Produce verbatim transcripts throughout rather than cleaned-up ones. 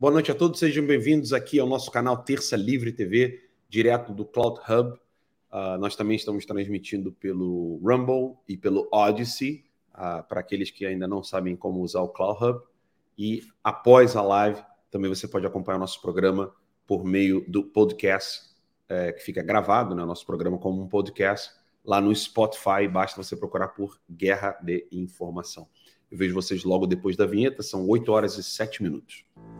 Boa noite a todos, sejam bem-vindos aqui ao nosso canal Terça Livre T V, direto do Cloud Hub. Uh, nós também estamos transmitindo pelo Rumble e pelo Odyssey, uh, para aqueles que ainda não sabem como usar o Cloud Hub. E após a live, também você pode acompanhar o nosso programa por meio do podcast, é, que fica gravado, né, nosso programa como um podcast, lá no Spotify. Basta você procurar por Guerra de Informação. Eu vejo vocês logo depois da vinheta, são oito horas e sete minutos.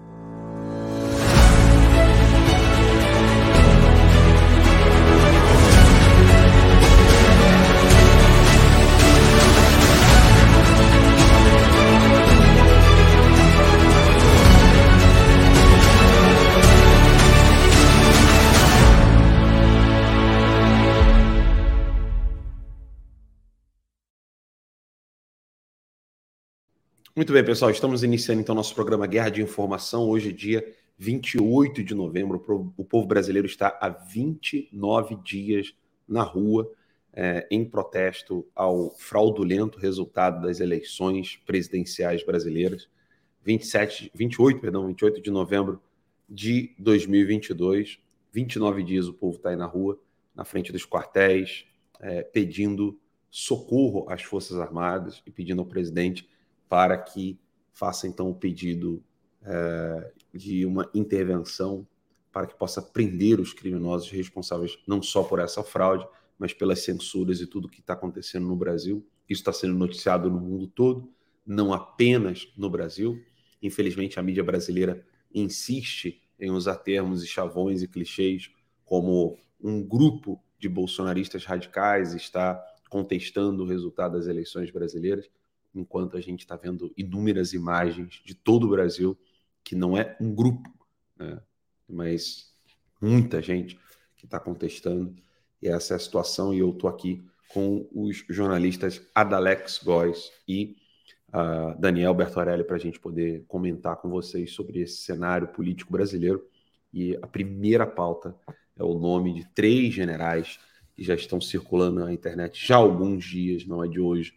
Muito bem, pessoal, estamos iniciando então nosso programa Guerra de Informação. Hoje é dia vinte e oito de novembro, o povo brasileiro está há vinte e nove dias na rua é, em protesto ao fraudulento resultado das eleições presidenciais brasileiras. vinte e sete, vinte e oito, perdão, vinte e oito de novembro de dois mil e vinte e dois, vinte e nove dias o povo está aí na rua, na frente dos quartéis, é, pedindo socorro às Forças Armadas e pedindo ao presidente para que faça, então, o pedido é, de uma intervenção para que possa prender os criminosos responsáveis não só por essa fraude, mas pelas censuras e tudo que está acontecendo no Brasil. Isso está sendo noticiado no mundo todo, não apenas no Brasil. Infelizmente, a mídia brasileira insiste em usar termos e chavões e clichês como um grupo de bolsonaristas radicais está contestando o resultado das eleições brasileiras, enquanto a gente está vendo inúmeras imagens de todo o Brasil, que não é um grupo, né, mas muita gente que está contestando, e essa é a situação, e eu estou aqui com os jornalistas Adalex Góes e uh, Daniel Bertorelli para a gente poder comentar com vocês sobre esse cenário político brasileiro. E a primeira pauta é o nome de três generais que já estão circulando na internet já há alguns dias, não é de hoje.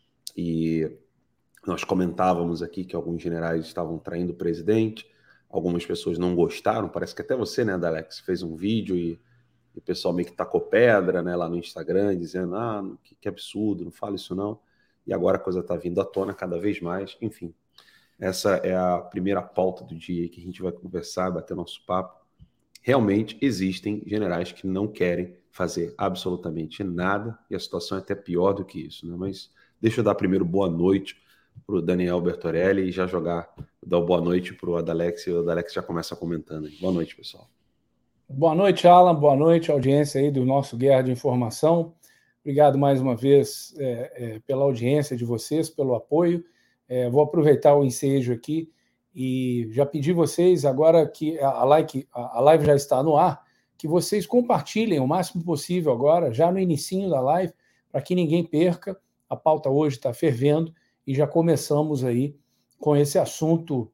E nós comentávamos aqui que alguns generais estavam traindo o presidente, algumas pessoas não gostaram, parece que até você, né, Adalex, fez um vídeo e, e o pessoal meio que tacou pedra, né, lá no Instagram, dizendo, ah, que, que absurdo, não fala isso não. E agora a coisa está vindo à tona cada vez mais. Enfim, essa é a primeira pauta do dia que a gente vai conversar, bater nosso papo. Realmente existem generais que não querem fazer absolutamente nada, e a situação é até pior do que isso, né? Mas deixa eu dar primeiro boa noite para o Daniel Bertorelli e já jogar, dar boa noite para o Adalex, e o Adalex já começa comentando aí. Boa noite, pessoal. Boa noite, Alan, boa noite, audiência aí do nosso Guerra de Informação. Obrigado mais uma vez é, é, pela audiência de vocês, pelo apoio. É, vou aproveitar o ensejo aqui e já pedi vocês, agora que a live, a live já está no ar, que vocês compartilhem o máximo possível agora, já no inicinho da live, para que ninguém perca. A pauta hoje está fervendo e já começamos aí com esse assunto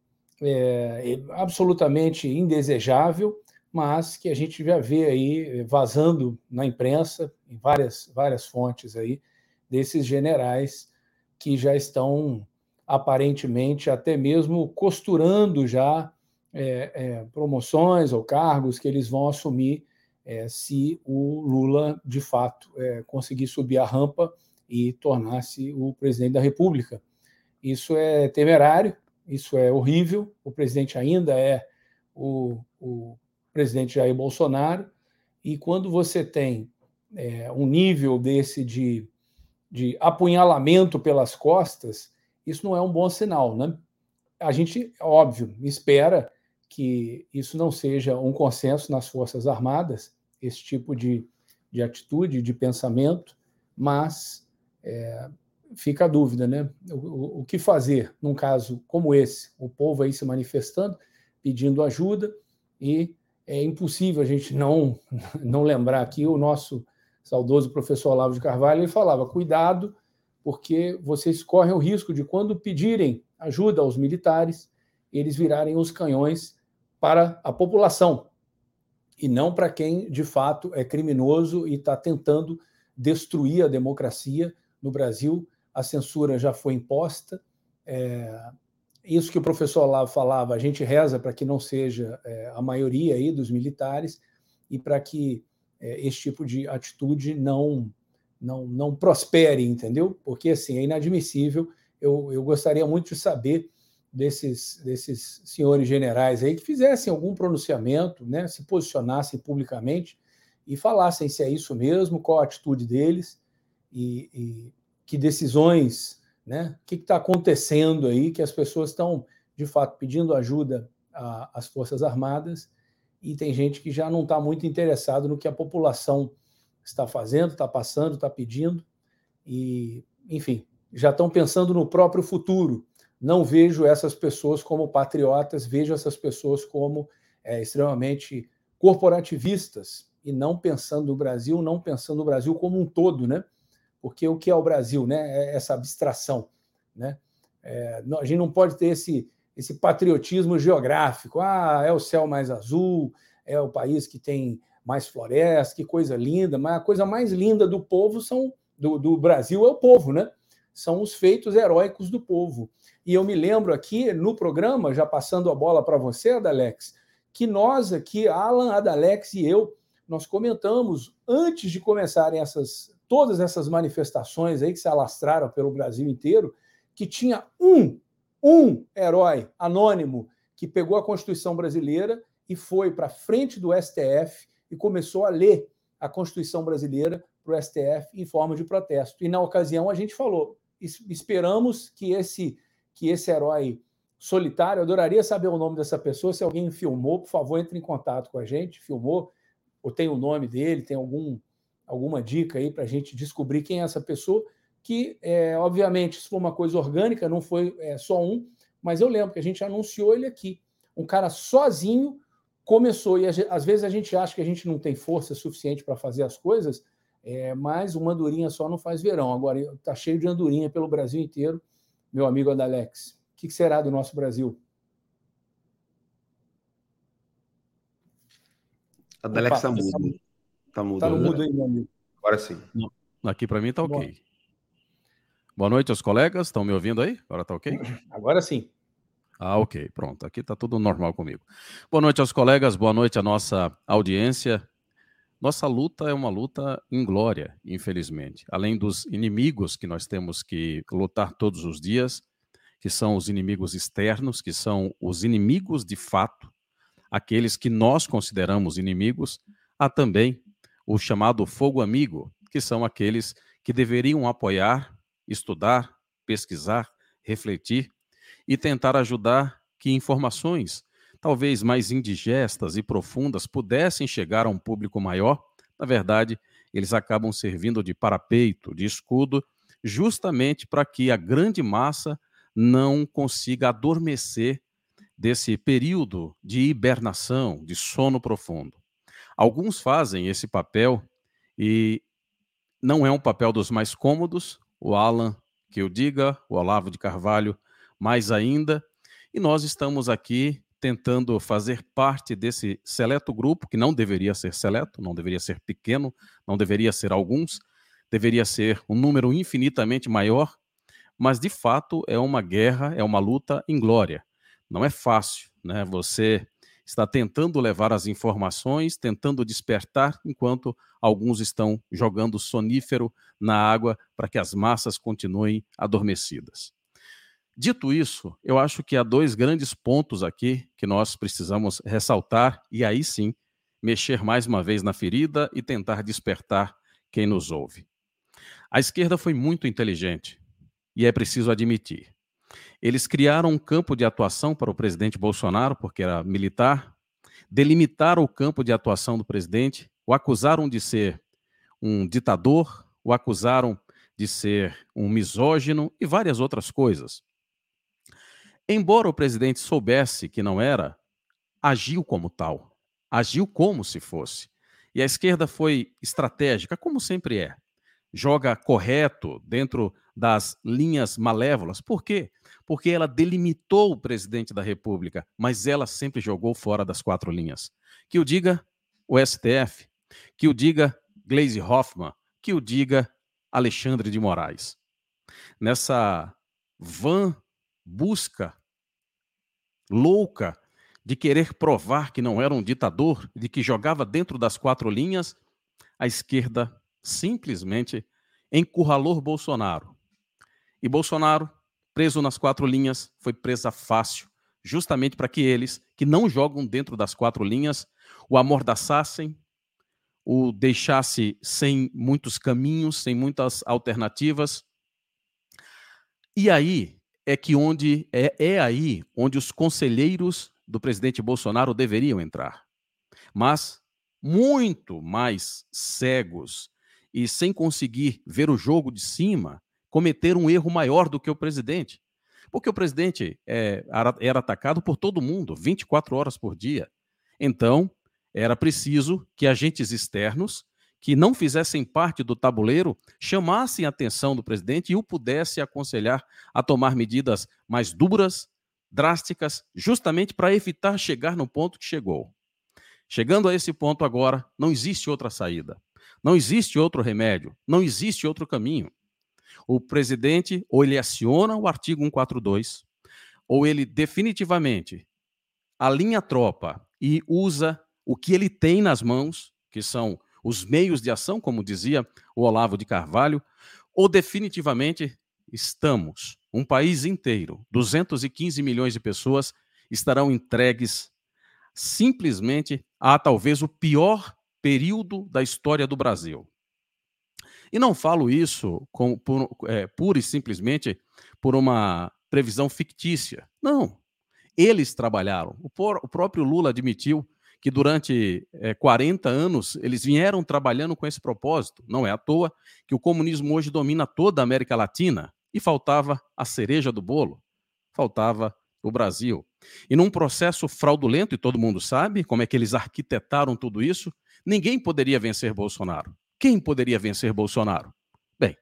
é, absolutamente indesejável, mas que a gente já vê aí vazando na imprensa, em várias, várias fontes aí, desses generais que já estão aparentemente até mesmo costurando já é, é, promoções ou cargos que eles vão assumir é, se o Lula, de fato, é, conseguir subir a rampa e tornar-se o presidente da República. Isso é temerário, isso é horrível. O presidente ainda é o, o presidente Jair Bolsonaro, e quando você tem é, um nível desse de, de apunhalamento pelas costas, isso não é um bom sinal, né? A gente, óbvio, espera que isso não seja um consenso nas Forças Armadas, esse tipo de, de atitude, de pensamento, mas é, fica a dúvida, né? O, o, o que fazer num caso como esse? O povo aí se manifestando, pedindo ajuda, e é impossível a gente não, não lembrar aqui o nosso saudoso professor Olavo de Carvalho. Ele falava, cuidado, porque vocês correm o risco de, quando pedirem ajuda aos militares, eles virarem os canhões para a população, e não para quem, de fato, é criminoso e está tentando destruir a democracia no Brasil. A censura já foi imposta, é, isso que o professor Olavo falava, a gente reza para que não seja é, a maioria aí dos militares e para que é, esse tipo de atitude não, não, não prospere, entendeu? Porque, assim, é inadmissível. Eu, eu gostaria muito de saber desses, desses senhores generais aí que fizessem algum pronunciamento, né, se posicionassem publicamente e falassem se é isso mesmo, qual a atitude deles e, e que decisões, né, o que está acontecendo aí, que as pessoas estão, de fato, pedindo ajuda às Forças Armadas e tem gente que já não está muito interessado no que a população está fazendo, está passando, está pedindo e, enfim, já estão pensando no próprio futuro. Não vejo essas pessoas como patriotas, vejo essas pessoas como é, extremamente corporativistas e não pensando no Brasil, não pensando no Brasil como um todo, né? Porque o que é o Brasil, né? É essa abstração, né? É, a gente não pode ter esse, esse patriotismo geográfico. Ah, é o céu mais azul, é o país que tem mais floresta, que coisa linda. Mas a coisa mais linda do povo são do, do Brasil é o povo, né? São os feitos heróicos do povo. E eu me lembro aqui no programa, já passando a bola para você, Adalex, que nós aqui, Alan, Adalex e eu, nós comentamos antes de começarem essas todas essas manifestações aí que se alastraram pelo Brasil inteiro, que tinha um, um herói anônimo que pegou a Constituição brasileira e foi para frente do S T F e começou a ler a Constituição brasileira para o S T F em forma de protesto. E na ocasião a gente falou, esperamos que esse, que esse herói solitário, eu adoraria saber o nome dessa pessoa, se alguém filmou, por favor, entre em contato com a gente, filmou, ou tem o nome dele, tem algum alguma dica aí para a gente descobrir quem é essa pessoa, que, é, obviamente, isso foi uma coisa orgânica, não foi é, só um, mas eu lembro que a gente anunciou ele aqui. Um cara sozinho começou, e às vezes a gente acha que a gente não tem força suficiente para fazer as coisas, é, mas uma andorinha só não faz verão. Agora está cheio de andorinha pelo Brasil inteiro, meu amigo Adalex. O que será do nosso Brasil? Adalex está mudo. Está mudo. Está no mudo aí, meu amigo. Agora sim. Não. Aqui para mim está ok. Bom. Boa noite aos colegas. Estão me ouvindo aí? Agora está ok? Agora sim. Ah, ok. Pronto. Aqui está tudo normal comigo. Boa noite aos colegas. Boa noite à nossa audiência. Nossa luta é uma luta inglória, infelizmente. Além dos inimigos que nós temos que lutar todos os dias, que são os inimigos externos, que são os inimigos de fato, aqueles que nós consideramos inimigos, há também o chamado fogo amigo, que são aqueles que deveriam apoiar, estudar, pesquisar, refletir e tentar ajudar que informações, talvez mais indigestas e profundas, pudessem chegar a um público maior. Na verdade, eles acabam servindo de parapeito, de escudo, justamente para que a grande massa não consiga adormecer desse período de hibernação, de sono profundo. Alguns fazem esse papel e não é um papel dos mais cômodos, o Alan, que eu diga, o Olavo de Carvalho, mais ainda, e nós estamos aqui tentando fazer parte desse seleto grupo, que não deveria ser seleto, não deveria ser pequeno, não deveria ser alguns, deveria ser um número infinitamente maior, mas de fato é uma guerra, é uma luta inglória. Não é fácil, né? Você está tentando levar as informações, tentando despertar, enquanto alguns estão jogando sonífero na água para que as massas continuem adormecidas. Dito isso, eu acho que há dois grandes pontos aqui que nós precisamos ressaltar e aí sim mexer mais uma vez na ferida e tentar despertar quem nos ouve. A esquerda foi muito inteligente e é preciso admitir. Eles criaram um campo de atuação para o presidente Bolsonaro, porque era militar, delimitaram o campo de atuação do presidente, o acusaram de ser um ditador, o acusaram de ser um misógino e várias outras coisas. Embora o presidente soubesse que não era, agiu como tal, agiu como se fosse. E a esquerda foi estratégica, como sempre é. Joga correto dentro das linhas malévolas. Por quê? Porque ela delimitou o presidente da República, mas ela sempre jogou fora das quatro linhas. Que o diga o S T F, que o diga Gleisi Hoffmann, que o diga Alexandre de Moraes. Nessa vã busca louca de querer provar que não era um ditador, de que jogava dentro das quatro linhas, a esquerda simplesmente encurralou Bolsonaro. E Bolsonaro, preso nas quatro linhas, foi presa fácil, justamente para que eles, que não jogam dentro das quatro linhas, o amordaçassem, o deixasse sem muitos caminhos, sem muitas alternativas. E aí é que onde é, é aí onde os conselheiros do presidente Bolsonaro deveriam entrar. Mas muito mais cegos e sem conseguir ver o jogo de cima, cometeram um erro maior do que o presidente. Porque o presidente é, era atacado por todo mundo, vinte e quatro horas por dia. Então, era preciso que agentes externos, que não fizessem parte do tabuleiro, chamassem a atenção do presidente e o pudessem aconselhar a tomar medidas mais duras, drásticas, justamente para evitar chegar no ponto que chegou. Chegando a esse ponto agora, não existe outra saída, não existe outro remédio, não existe outro caminho. O presidente, ou ele aciona o artigo cento e quarenta e dois, ou ele definitivamente alinha a tropa e usa o que ele tem nas mãos, que são os meios de ação, como dizia o Olavo de Carvalho, ou definitivamente estamos, um país inteiro, duzentos e quinze milhões de pessoas, estarão entregues simplesmente a talvez o pior período da história do Brasil. E não falo isso com, por, é, pura e simplesmente por uma previsão fictícia. Não. Eles trabalharam. O, por, o próprio Lula admitiu que durante é, quarenta anos eles vieram trabalhando com esse propósito. Não é à toa que o comunismo hoje domina toda a América Latina e faltava a cereja do bolo. Faltava o Brasil. E num processo fraudulento, e todo mundo sabe como é que eles arquitetaram tudo isso, ninguém poderia vencer Bolsonaro. Quem poderia vencer Bolsonaro? Bem,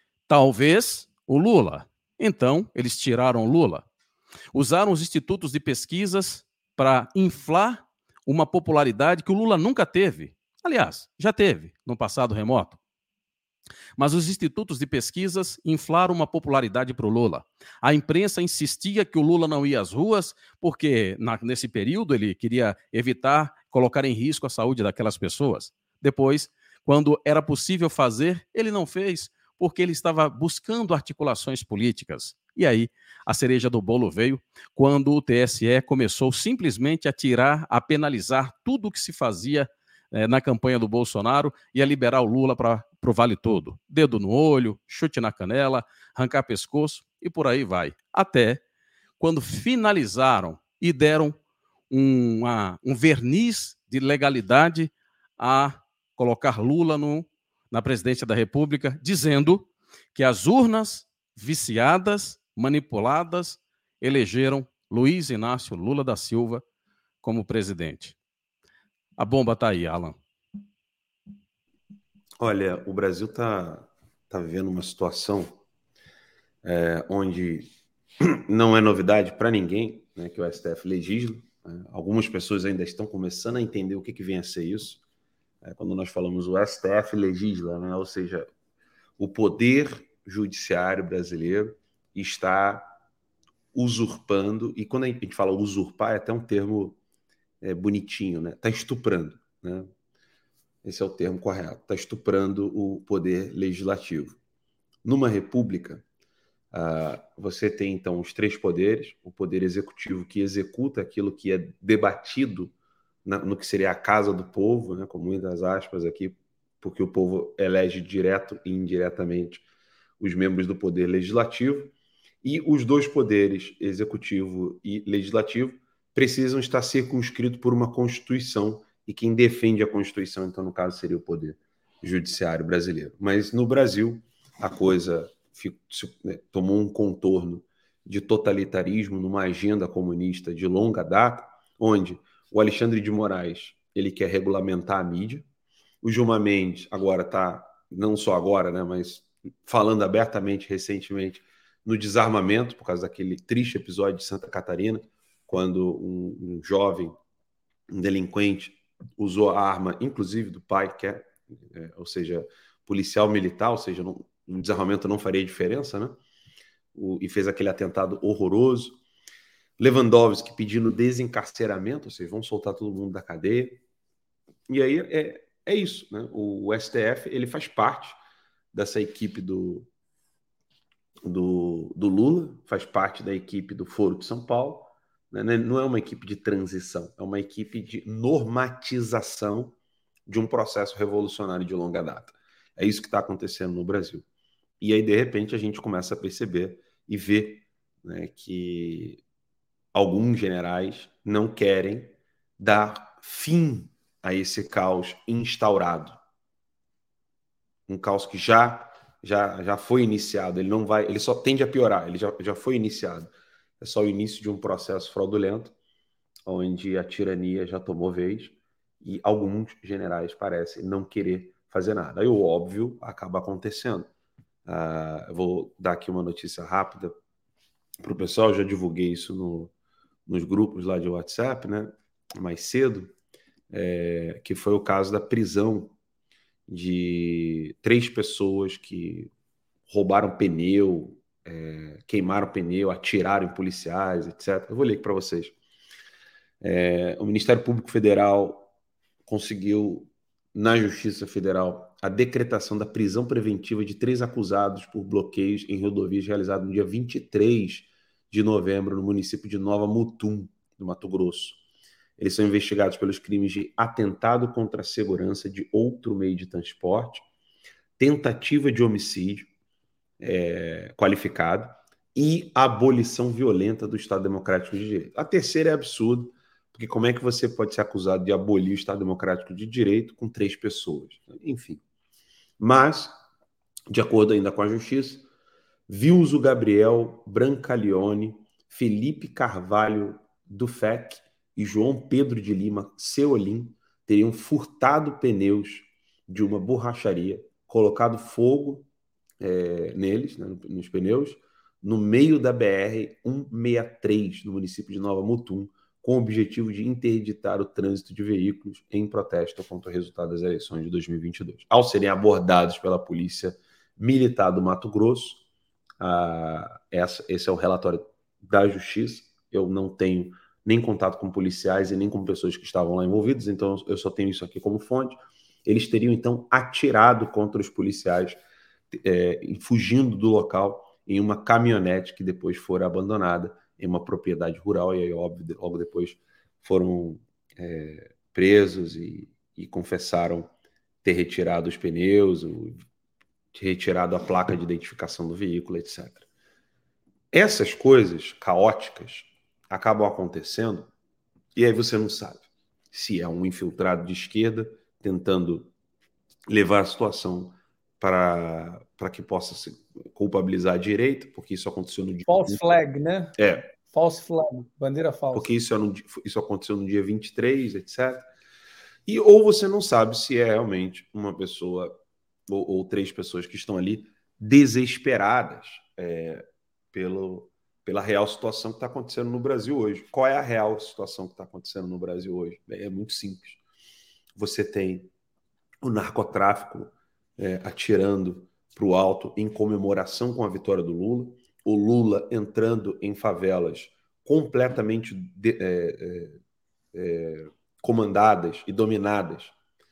talvez o Lula. Então, eles tiraram o Lula. Usaram os institutos de pesquisas para inflar uma popularidade que o Lula nunca teve. Aliás, já teve no passado remoto. Mas os institutos de pesquisas inflaram uma popularidade para o Lula. A imprensa insistia que o Lula não ia às ruas, porque na, nesse período ele queria evitar colocar em risco a saúde daquelas pessoas. Depois, quando era possível fazer, ele não fez, porque ele estava buscando articulações políticas. E aí, a cereja do bolo veio quando o T S E começou simplesmente a tirar, a penalizar tudo o que se fazia eh, na campanha do Bolsonaro e a liberar o Lula para o vale todo. Dedo no olho, chute na canela, arrancar pescoço e por aí vai. Até quando finalizaram e deram um, uma, um verniz de legalidade a colocar Lula no, na presidência da República, dizendo que as urnas viciadas, manipuladas, elegeram Luiz Inácio Lula da Silva como presidente. A bomba está aí, Alan. Olha, o Brasil está tá vivendo uma situação é, onde não é novidade para ninguém, né, que o S T F legisla. Né? Algumas pessoas ainda estão começando a entender o que, que vem a ser isso. É, quando nós falamos o S T F legisla, né, ou seja, o poder judiciário brasileiro está usurpando, e quando a gente fala usurpar, é até um termo é, bonitinho, né? Está estuprando, né? Esse é o termo correto. Está estuprando o poder legislativo. Numa república, uh, você tem, então, os três poderes. O poder executivo, que executa aquilo que é debatido na, no que seria a casa do povo, né, com muitas aspas aqui, porque o povo elege direto e indiretamente os membros do poder legislativo. E os dois poderes, executivo e legislativo, precisam estar circunscritos por uma Constituição, e quem defende a Constituição, então, no caso, seria o Poder Judiciário brasileiro. Mas no Brasil, a coisa tomou um contorno de totalitarismo numa agenda comunista de longa data, onde o Alexandre de Moraes ele quer regulamentar a mídia, o Gilmar Mendes agora está, não só agora, né, mas falando abertamente recentemente no desarmamento, por causa daquele triste episódio de Santa Catarina, quando um, um jovem, um delinquente, usou a arma, inclusive do pai, que é, é ou seja, policial militar, ou seja, não, um desarmamento não faria diferença, né? O, e fez aquele atentado horroroso. Lewandowski pedindo desencarceramento, ou seja, vão soltar todo mundo da cadeia. E aí é, é isso, né? O, o S T F ele faz parte dessa equipe do, do, do Lula, faz parte da equipe do Foro de São Paulo, né? Não é uma equipe de transição, é uma equipe de normatização de um processo revolucionário de longa data. É isso que está acontecendo no Brasil. E aí, de repente, a gente começa a perceber e ver, né, que alguns generais não querem dar fim a esse caos instaurado. Um caos que já, já, já foi iniciado, ele não vai, ele só tende a piorar, ele já, já foi iniciado. É só o início de um processo fraudulento, onde a tirania já tomou vez e alguns generais parecem não querer fazer nada. Aí o óbvio acaba acontecendo. Uh, eu vou dar aqui uma notícia rápida para o pessoal, eu já divulguei isso no, nos grupos lá de WhatsApp, né, mais cedo, é, que foi o caso da prisão de três pessoas que roubaram pneu, é, queimaram pneu, atiraram em policiais, etcétera. Eu vou ler aqui para vocês. É, o Ministério Público Federal conseguiu, na Justiça Federal, a decretação da prisão preventiva de três acusados por bloqueios em rodovias realizado no dia vinte e três de novembro no município de Nova Mutum, no Mato Grosso. Eles são investigados pelos crimes de atentado contra a segurança de outro meio de transporte, tentativa de homicídio é, qualificado e abolição violenta do Estado Democrático de Direito. A terceira é absurdo, porque como é que você pode ser acusado de abolir o Estado Democrático de Direito com três pessoas? Enfim. Mas, de acordo ainda com a Justiça, Vilso Gabriel Brancaleone, Felipe Carvalho Dufec e João Pedro de Lima Ceolim teriam furtado pneus de uma borracharia, colocado fogo é, neles, né, nos pneus, no meio da B R cento e sessenta e três, no município de Nova Mutum, com o objetivo de interditar o trânsito de veículos em protesto contra o resultado das eleições de dois mil e vinte e dois. Ao serem abordados pela Polícia Militar do Mato Grosso, ah, essa, esse é o relatório da Justiça, eu não tenho nem contato com policiais e nem com pessoas que estavam lá envolvidas, então eu só tenho isso aqui como fonte. Eles teriam, então, atirado contra os policiais, é, fugindo do local em uma caminhonete que depois fora abandonada em uma propriedade rural, e aí, óbvio, logo depois foram é, presos e, e confessaram ter retirado os pneus, retirado a placa de identificação do veículo, etcétera. Essas coisas caóticas acabam acontecendo e aí você não sabe se é um infiltrado de esquerda tentando levar a situação para, para que possa se culpabilizar a direita, porque isso aconteceu no dia... False flag, né? É. False flag, bandeira falsa. Porque isso, é no, isso aconteceu no dia vinte e três, etcétera. E ou você não sabe se é realmente uma pessoa ou, ou três pessoas que estão ali desesperadas é, pelo, pela real situação que está acontecendo no Brasil hoje. Qual é a real situação que está acontecendo no Brasil hoje? É muito simples. Você tem o narcotráfico é, atirando para o alto em comemoração com a vitória do Lula, o Lula entrando em favelas completamente de, é, é, é, comandadas e dominadas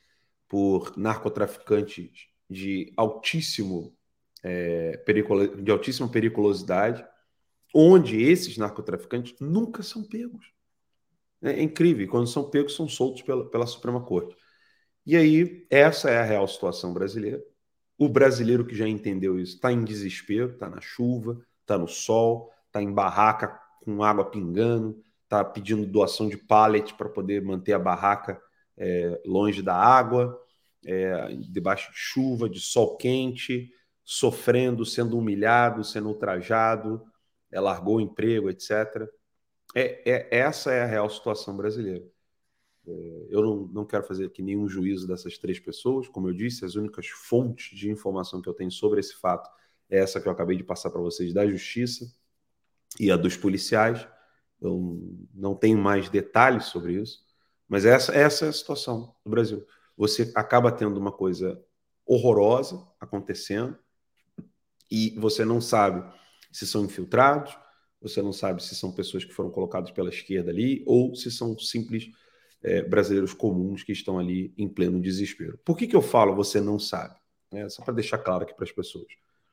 por narcotraficantes de altíssimo é, periculo, de altíssima periculosidade, onde esses narcotraficantes nunca são pegos. É incrível, quando são pegos são soltos pela, pela Suprema Corte. E aí, essa é a real situação brasileira. O brasileiro que já entendeu isso está em desespero, está na chuva, está no sol, está em barraca com água pingando, está pedindo doação de pallet para poder manter a barraca é, longe da água, é, debaixo de chuva, de sol quente, sofrendo, sendo humilhado, sendo ultrajado, é, largou o emprego, etcétera. É, é, essa é a real situação brasileira. É, eu não, não quero fazer aqui nenhum juízo dessas três pessoas. Como eu disse, as únicas fontes de informação que eu tenho sobre esse fato é essa que eu acabei de passar para vocês da Justiça e a dos policiais. Eu não tenho mais detalhes sobre isso, mas essa, essa é a situação do Brasil. Você acaba tendo uma coisa horrorosa acontecendo e você não sabe se são infiltrados, você não sabe se são pessoas que foram colocadas pela esquerda ali ou se são simples é, brasileiros comuns que estão ali em pleno desespero. Por que que eu falo você não sabe? É, só para deixar claro aqui para as pessoas.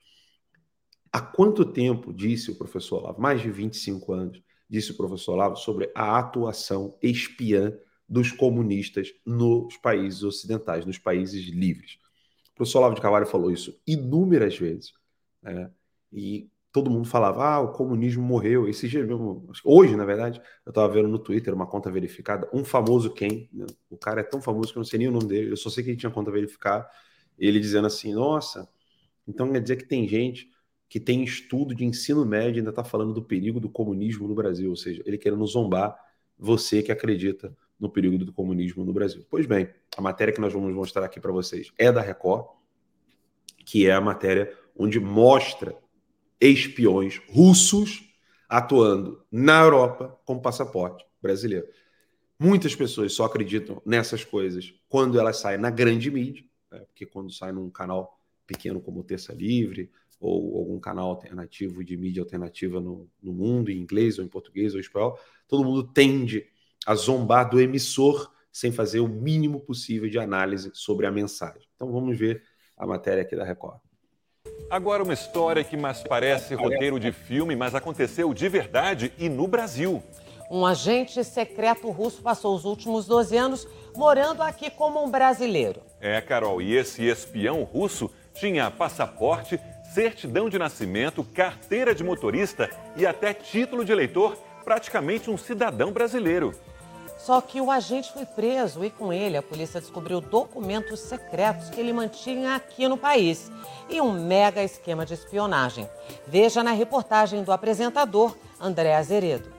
Há quanto tempo, disse o professor Olavo, mais de vinte e cinco anos, disse o professor Olavo sobre a atuação espiã dos comunistas nos países ocidentais, nos países livres. O professor Olavo de Carvalho falou isso inúmeras vezes, né? E todo mundo falava, ah, o comunismo morreu. Esse dia mesmo, hoje, na verdade, eu estava vendo no Twitter uma conta verificada, um famoso quem, né? O cara é tão famoso que eu não sei nem o nome dele, eu só sei que ele tinha conta verificada, ele dizendo assim, nossa, então quer dizer que tem gente que tem estudo de ensino médio e ainda está falando do perigo do comunismo no Brasil, ou seja, ele querendo zombar você que acredita no perigo do comunismo no Brasil. Pois bem, a matéria que nós vamos mostrar aqui para vocês é da Record, que é a matéria onde mostra espiões russos atuando na Europa com passaporte brasileiro. Muitas pessoas só acreditam nessas coisas quando elas saem na grande mídia, né? Porque quando sai num canal pequeno como o Terça Livre, ou algum canal alternativo de mídia alternativa no, no mundo, em inglês ou em português ou em espanhol, todo mundo tende a zombar do emissor sem fazer o mínimo possível de análise sobre a mensagem. Então vamos ver a matéria aqui da Record. Agora uma história que mais parece roteiro de filme, mas aconteceu de verdade e no Brasil. Um agente secreto russo passou os últimos doze anos morando aqui como um brasileiro. É, Carol, e esse espião russo tinha passaporte, certidão de nascimento, carteira de motorista e até título de eleitor, praticamente um cidadão brasileiro. Só que o agente foi preso e com ele a polícia descobriu documentos secretos que ele mantinha aqui no país e um mega esquema de espionagem. Veja na reportagem do apresentador André Azeredo.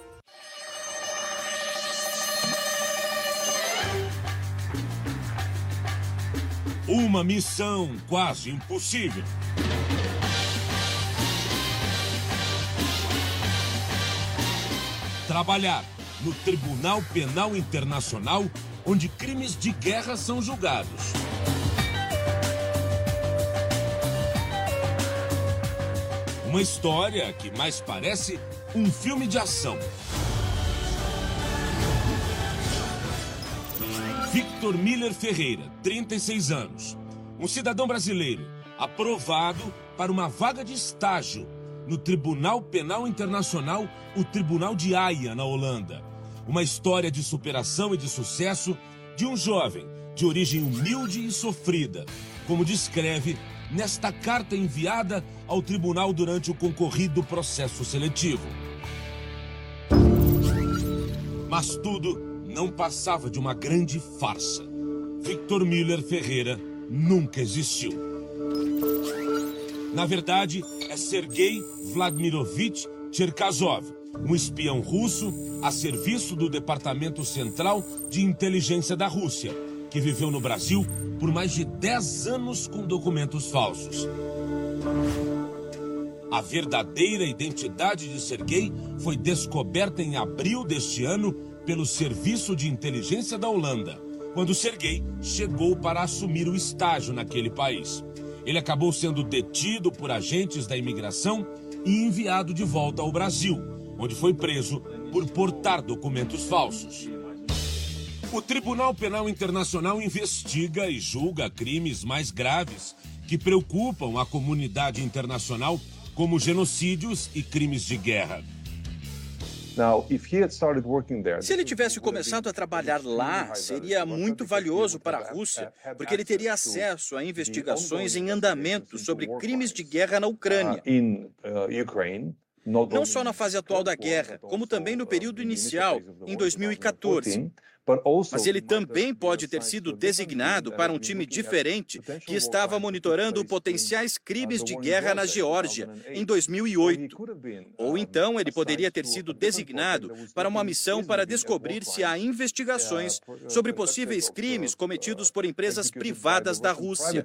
Uma missão quase impossível. Trabalhar no Tribunal Penal Internacional, onde crimes de guerra são julgados. Uma história que mais parece um filme de ação. Victor Miller Ferreira, trinta e seis anos. Um cidadão brasileiro, aprovado para uma vaga de estágio no Tribunal Penal Internacional, o Tribunal de Haia, na Holanda. Uma história de superação e de sucesso de um jovem de origem humilde e sofrida, como descreve nesta carta enviada ao tribunal durante o concorrido processo seletivo. Mas tudo não passava de uma grande farsa. Victor Miller Ferreira nunca existiu. Na verdade, é Sergei Vladimirovich Cherkasov, um espião russo a serviço do Departamento Central de Inteligência da Rússia, que viveu no Brasil por mais de dez anos com documentos falsos. A verdadeira identidade de Sergei foi descoberta em abril deste ano pelo Serviço de Inteligência da Holanda, quando Sergei chegou para assumir o estágio naquele país. Ele acabou sendo detido por agentes da imigração e enviado de volta ao Brasil, onde foi preso por portar documentos falsos. O Tribunal Penal Internacional investiga e julga crimes mais graves que preocupam a comunidade internacional, como genocídios e crimes de guerra. Se ele tivesse começado a trabalhar lá, seria muito valioso para a Rússia, porque ele teria acesso a investigações em andamento sobre crimes de guerra na Ucrânia. Não só na fase atual da guerra, como também no período inicial, em dois mil e quatorze. Mas ele também pode ter sido designado para um time diferente que estava monitorando potenciais crimes de guerra na Geórgia, em dois mil e oito. Ou então ele poderia ter sido designado para uma missão para descobrir se há investigações sobre possíveis crimes cometidos por empresas privadas da Rússia.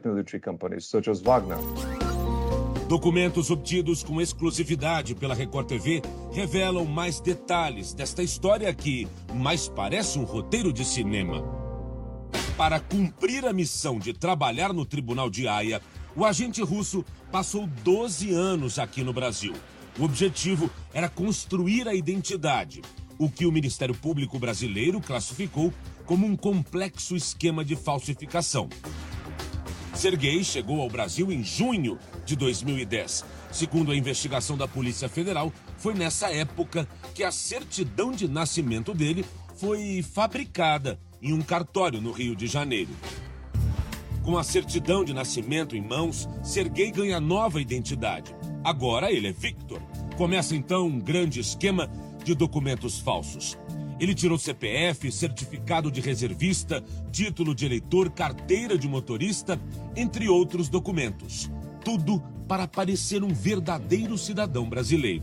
Documentos obtidos com exclusividade pela Record T V revelam mais detalhes desta história que mais parece um roteiro de cinema. Para cumprir a missão de trabalhar no Tribunal de Haia, o agente russo passou doze anos aqui no Brasil, O objetivo era construir a identidade, o que o Ministério Público brasileiro classificou como um complexo esquema de falsificação. Serguei chegou ao Brasil em junho de dois mil e dez. Segundo a investigação da Polícia Federal, foi nessa época que a certidão de nascimento dele foi fabricada em um cartório no Rio de Janeiro. Com a certidão de nascimento em mãos, Serguei ganha nova identidade. Agora ele é Victor. Começa então um grande esquema de documentos falsos. Ele tirou C P F, certificado de reservista, título de eleitor, carteira de motorista, entre outros documentos. Tudo para parecer um verdadeiro cidadão brasileiro.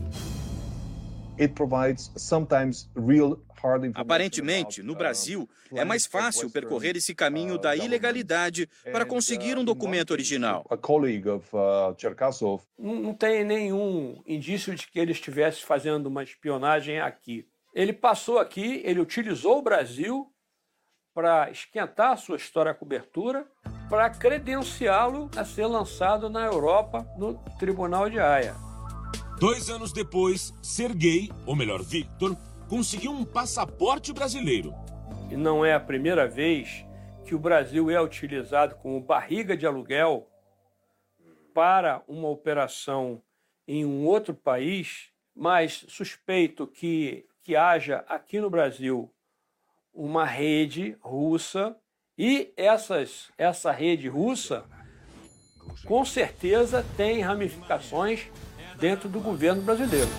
Aparentemente, no Brasil, é mais fácil percorrer esse caminho da ilegalidade para conseguir um documento original. Não tem nenhum indício de que ele estivesse fazendo uma espionagem aqui. Ele passou aqui, ele utilizou o Brasil para esquentar a sua história cobertura, para credenciá-lo a ser lançado na Europa no Tribunal de Haia. Dois anos depois, Serguei, ou melhor, Victor, conseguiu um passaporte brasileiro. E não é a primeira vez que o Brasil é utilizado como barriga de aluguel para uma operação em um outro país, mas suspeito que, que haja aqui no Brasil uma rede russa e essas, essa rede russa com certeza tem ramificações dentro do governo brasileiro.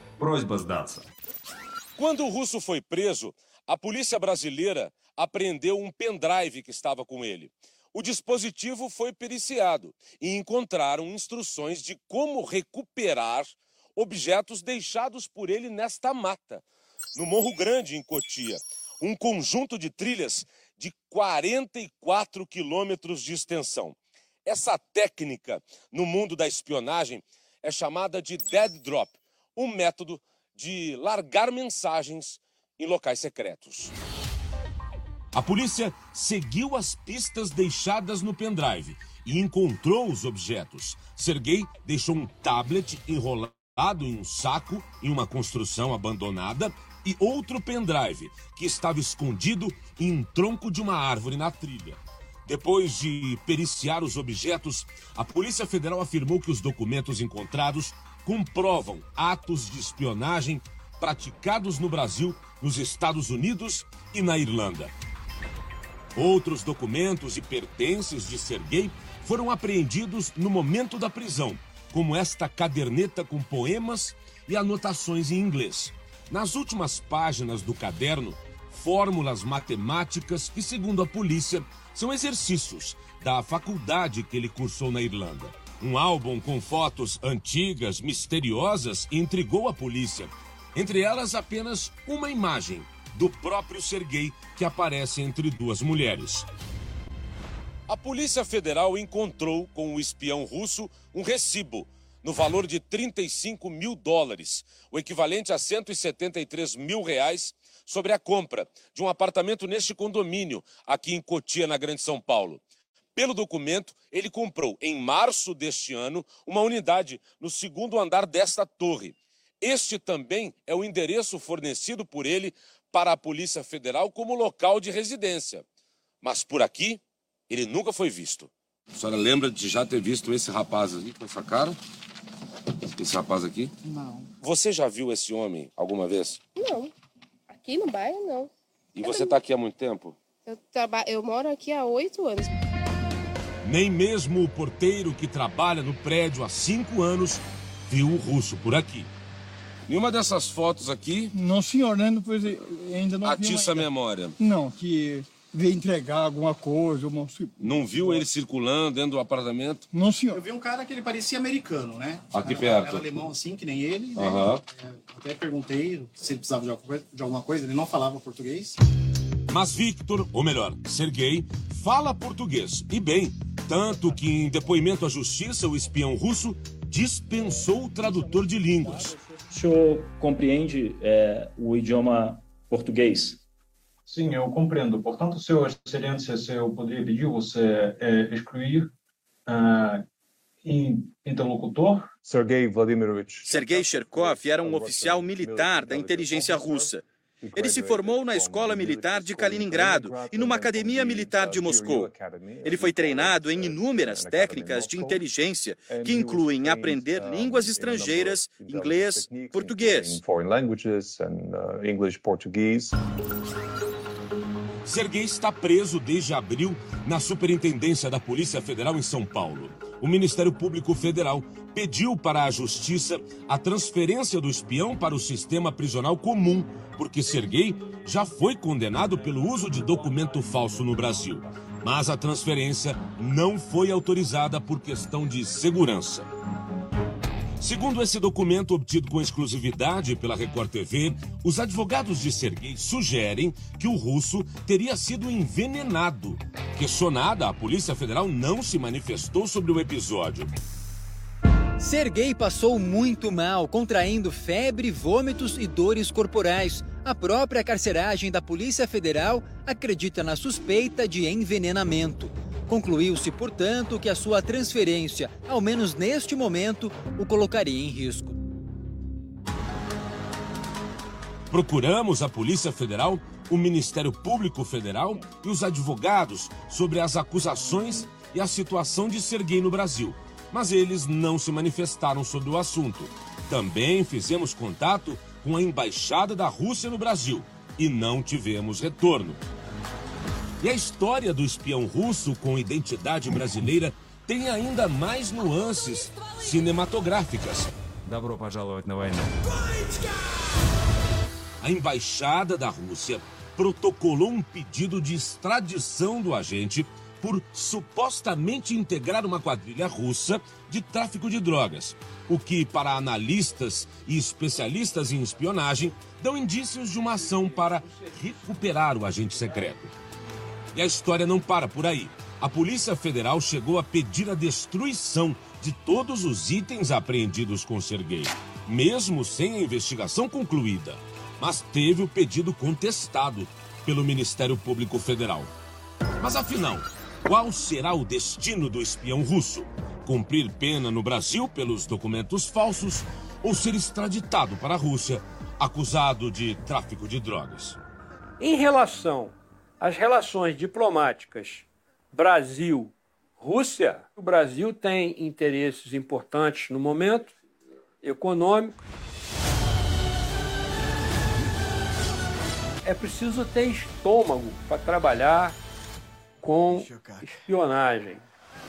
Quando o russo foi preso, a polícia brasileira apreendeu um pendrive que estava com ele. O dispositivo foi periciado e encontraram instruções de como recuperar objetos deixados por ele nesta mata, no Morro Grande, em Cotia. Um conjunto de trilhas de quarenta e quatro quilômetros de extensão. Essa técnica, no mundo da espionagem, é chamada de dead drop, um método de largar mensagens em locais secretos. A polícia seguiu as pistas deixadas no pendrive e encontrou os objetos. Serguei deixou um tablet enrolado em um saco em uma construção abandonada e outro pendrive que estava escondido em um tronco de uma árvore na trilha. Depois de periciar os objetos, a Polícia Federal afirmou que os documentos encontrados comprovam atos de espionagem praticados no Brasil, nos Estados Unidos e na Irlanda. Outros documentos e pertences de Serguei foram apreendidos no momento da prisão, como esta caderneta com poemas e anotações em inglês. Nas últimas páginas do caderno, fórmulas matemáticas que, segundo a polícia, são exercícios da faculdade que ele cursou na Irlanda. Um álbum com fotos antigas, misteriosas, intrigou a polícia. Entre elas, apenas uma imagem do próprio Serguei que aparece entre duas mulheres. A Polícia Federal encontrou com o espião russo um recibo no valor de trinta e cinco mil dólares, o equivalente a cento e setenta e três mil reais, sobre a compra de um apartamento neste condomínio, aqui em Cotia, na Grande São Paulo. Pelo documento, ele comprou, em março deste ano, uma unidade no segundo andar desta torre. Este também é o endereço fornecido por ele para a Polícia Federal como local de residência. Mas por aqui, ele nunca foi visto. A senhora lembra de já ter visto esse rapaz aqui com essa cara? Esse rapaz aqui? Não. Você já viu esse homem alguma vez? Não. Aqui no bairro, não. E você está aqui há muito tempo? Eu, traba... eu moro aqui há oito anos. Nem mesmo o porteiro que trabalha no prédio há cinco anos viu o russo por aqui. E uma dessas fotos aqui... Não, senhor, né? Depois ainda não atiça a memória. Não, que veio entregar alguma coisa. Uma... Não viu ele circulando dentro do apartamento? Não, senhor. Eu vi um cara que ele parecia americano, né? Aqui era, perto. Era alemão assim, que nem ele. Né? Uhum. É, até perguntei se ele precisava de alguma, coisa, de alguma coisa, ele não falava português. Mas Victor, ou melhor, Serguei, fala português, e bem. Tanto que, em depoimento à justiça, o espião russo dispensou o tradutor de línguas. O senhor compreende é, o idioma português? Sim, eu compreendo. Portanto, Sua Excelência, se eu poderia pedir você é, excluir uh, e interlocutor? Sergei Vladimirovich. Sergei Cherkov era um oficial militar da inteligência russa. Ele se formou na Escola Militar de Kaliningrado e numa academia militar de Moscou. Ele foi treinado em inúmeras técnicas de inteligência, que incluem aprender línguas estrangeiras, inglês, português. Sergei está preso desde abril na Superintendência da Polícia Federal em São Paulo. O Ministério Público Federal pediu para a Justiça a transferência do espião para o sistema prisional comum, porque Sergei já foi condenado pelo uso de documento falso no Brasil. Mas a transferência não foi autorizada por questão de segurança. Segundo esse documento obtido com exclusividade pela Record T V, os advogados de Sergei sugerem que o russo teria sido envenenado. Questionada, a Polícia Federal não se manifestou sobre o episódio. Sergei passou muito mal, contraindo febre, vômitos e dores corporais. A própria carceragem da Polícia Federal acredita na suspeita de envenenamento. Concluiu-se, portanto, que a sua transferência, ao menos neste momento, o colocaria em risco. Procuramos a Polícia Federal, o Ministério Público Federal e os advogados sobre as acusações e a situação de Sergei no Brasil, mas eles não se manifestaram sobre o assunto. Também fizemos contato com a Embaixada da Rússia no Brasil e não tivemos retorno. E a história do espião russo com identidade brasileira tem ainda mais nuances cinematográficas. Добро пожаловать на войну. A Embaixada da Rússia protocolou um pedido de extradição do agente por supostamente integrar uma quadrilha russa de tráfico de drogas, o que, para analistas e especialistas em espionagem, dão indícios de uma ação para recuperar o agente secreto. E a história não para por aí. A Polícia Federal chegou a pedir a destruição de todos os itens apreendidos com Sergei, mesmo sem a investigação concluída. Mas teve o pedido contestado pelo Ministério Público Federal. Mas afinal, qual será o destino do espião russo? Cumprir pena no Brasil pelos documentos falsos ou ser extraditado para a Rússia, acusado de tráfico de drogas? Em relação às relações diplomáticas Brasil-Rússia, o Brasil tem interesses importantes no momento, econômicos. É preciso ter estômago para trabalhar com espionagem.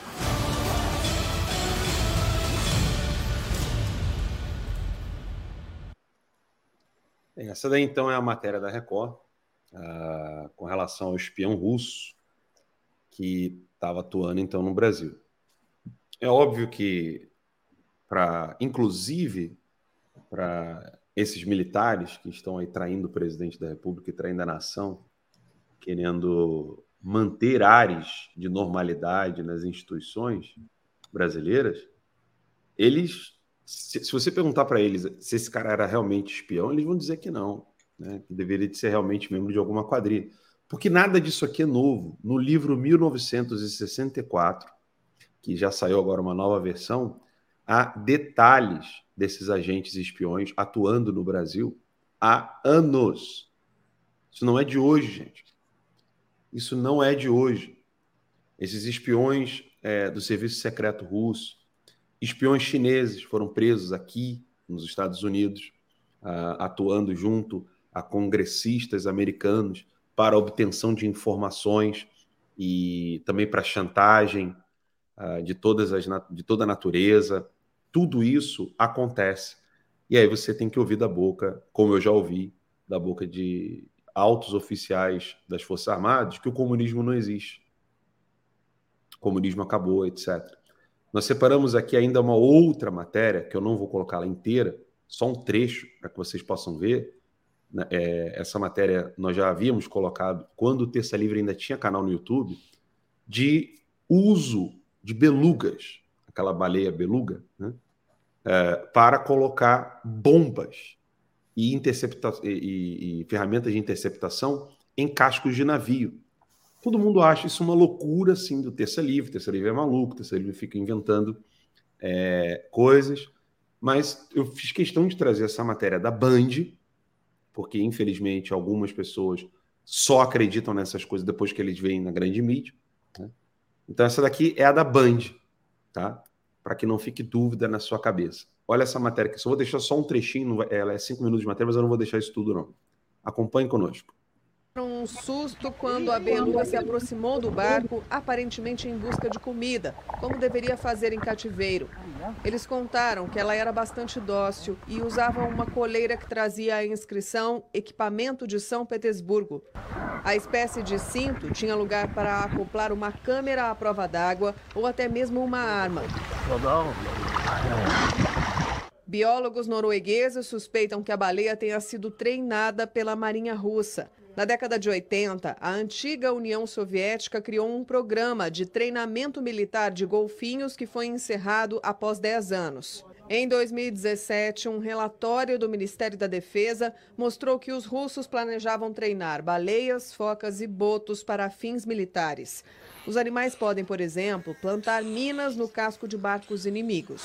Bem, essa daí então é a matéria da Record uh, com relação ao espião russo que estava atuando então no Brasil. É óbvio que, para, inclusive, para esses militares que estão aí traindo o presidente da República e traindo a nação, querendo manter ares de normalidade nas instituições brasileiras, eles, se, se você perguntar para eles se esse cara era realmente espião, eles vão dizer que não, né? Que deveria de ser realmente membro de alguma quadrilha. Porque nada disso aqui é novo. No livro mil novecentos e sessenta e quatro, que já saiu agora uma nova versão, há detalhes desses agentes espiões atuando no Brasil há anos. Isso não é de hoje, gente. Isso não é de hoje. Esses espiões é, do Serviço Secreto Russo, espiões chineses foram presos aqui nos Estados Unidos, uh, atuando junto a congressistas americanos para a obtenção de informações e também para chantagem uh, de, todas as, de toda a natureza. Tudo isso acontece. E aí você tem que ouvir da boca, como eu já ouvi, da boca de altos oficiais das Forças Armadas, que o comunismo não existe. O comunismo acabou, etcétera. Nós separamos aqui ainda uma outra matéria, que eu não vou colocá-la inteira, só um trecho para que vocês possam ver. É, essa matéria nós já havíamos colocado quando o Terça Livre ainda tinha canal no YouTube, de uso de belugas, aquela baleia beluga, né, é, para colocar bombas e, intercepta e, e, e ferramentas de interceptação em cascos de navio. Todo mundo acha isso uma loucura, assim, do Terça Livre. Terça Livre é maluco, Terça Livre fica inventando é, coisas, mas eu fiz questão de trazer essa matéria da Band, porque, infelizmente, algumas pessoas só acreditam nessas coisas depois que eles veem na grande mídia, né? Então, essa daqui é a da Band, tá? Para que não fique dúvida na sua cabeça. Olha essa matéria aqui, só vou deixar só um trechinho, ela é cinco minutos de matéria, mas eu não vou deixar isso tudo, não. Acompanhe conosco. Um susto quando a beluga se aproximou do barco, aparentemente em busca de comida, como deveria fazer em cativeiro. Eles contaram que ela era bastante dócil e usava uma coleira que trazia a inscrição Equipamento de São Petersburgo. A espécie de cinto tinha lugar para acoplar uma câmera à prova d'água ou até mesmo uma arma. Biólogos noruegueses suspeitam que a baleia tenha sido treinada pela Marinha Russa. Na década de oitenta, a antiga União Soviética criou um programa de treinamento militar de golfinhos que foi encerrado após dez anos. Em dois mil e dezessete, um relatório do Ministério da Defesa mostrou que os russos planejavam treinar baleias, focas e botos para fins militares. Os animais podem, por exemplo, plantar minas no casco de barcos inimigos.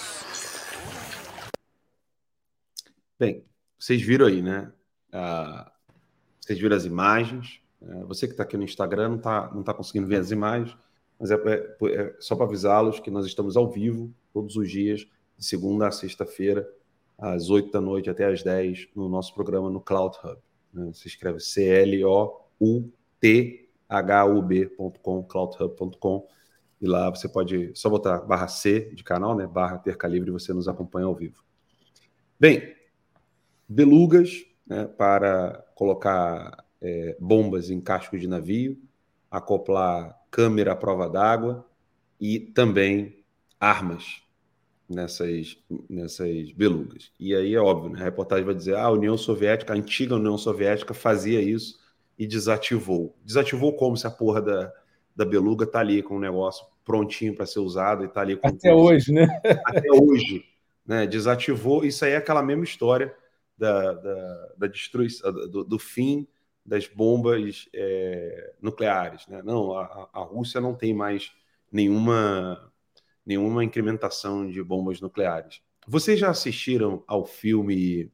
Bem, vocês viram aí, né? Ah... Vocês viram as imagens. Você que está aqui no Instagram não está não tá conseguindo ver as imagens, mas é, é, é só para avisá-los que nós estamos ao vivo todos os dias, de segunda a sexta-feira, às oito da noite até às dez, no nosso programa no Cloud Hub. Você escreve C L O U T H U B ponto com, cloud hub ponto com, e lá você pode só botar barra C de canal, né? Barra Terca Livre, e você nos acompanha ao vivo. Bem, belugas, né, para colocar é, bombas em cascos de navio, acoplar câmera à prova d'água e também armas nessas, nessas belugas. E aí é óbvio, né? A reportagem vai dizer ah, a União Soviética, a antiga União Soviética fazia isso e desativou. Desativou como se a porra da, da beluga tá ali com um negócio prontinho para ser usado e tá ali com até hoje, né? Até hoje, né? Desativou. Isso aí é aquela mesma história Da, da, da destruição, do, do fim das bombas é, nucleares, né? Não, a, a Rússia não tem mais nenhuma, nenhuma incrementação de bombas nucleares. Vocês já assistiram ao filme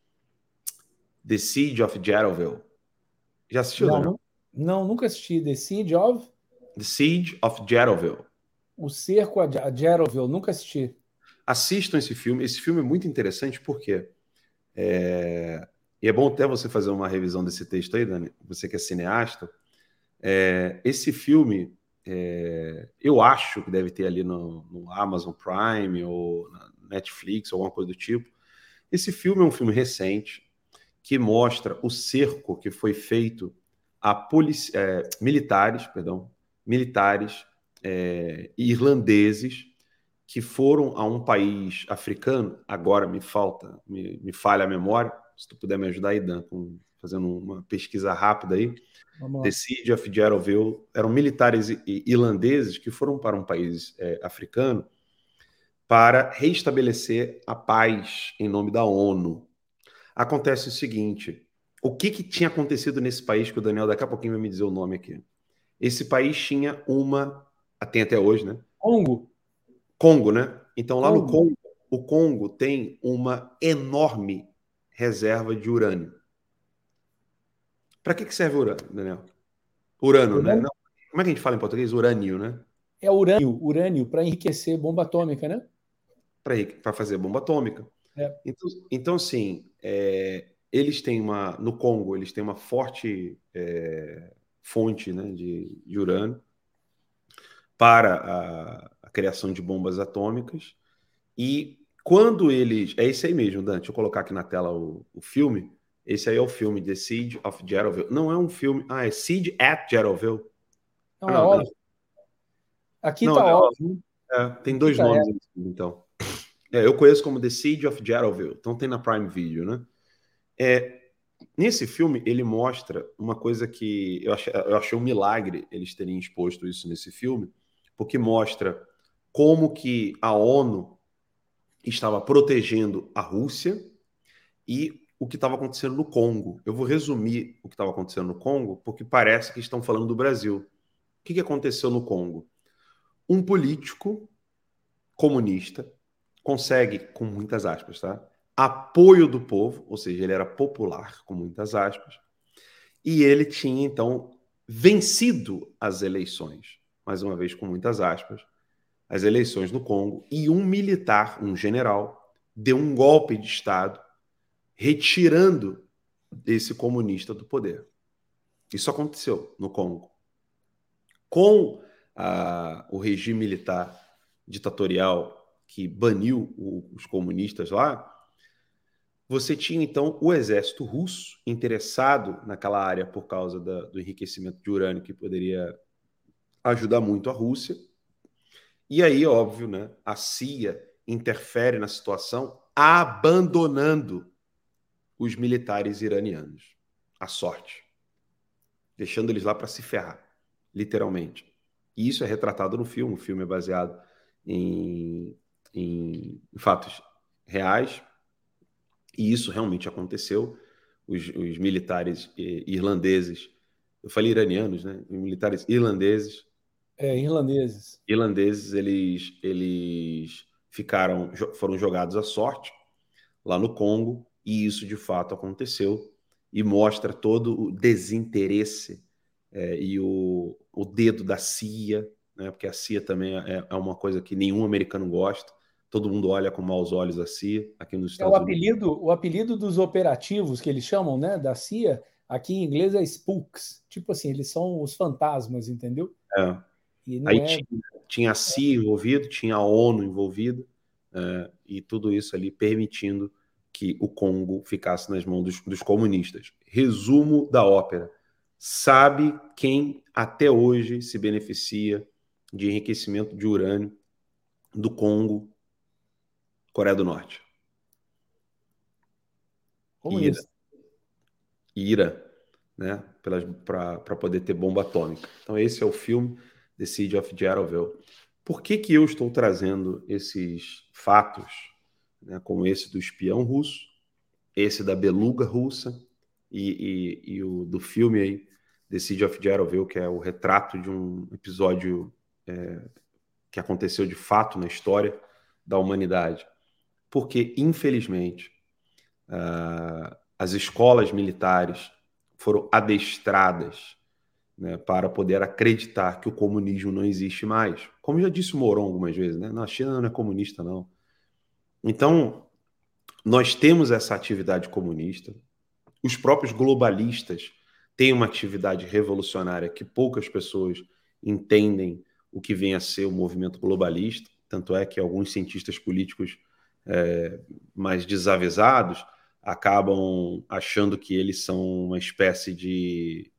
The Siege of Geralville? Já assistiu? Não, não, não, nunca assisti. The Siege of? The Siege of Geralville. O cerco a Geralville, nunca assisti. Assistam esse filme. Esse filme é muito interessante porque É... E é bom até você fazer uma revisão desse texto aí, Dani, você que é cineasta. É... Esse filme, é... eu acho que deve ter ali no, no Amazon Prime ou na Netflix, alguma coisa do tipo. Esse filme é um filme recente que mostra o cerco que foi feito a polici... é... militares, perdão, militares é... irlandeses que foram a um país africano. Agora me falta, me, me falha a memória, se tu puder me ajudar aí, Dan, com, fazendo uma pesquisa rápida aí. The Siege of Geralville, eram militares irlandeses que foram para um país é, africano para restabelecer a paz em nome da ONU. Acontece o seguinte, o que, que tinha acontecido nesse país, que o Daniel daqui a pouquinho vai me dizer o nome aqui. Esse país tinha uma, tem até hoje, né? Congo. Congo, né? Então, lá Congo. no Congo, o Congo tem uma enorme reserva de urânio. Para que, que serve o urânio, Daniel? Urânio, urânio? né? Não, como é que a gente fala em português? Urânio, né? É urânio, urânio para enriquecer bomba atômica, né? Para fazer bomba atômica. É. Então, então, assim, é, eles têm uma... No Congo, eles têm uma forte é, fonte, né, de, de urânio para a... a criação de bombas atômicas, e quando eles... É isso aí mesmo, Dan, deixa eu colocar aqui na tela o, o filme. Esse aí é o filme The Siege of Geralville. Não é um filme... Ah, é Siege at Geralville. Não, ah, é óbvio. Aqui não, tá é óbvio. É, tem dois tá nomes, é. então. É, eu conheço como The Siege of Geralville, então tem na Prime Video, né? É, nesse filme, ele mostra uma coisa que eu achei, eu achei um milagre eles terem exposto isso nesse filme, porque mostra como que a ONU estava protegendo a Rússia e o que estava acontecendo no Congo. Eu vou resumir o que estava acontecendo no Congo, porque parece que estão falando do Brasil. O que, que aconteceu no Congo? Um político comunista consegue, com muitas aspas, tá? Apoio do povo, ou seja, ele era popular, com muitas aspas, e ele tinha, então, vencido as eleições, mais uma vez com muitas aspas, as eleições no Congo, e um militar, um general, deu um golpe de Estado, retirando esse comunista do poder. Isso aconteceu no Congo. Com a, o regime militar ditatorial que baniu o, os comunistas lá, você tinha, então, o exército russo interessado naquela área por causa da, do enriquecimento de urânio que poderia ajudar muito a Rússia. E aí, óbvio, né, a C I A interfere na situação, abandonando os militares iranianos à sorte, deixando eles lá para se ferrar, literalmente. E isso é retratado no filme. O filme é baseado em, em, em fatos reais, e isso realmente aconteceu. Os, os militares irlandeses, eu falei iranianos, né? Os militares irlandeses, É, irlandeses. irlandeses, eles, eles ficaram, foram jogados à sorte lá no Congo, e isso de fato aconteceu, e mostra todo o desinteresse é, e o, o dedo da C I A, né? Porque a C I A também é, é uma coisa que nenhum americano gosta, todo mundo olha com maus olhos a C I A aqui nos É Estados o Unidos. apelido, o apelido dos operativos que eles chamam, né, da C I A, aqui em inglês é spooks, tipo assim, eles são os fantasmas, entendeu? É. E não Aí é... tinha, tinha a C I A envolvido, tinha a ONU envolvida, é, e tudo isso ali permitindo que o Congo ficasse nas mãos dos, dos comunistas. Resumo da ópera. Sabe quem até hoje se beneficia de enriquecimento de urânio do Congo? Coreia do Norte. Comunista. Ira, né? Para poder ter bomba atômica. Então esse é o filme The Siege of Geraldville. Por que que eu estou trazendo esses fatos, né, como esse do espião russo, esse da beluga russa e, e, e o do filme aí, The Siege of Geraldville, que é o retrato de um episódio é, que aconteceu de fato na história da humanidade? Porque, infelizmente, uh, as escolas militares foram adestradas, né, para poder acreditar que o comunismo não existe mais. Como já disse o Moron algumas vezes, né? Não, a China não é comunista, não. Então, nós temos essa atividade comunista. Os próprios globalistas têm uma atividade revolucionária que poucas pessoas entendem o que vem a ser o movimento globalista. Tanto é que alguns cientistas políticos é, mais desavisados acabam achando que eles são uma espécie de,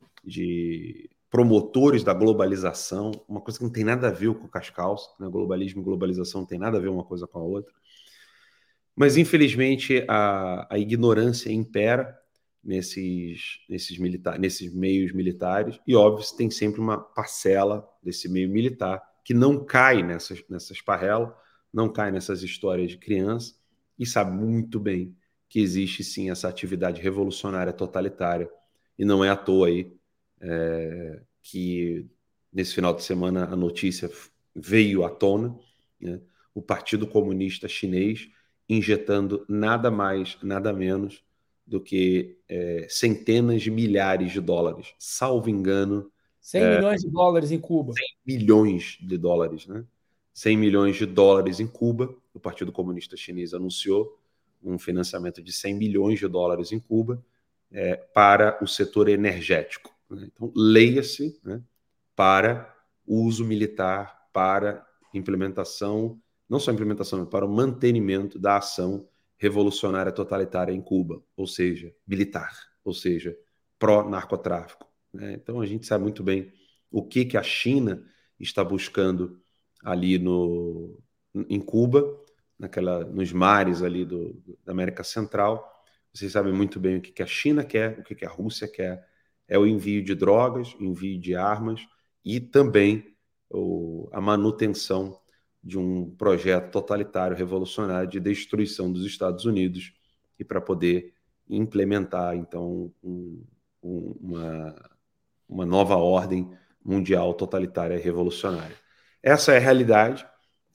de promotores da globalização, uma coisa que não tem nada a ver com o cascalço, né? Globalismo e globalização não tem nada a ver uma coisa com a outra. Mas, infelizmente, a, a ignorância impera nesses, nesses, milita- nesses meios militares, e, óbvio, tem sempre uma parcela desse meio militar que não cai nessas, nessas parrelas, não cai nessas histórias de criança, e sabe muito bem que existe, sim, essa atividade revolucionária totalitária. E não é à toa aí é, que, nesse final de semana, a notícia veio à tona, né? O Partido Comunista Chinês injetando nada mais, nada menos do que é, centenas de milhares de dólares, salvo engano... cem é, milhões de dólares em Cuba. cem milhões de dólares, né? cem milhões de dólares em Cuba. O Partido Comunista Chinês anunciou um financiamento de cem milhões de dólares em Cuba é, para o setor energético, né? Então, leia-se, né, para uso militar, para implementação, não só implementação, mas para o mantenimento da ação revolucionária totalitária em Cuba, ou seja, militar, ou seja, pró-narcotráfico, né? Então, a gente sabe muito bem o que, que a China está buscando ali no, em Cuba, naquela, nos mares ali do, da América Central. Vocês sabem muito bem o que, que a China quer, o que, que a Rússia quer. É o envio de drogas, envio de armas e também o, a manutenção de um projeto totalitário revolucionário de destruição dos Estados Unidos, e para poder implementar, então, um, um, uma, uma nova ordem mundial totalitária e revolucionária. Essa é a realidade.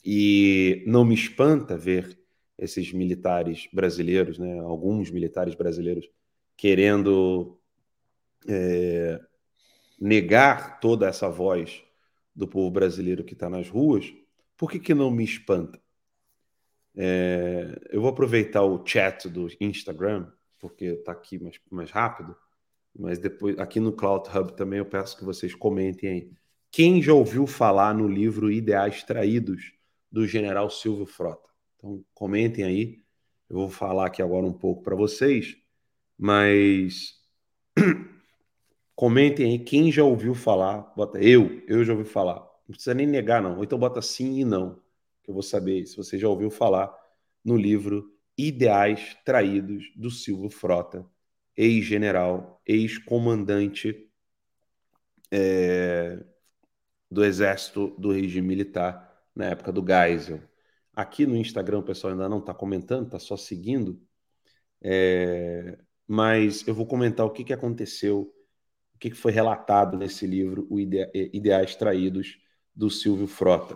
E não me espanta ver esses militares brasileiros, né, alguns militares brasileiros, querendo é, negar toda essa voz do povo brasileiro que está nas ruas. Por que que não me espanta? É, eu vou aproveitar o chat do Instagram, porque está aqui mais, mais rápido, mas depois aqui no Cloud Hub também eu peço que vocês comentem aí. Quem já ouviu falar no livro Ideais Traídos, do general Silvio Frota? Então, comentem aí. Eu vou falar aqui agora um pouco para vocês, mas comentem aí quem já ouviu falar. Bota eu, eu já ouvi falar. Não precisa nem negar, não. Ou então bota sim e não, que eu vou saber se você já ouviu falar no livro Ideais Traídos, do Silvio Frota, ex-general, ex-comandante é, do exército do regime militar na época do Geisel. Aqui no Instagram o pessoal ainda não está comentando, está só seguindo, é, mas eu vou comentar o que, que aconteceu, o que, que foi relatado nesse livro, o Ide- Ideais Traídos, do Silvio Frota.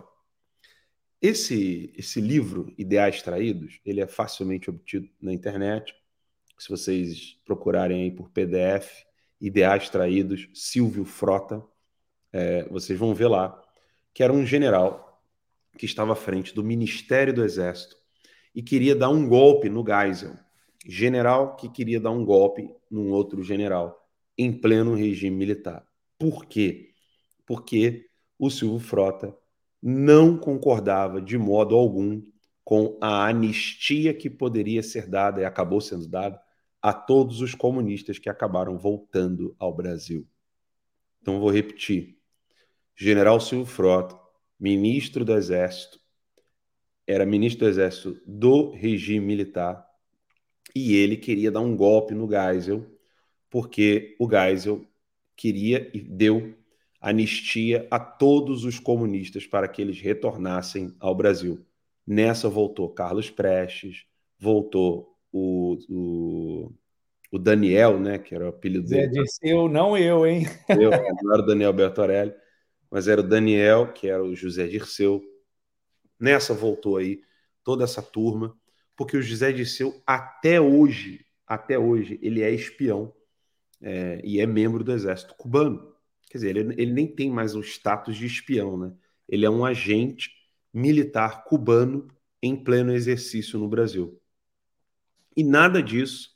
Esse, esse livro, Ideais Traídos, ele é facilmente obtido na internet. Se vocês procurarem aí por P D F, Ideais Traídos, Silvio Frota, é, vocês vão ver lá que era um general que estava à frente do Ministério do Exército e queria dar um golpe no Geisel. General que queria dar um golpe num outro general em pleno regime militar. Por quê? Porque o Silvio Frota não concordava de modo algum com a anistia que poderia ser dada e acabou sendo dada a todos os comunistas que acabaram voltando ao Brasil. Então, vou repetir. General Silvio Frota, ministro do Exército, era ministro do Exército do regime militar, e ele queria dar um golpe no Geisel, porque o Geisel queria e deu anistia a todos os comunistas para que eles retornassem ao Brasil. Nessa voltou Carlos Prestes, voltou o, o, o Daniel, né, que era o apelido Zé dele. Dirceu, não eu, hein? Eu, não era o Daniel Bertorelli, mas era o Daniel, que era o José Dirceu. Nessa voltou aí toda essa turma, porque o José Dirceu até hoje, até hoje, ele é espião é, e é membro do exército cubano. Quer dizer, ele, ele nem tem mais o status de espião, né? Ele é um agente militar cubano em pleno exercício no Brasil. E nada disso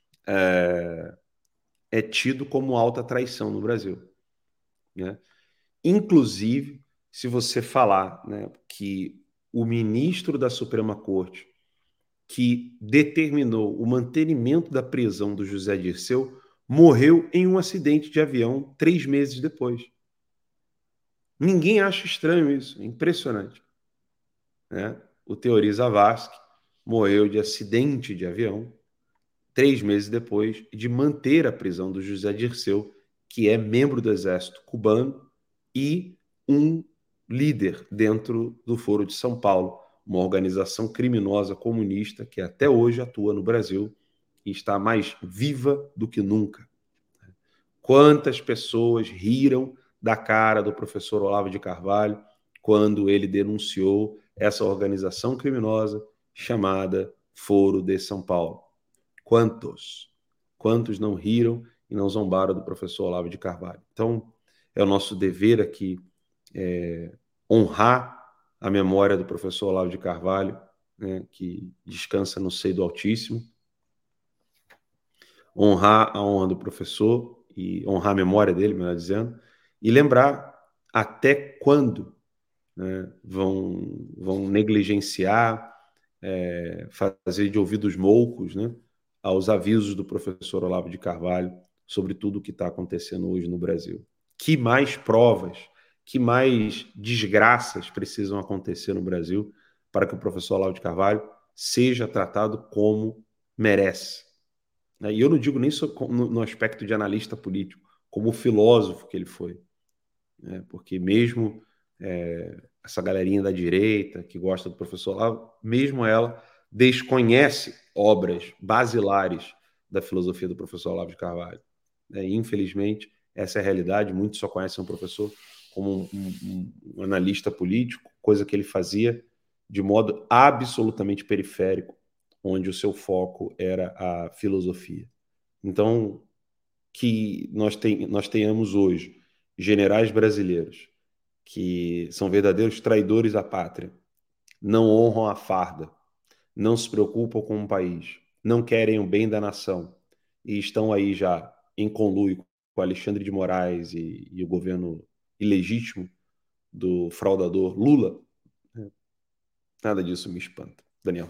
é, é tido como alta traição no Brasil, né? Inclusive, se você falar, né, que o ministro da Suprema Corte que determinou o mantenimento da prisão do José Dirceu morreu em um acidente de avião três meses depois. Ninguém acha estranho isso, é impressionante, né? O Teori Zavascki morreu de acidente de avião três meses depois de manter a prisão do José Dirceu, que é membro do exército cubano e um líder dentro do Foro de São Paulo, uma organização criminosa comunista que até hoje atua no Brasil e está mais viva do que nunca. Quantas pessoas riram da cara do professor Olavo de Carvalho quando ele denunciou essa organização criminosa chamada Foro de São Paulo? Quantos? Quantos não riram e não zombaram do professor Olavo de Carvalho? Então, é o nosso dever aqui é, honrar a memória do professor Olavo de Carvalho, né, que descansa no seio do Altíssimo, honrar a honra do professor e honrar a memória dele, melhor dizendo, e lembrar até quando, né, vão, vão negligenciar, é, fazer de ouvidos moucos, né, aos avisos do professor Olavo de Carvalho sobre tudo o que está acontecendo hoje no Brasil. Que mais provas, que mais desgraças precisam acontecer no Brasil para que o professor Olavo de Carvalho seja tratado como merece? E eu não digo nem no aspecto de analista político, como filósofo que ele foi. Porque mesmo é, essa galerinha da direita que gosta do professor Olavo, mesmo ela desconhece obras basilares da filosofia do professor Olavo de Carvalho. E, infelizmente, essa é a realidade. Muitos só conhecem o professor como um, um, um analista político, coisa que ele fazia de modo absolutamente periférico, onde o seu foco era a filosofia. Então, que nós, ten, nós tenhamos hoje generais brasileiros que são verdadeiros traidores à pátria, não honram a farda, não se preocupam com o país, não querem o bem da nação e estão aí já em conluio com Alexandre de Moraes e, e o governo ilegítimo do fraudador Lula, nada disso me espanta. Daniel.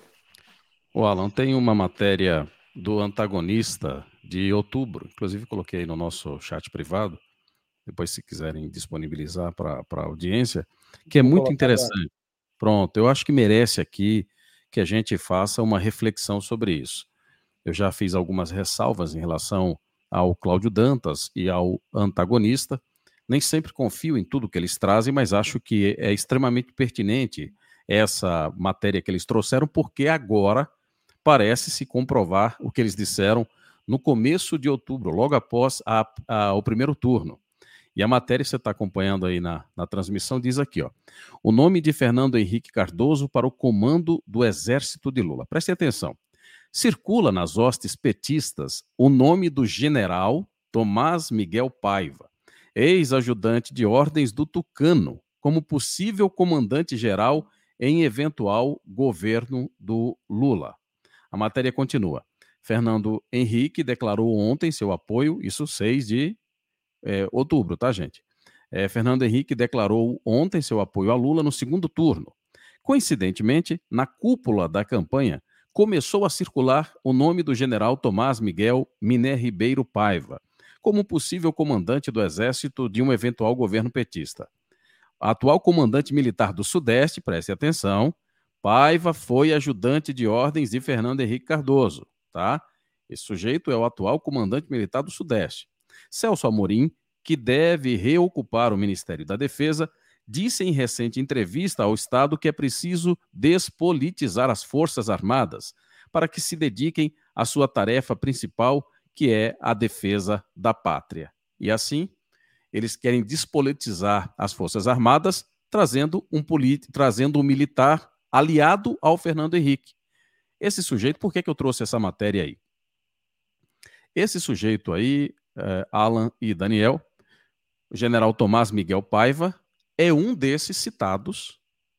O Alan, tem uma matéria do Antagonista de outubro, inclusive coloquei no nosso chat privado, depois se quiserem disponibilizar para a audiência, que é muito interessante. Pronto, eu acho que merece aqui que a gente faça uma reflexão sobre isso. Eu já fiz algumas ressalvas em relação ao Cláudio Dantas e ao Antagonista. Nem sempre confio em tudo que eles trazem, mas acho que é extremamente pertinente essa matéria que eles trouxeram, porque agora parece se comprovar o que eles disseram no começo de outubro, logo após a, a, o primeiro turno. E a matéria que você está acompanhando aí na, na transmissão diz aqui, ó, o nome de Fernando Henrique Cardoso para o comando do Exército de Lula. Prestem atenção. Circula nas hostes petistas o nome do general Tomás Miguel Paiva, ex-ajudante de ordens do Tucano, como possível comandante-geral em eventual governo do Lula. A matéria continua. Fernando Henrique declarou ontem seu apoio, isso seis de é, outubro, tá, gente? É, Fernando Henrique declarou ontem seu apoio a Lula no segundo turno. Coincidentemente, na cúpula da campanha, começou a circular o nome do general Tomás Miguel Miné Ribeiro Paiva, como possível comandante do Exército de um eventual governo petista. A atual comandante militar do Sudeste, preste atenção, Paiva foi ajudante de ordens de Fernando Henrique Cardoso, tá? Esse sujeito é o atual comandante militar do Sudeste. Celso Amorim, que deve reocupar o Ministério da Defesa, disse em recente entrevista ao Estado que é preciso despolitizar as Forças Armadas para que se dediquem à sua tarefa principal, que é a defesa da pátria. E assim, eles querem despolitizar as Forças Armadas, trazendo um, polit... trazendo um militar aliado ao Fernando Henrique. Esse sujeito, por que, que eu trouxe essa matéria aí? Esse sujeito aí, eh, Alan e Daniel, o general Tomás Miguel Paiva, é um desses citados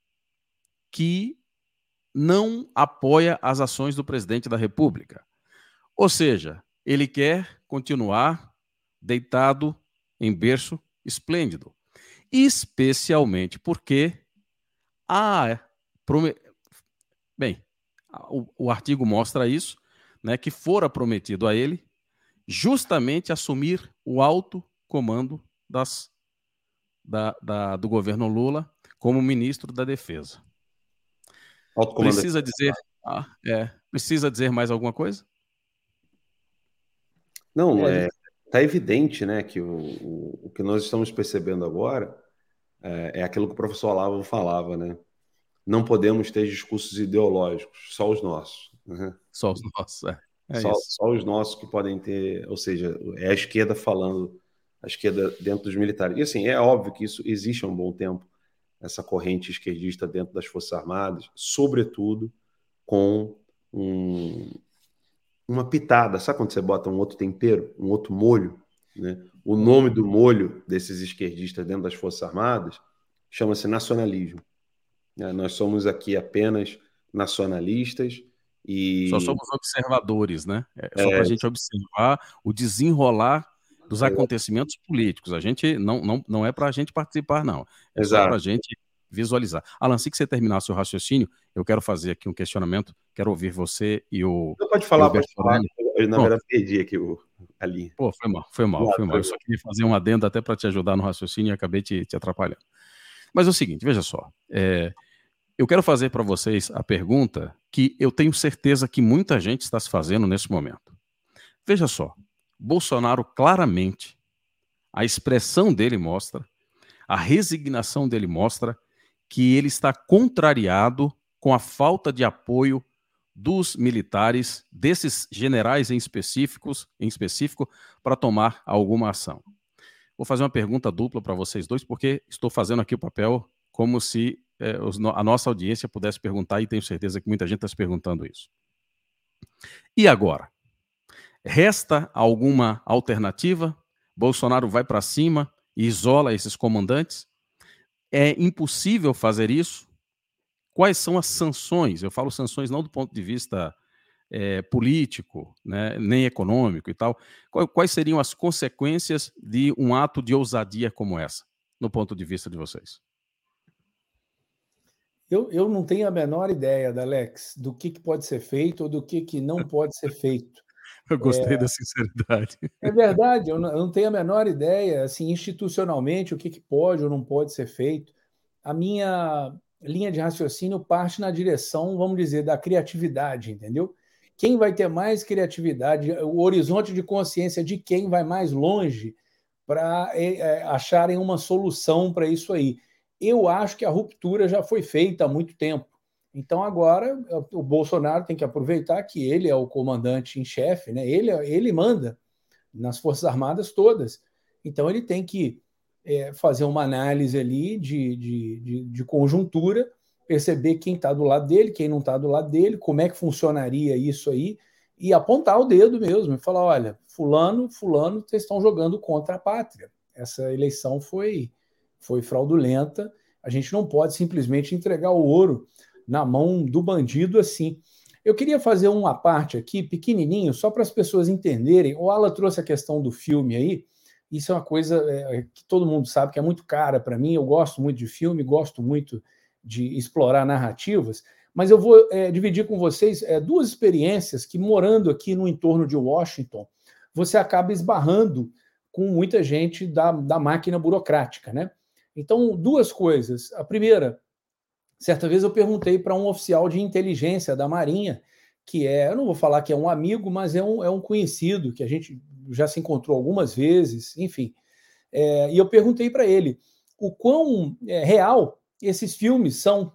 que não apoia as ações do presidente da República. Ou seja, ele quer continuar deitado em berço esplêndido, especialmente porque a bem, o, o artigo mostra isso, né, que fora prometido a ele justamente assumir o alto comando das, da, da, do governo Lula como ministro da Defesa. Precisa dizer, ah, é, precisa dizer mais alguma coisa? Não, é, tá evidente, né, que o, o, o que nós estamos percebendo agora é, é aquilo que o professor Olavo falava, né? Não podemos ter discursos ideológicos, só os nossos. Né? Só os nossos, é. é só, isso. só os nossos que podem ter, ou seja, é a esquerda falando, a esquerda dentro dos militares. E assim, é óbvio que isso existe há um bom tempo, essa corrente esquerdista dentro das Forças Armadas, sobretudo com um, uma pitada. Sabe quando você bota um outro tempero, um outro molho? Né? O nome do molho desses esquerdistas dentro das Forças Armadas chama-se nacionalismo. Nós somos aqui apenas nacionalistas e... Só somos observadores, né? É só é... para a gente observar o desenrolar dos é... acontecimentos políticos. A gente não, não, não é para a gente participar, não. É Exato. Só para a gente visualizar. Alan, assim que você terminar seu raciocínio, eu quero fazer aqui um questionamento, quero ouvir você e o... Você pode falar, pode falar. Eu, na verdade, perdi aqui o, a linha. Pô, foi mal, foi mal, foi mal. Eu só queria fazer um adendo até para te ajudar no raciocínio e acabei te, te atrapalhando. Mas é o seguinte, veja só, é, eu quero fazer para vocês a pergunta que eu tenho certeza que muita gente está se fazendo nesse momento. Veja só, Bolsonaro claramente, a expressão dele mostra, a resignação dele mostra que ele está contrariado com a falta de apoio dos militares, desses generais em, específicos, em específico, para tomar alguma ação. Vou fazer uma pergunta dupla para vocês dois, porque estou fazendo aqui o papel como se é, os, a nossa audiência pudesse perguntar, e tenho certeza que muita gente está se perguntando isso. E agora? Resta alguma alternativa? Bolsonaro vai para cima e isola esses comandantes? É impossível fazer isso? Quais são as sanções? Eu falo sanções não do ponto de vista é, político, né, nem econômico e tal. Quais seriam as consequências de um ato de ousadia como essa, no ponto de vista de vocês? Eu, eu não tenho a menor ideia, Alex, do que, que pode ser feito ou do que, que não pode ser feito. Eu gostei é, da sinceridade. É verdade, eu não, eu não tenho a menor ideia, assim, institucionalmente, o que, que pode ou não pode ser feito. A minha linha de raciocínio parte na direção, vamos dizer, da criatividade, entendeu? Quem vai ter mais criatividade, o horizonte de consciência de quem vai mais longe para é, acharem uma solução para isso aí. Eu acho que a ruptura já foi feita há muito tempo. Então, agora, o Bolsonaro tem que aproveitar que ele é o comandante em chefe, né? ele, ele manda nas Forças Armadas todas. Então, ele tem que é, fazer uma análise ali de, de, de, de conjuntura, perceber quem está do lado dele, quem não está do lado dele, como é que funcionaria isso aí, e apontar o dedo mesmo, e falar, olha, fulano, fulano, vocês estão jogando contra a pátria. Essa eleição foi, foi fraudulenta, a gente não pode simplesmente entregar o ouro na mão do bandido assim. Eu queria fazer uma parte aqui, pequenininho, só para as pessoas entenderem. O Alan trouxe a questão do filme aí, isso é uma coisa é, que todo mundo sabe que é muito cara para mim, eu gosto muito de filme, gosto muito de explorar narrativas, mas eu vou é, dividir com vocês é, duas experiências que, morando aqui no entorno de Washington, você acaba esbarrando com muita gente da, da máquina burocrática, né? Então, duas coisas. A primeira, certa vez eu perguntei para um oficial de inteligência da Marinha, que é, eu não vou falar que é um amigo, mas é um, é um conhecido, que a gente já se encontrou algumas vezes, enfim. É, e eu perguntei para ele o quão é, real esses filmes são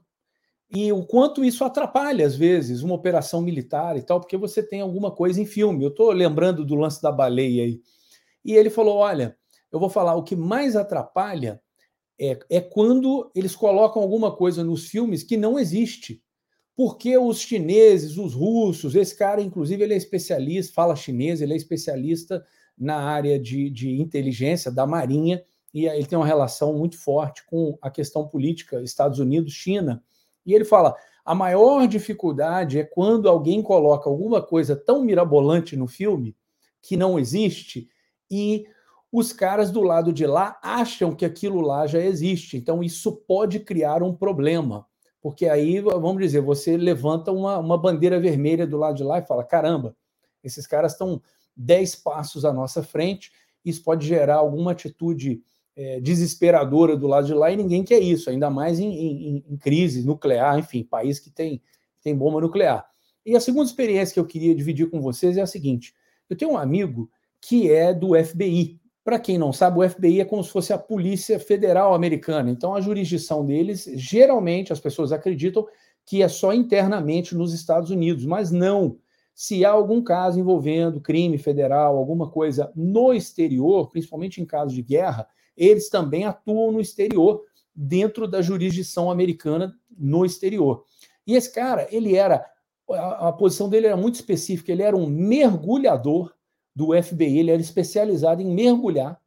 e o quanto isso atrapalha, às vezes, uma operação militar e tal, porque você tem alguma coisa em filme. Eu estou lembrando do lance da baleia aí. E ele falou, olha, eu vou falar, o que mais atrapalha É, é quando eles colocam alguma coisa nos filmes que não existe. Porque os chineses, os russos, esse cara, inclusive, ele é especialista, fala chinês, ele é especialista na área de, de inteligência da Marinha, e ele tem uma relação muito forte com a questão política Estados Unidos-China. E ele fala, a maior dificuldade é quando alguém coloca alguma coisa tão mirabolante no filme que não existe e os caras do lado de lá acham que aquilo lá já existe. Então, isso pode criar um problema. Porque aí, vamos dizer, você levanta uma, uma bandeira vermelha do lado de lá e fala, caramba, esses caras estão dez passos à nossa frente, isso pode gerar alguma atitude é, desesperadora do lado de lá e ninguém quer isso, ainda mais em, em, em crise nuclear, enfim, país que tem, tem bomba nuclear. E a segunda experiência que eu queria dividir com vocês é a seguinte, eu tenho um amigo que é do F B I. Para quem não sabe, o F B I é como se fosse a Polícia Federal Americana. Então, a jurisdição deles, geralmente, as pessoas acreditam que é só internamente nos Estados Unidos, mas não. Se há algum caso envolvendo crime federal, alguma coisa no exterior, principalmente em casos de guerra, eles também atuam no exterior, dentro da jurisdição americana no exterior. E esse cara, ele era, a, a posição dele era muito específica, ele era um mergulhador do F B I, ele era especializado em mergulhar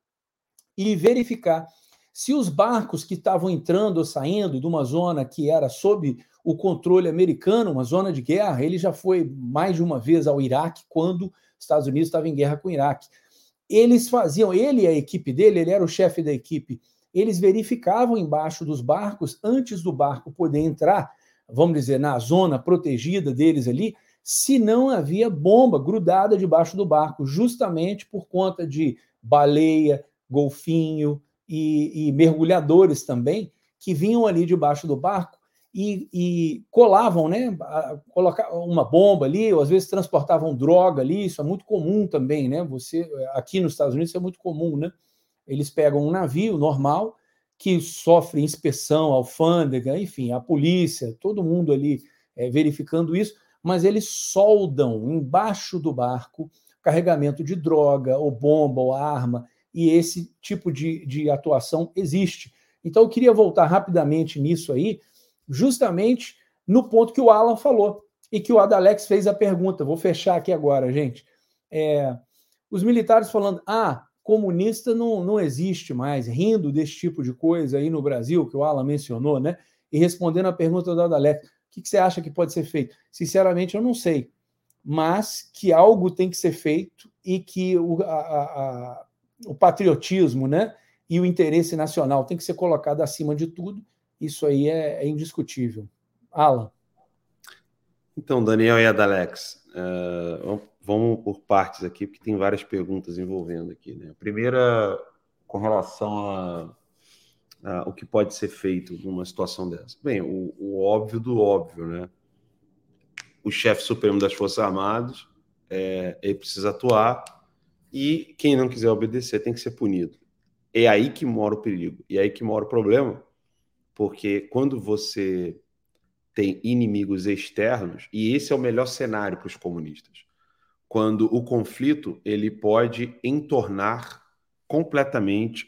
e verificar se os barcos que estavam entrando ou saindo de uma zona que era sob o controle americano, uma zona de guerra, ele já foi mais de uma vez ao Iraque, quando os Estados Unidos estavam em guerra com o Iraque. Eles faziam, ele e a equipe dele, ele era o chefe da equipe, eles verificavam embaixo dos barcos, antes do barco poder entrar, vamos dizer, na zona protegida deles ali, se não havia bomba grudada debaixo do barco, justamente por conta de baleia, golfinho e, e mergulhadores também, que vinham ali debaixo do barco e, e colavam, né, colocavam uma bomba ali, ou às vezes transportavam droga ali, isso é muito comum também, né? Você, aqui nos Estados Unidos isso é muito comum, né? Eles pegam um navio normal, que sofre inspeção, alfândega, enfim, a polícia, todo mundo ali é, verificando isso, mas eles soldam embaixo do barco carregamento de droga, ou bomba, ou arma, e esse tipo de, de atuação existe. Então, eu queria voltar rapidamente nisso aí, justamente no ponto que o Alan falou e que o Adalex fez a pergunta. Vou fechar aqui agora, gente. É, os militares falando, ah, comunista não, não existe mais, rindo desse tipo de coisa aí no Brasil, que o Alan mencionou, né? E respondendo a pergunta do Adalex, o que, que você acha que pode ser feito? Sinceramente, eu não sei, mas que algo tem que ser feito e que o, a, a, o patriotismo, né, e o interesse nacional tem que ser colocado acima de tudo. Isso aí é, é indiscutível. Alan. Então, Daniel e Adalex, uh, vamos por partes aqui, porque tem várias perguntas envolvendo aqui, né? A primeira, com relação a, a o que pode ser feito numa situação dessa. Bem, o, o óbvio do óbvio, né? O chefe supremo das Forças Armadas, é, ele precisa atuar e quem não quiser obedecer tem que ser punido. É aí que mora o perigo, e é aí que mora o problema, porque quando você tem inimigos externos, e esse é o melhor cenário para os comunistas, quando o conflito ele pode entornar completamente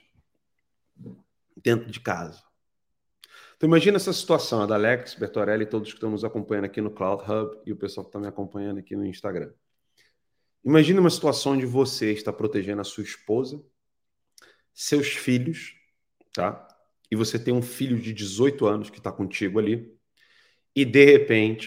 dentro de casa. Então imagina essa situação, a da Alex, Bertorelli e todos que estão nos acompanhando aqui no Cloud Hub e o pessoal que está me acompanhando aqui no Instagram. Imagina uma situação onde você está protegendo a sua esposa, seus filhos, tá? E você tem um filho de dezoito anos que está contigo ali, e de repente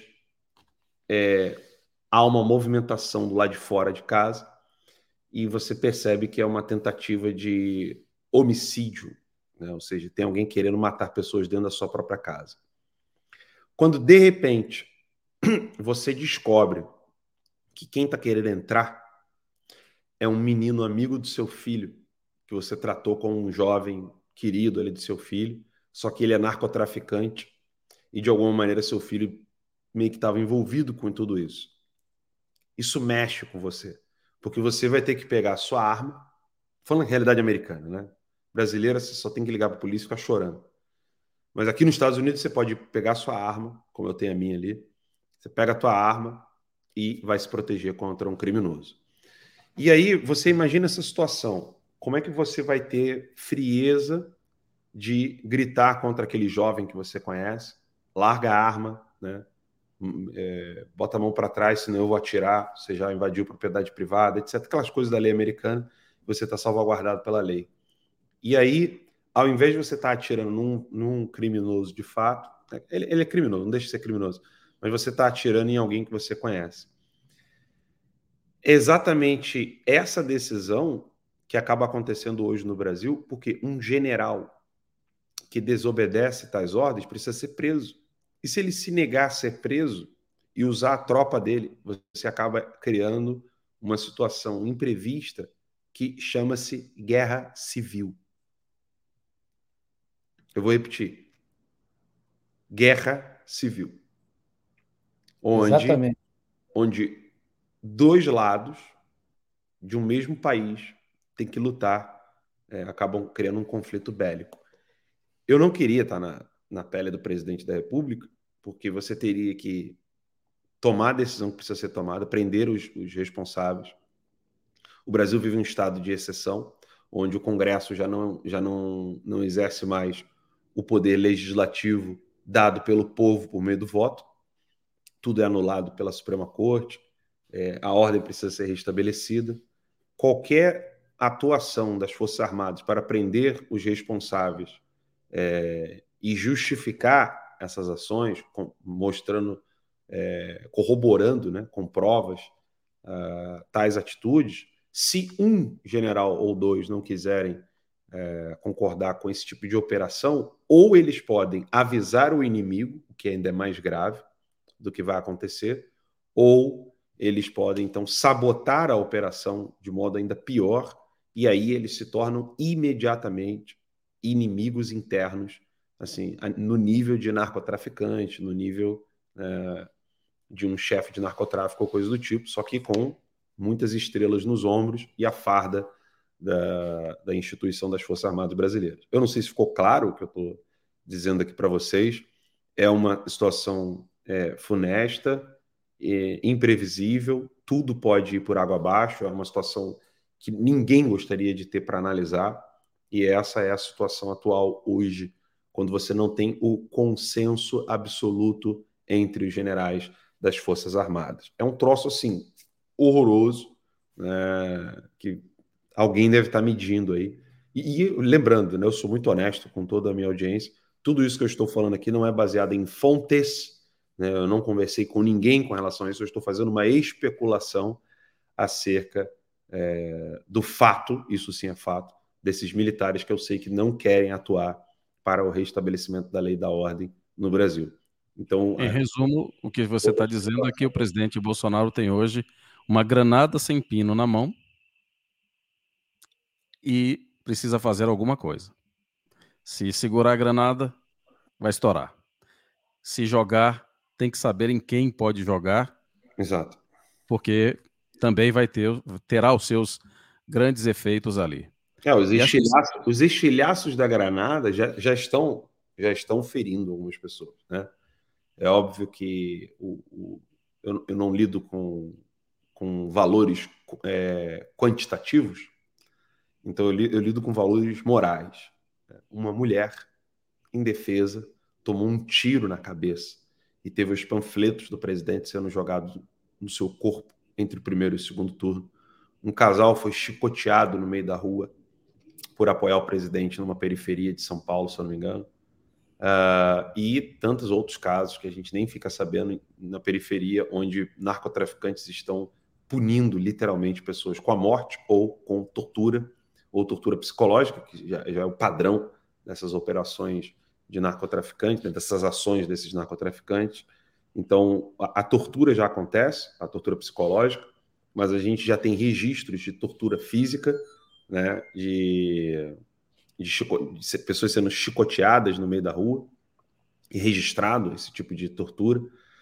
é, há uma movimentação do lado de fora de casa e você percebe que é uma tentativa de homicídio, né? Ou seja, tem alguém querendo matar pessoas dentro da sua própria casa. Quando de repente você descobre que quem está querendo entrar é um menino amigo do seu filho, que você tratou como um jovem querido ali do seu filho, só que ele é narcotraficante e de alguma maneira seu filho meio que estava envolvido com tudo isso. Isso mexe com você, porque você vai ter que pegar a sua arma, falando na realidade americana, né? Brasileira, você só tem que ligar para a polícia e ficar chorando. Mas aqui nos Estados Unidos você pode pegar a sua arma, como eu tenho a minha ali, você pega a tua arma e vai se proteger contra um criminoso. E aí você imagina essa situação, como é que você vai ter frieza de gritar contra aquele jovem que você conhece, larga a arma, né? É, bota a mão para trás, senão eu vou atirar, você já invadiu propriedade privada, etcétera. Aquelas coisas da lei americana, você está salvaguardado pela lei. E aí, ao invés de você estar tá atirando num, num criminoso de fato, ele, ele é criminoso, não deixa de ser criminoso, mas você está atirando em alguém que você conhece. Exatamente essa decisão que acaba acontecendo hoje no Brasil, porque um general que desobedece tais ordens precisa ser preso. E se ele se negar a ser preso e usar a tropa dele, você acaba criando uma situação imprevista que chama-se guerra civil. Eu vou repetir. Guerra civil. Onde, Exatamente. onde dois lados de um mesmo país têm que lutar, é, acabam criando um conflito bélico. Eu não queria estar na, na pele do presidente da República, porque você teria que tomar a decisão que precisa ser tomada, prender os, os responsáveis. O Brasil vive um estado de exceção, onde o Congresso já não, já não, não exerce mais o poder legislativo dado pelo povo por meio do voto. Tudo é anulado pela Suprema Corte, é, a ordem precisa ser restabelecida. Qualquer atuação das Forças Armadas para prender os responsáveis é, e justificar essas ações, com, mostrando, é, corroborando, né, com provas, uh, tais atitudes, se um general ou dois não quiserem é, concordar com esse tipo de operação, ou eles podem avisar o inimigo, o que ainda é mais grave do que vai acontecer, ou eles podem, então, sabotar a operação de modo ainda pior, e aí eles se tornam imediatamente inimigos internos, assim, no nível de narcotraficante, no nível é, de um chefe de narcotráfico ou coisa do tipo, só que com muitas estrelas nos ombros e a farda da, da instituição das Forças Armadas Brasileiras. Eu não sei se ficou claro o que eu estou dizendo aqui para vocês. É uma situação é, funesta, é, imprevisível, tudo pode ir por água abaixo, é uma situação que ninguém gostaria de ter para analisar, e essa é a situação atual hoje quando você não tem o consenso absoluto entre os generais das Forças Armadas. É um troço, assim, horroroso, né, que alguém deve estar medindo aí. E, e lembrando, né, eu sou muito honesto com toda a minha audiência, tudo isso que eu estou falando aqui não é baseado em fontes, né, eu não conversei com ninguém com relação a isso, eu estou fazendo uma especulação acerca é, do fato, isso sim é fato, desses militares que eu sei que não querem atuar para o restabelecimento da lei e da ordem no Brasil. Então, em resumo, o que você está dizendo é que o presidente Bolsonaro tem hoje uma granada sem pino na mão e precisa fazer alguma coisa. Se segurar a granada, vai estourar. Se jogar, tem que saber em quem pode jogar. Exato. Porque também vai ter, terá os seus grandes efeitos ali. É, os, estilhaços, os estilhaços da granada já, já, estão, já estão ferindo algumas pessoas, né? É óbvio que o, o, eu, eu não lido com, com valores é, quantitativos, então eu, li, eu lido com valores morais. Uma mulher indefesa tomou um tiro na cabeça e teve os panfletos do presidente sendo jogados no seu corpo entre o primeiro e o segundo turno. Um casal foi chicoteado no meio da rua por apoiar o presidente numa periferia de São Paulo, se eu não me engano. Uh, e tantos outros casos que a gente nem fica sabendo na periferia, onde narcotraficantes estão punindo literalmente pessoas com a morte ou com tortura, ou tortura psicológica, que já, já é o padrão dessas operações de narcotraficantes, né, dessas ações desses narcotraficantes. Então, a, a tortura já acontece, a tortura psicológica, mas a gente já tem registros de tortura física, né, de... De, chico... de pessoas sendo chicoteadas no meio da rua, e registrado esse tipo de tortura,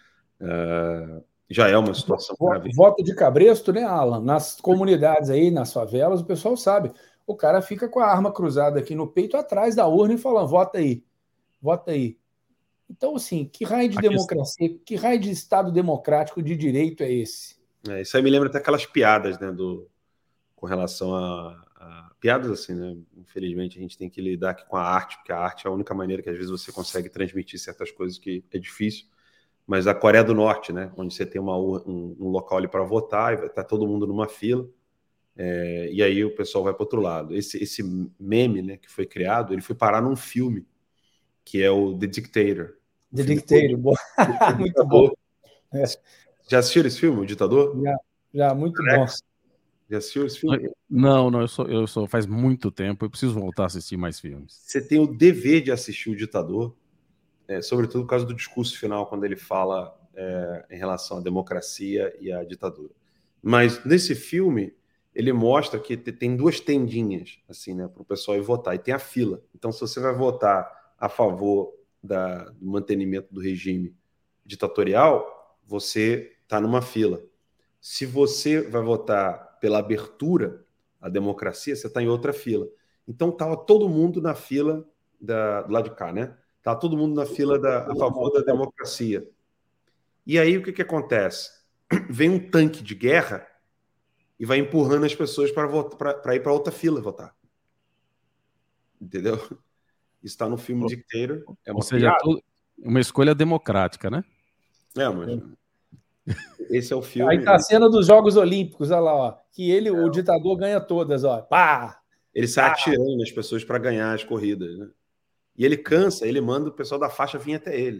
uh, já é uma situação grave. Voto de cabresto, né, Alan? Nas comunidades aí, nas favelas, o pessoal sabe. O cara fica com a arma cruzada aqui no peito, atrás da urna, e falando, vota aí, vota aí. Então, assim, que raio de aqui democracia, é... que raio de Estado democrático de direito é esse? É, isso aí me lembra até aquelas piadas, né, do... com relação a piadas assim, né? Infelizmente a gente tem que lidar aqui com a arte, porque a arte é a única maneira que às vezes você consegue transmitir certas coisas que é difícil. Mas a Coreia do Norte, né? Onde você tem uma, um, um local ali para votar e vai estar todo mundo numa fila, é, e aí o pessoal vai para outro lado. Esse, esse meme, né, que foi criado, ele foi parar num filme que é o The Dictator. The Dictator, bom. Muito bom. É. Já assistiram esse filme, O Ditador? Já, já muito Alex. bom. Já assistiu esse filme? Não, não, eu sou, eu sou faz muito tempo, eu preciso voltar a assistir mais filmes. Você tem o dever de assistir O Ditador, é, sobretudo por causa do discurso final, quando ele fala é, em relação à democracia e à ditadura. Mas nesse filme, ele mostra que tem duas tendinhas, assim, né, para o pessoal ir votar, e tem a fila. Então, se você vai votar a favor da, do mantenimento do regime ditatorial, você está numa fila. Se você vai votar pela abertura à democracia, você está em outra fila. Então estava todo mundo na fila da, do lado de cá, né? Estava todo mundo na fila da, a favor da democracia. E aí o que, que acontece? Vem um tanque de guerra e vai empurrando as pessoas para ir para outra fila votar. Entendeu? Isso está no filme Dictator. É uma Ou seja, tudo, uma escolha democrática, né? É, mas... Esse é o filme. Aí tá a cena dos Jogos Olímpicos, olha lá, ó, que ele, o ditador, ganha todas, ó. Pá! Ele sai atirando nas pessoas para ganhar as corridas, né? E ele cansa, ele manda o pessoal da faixa vir até ele.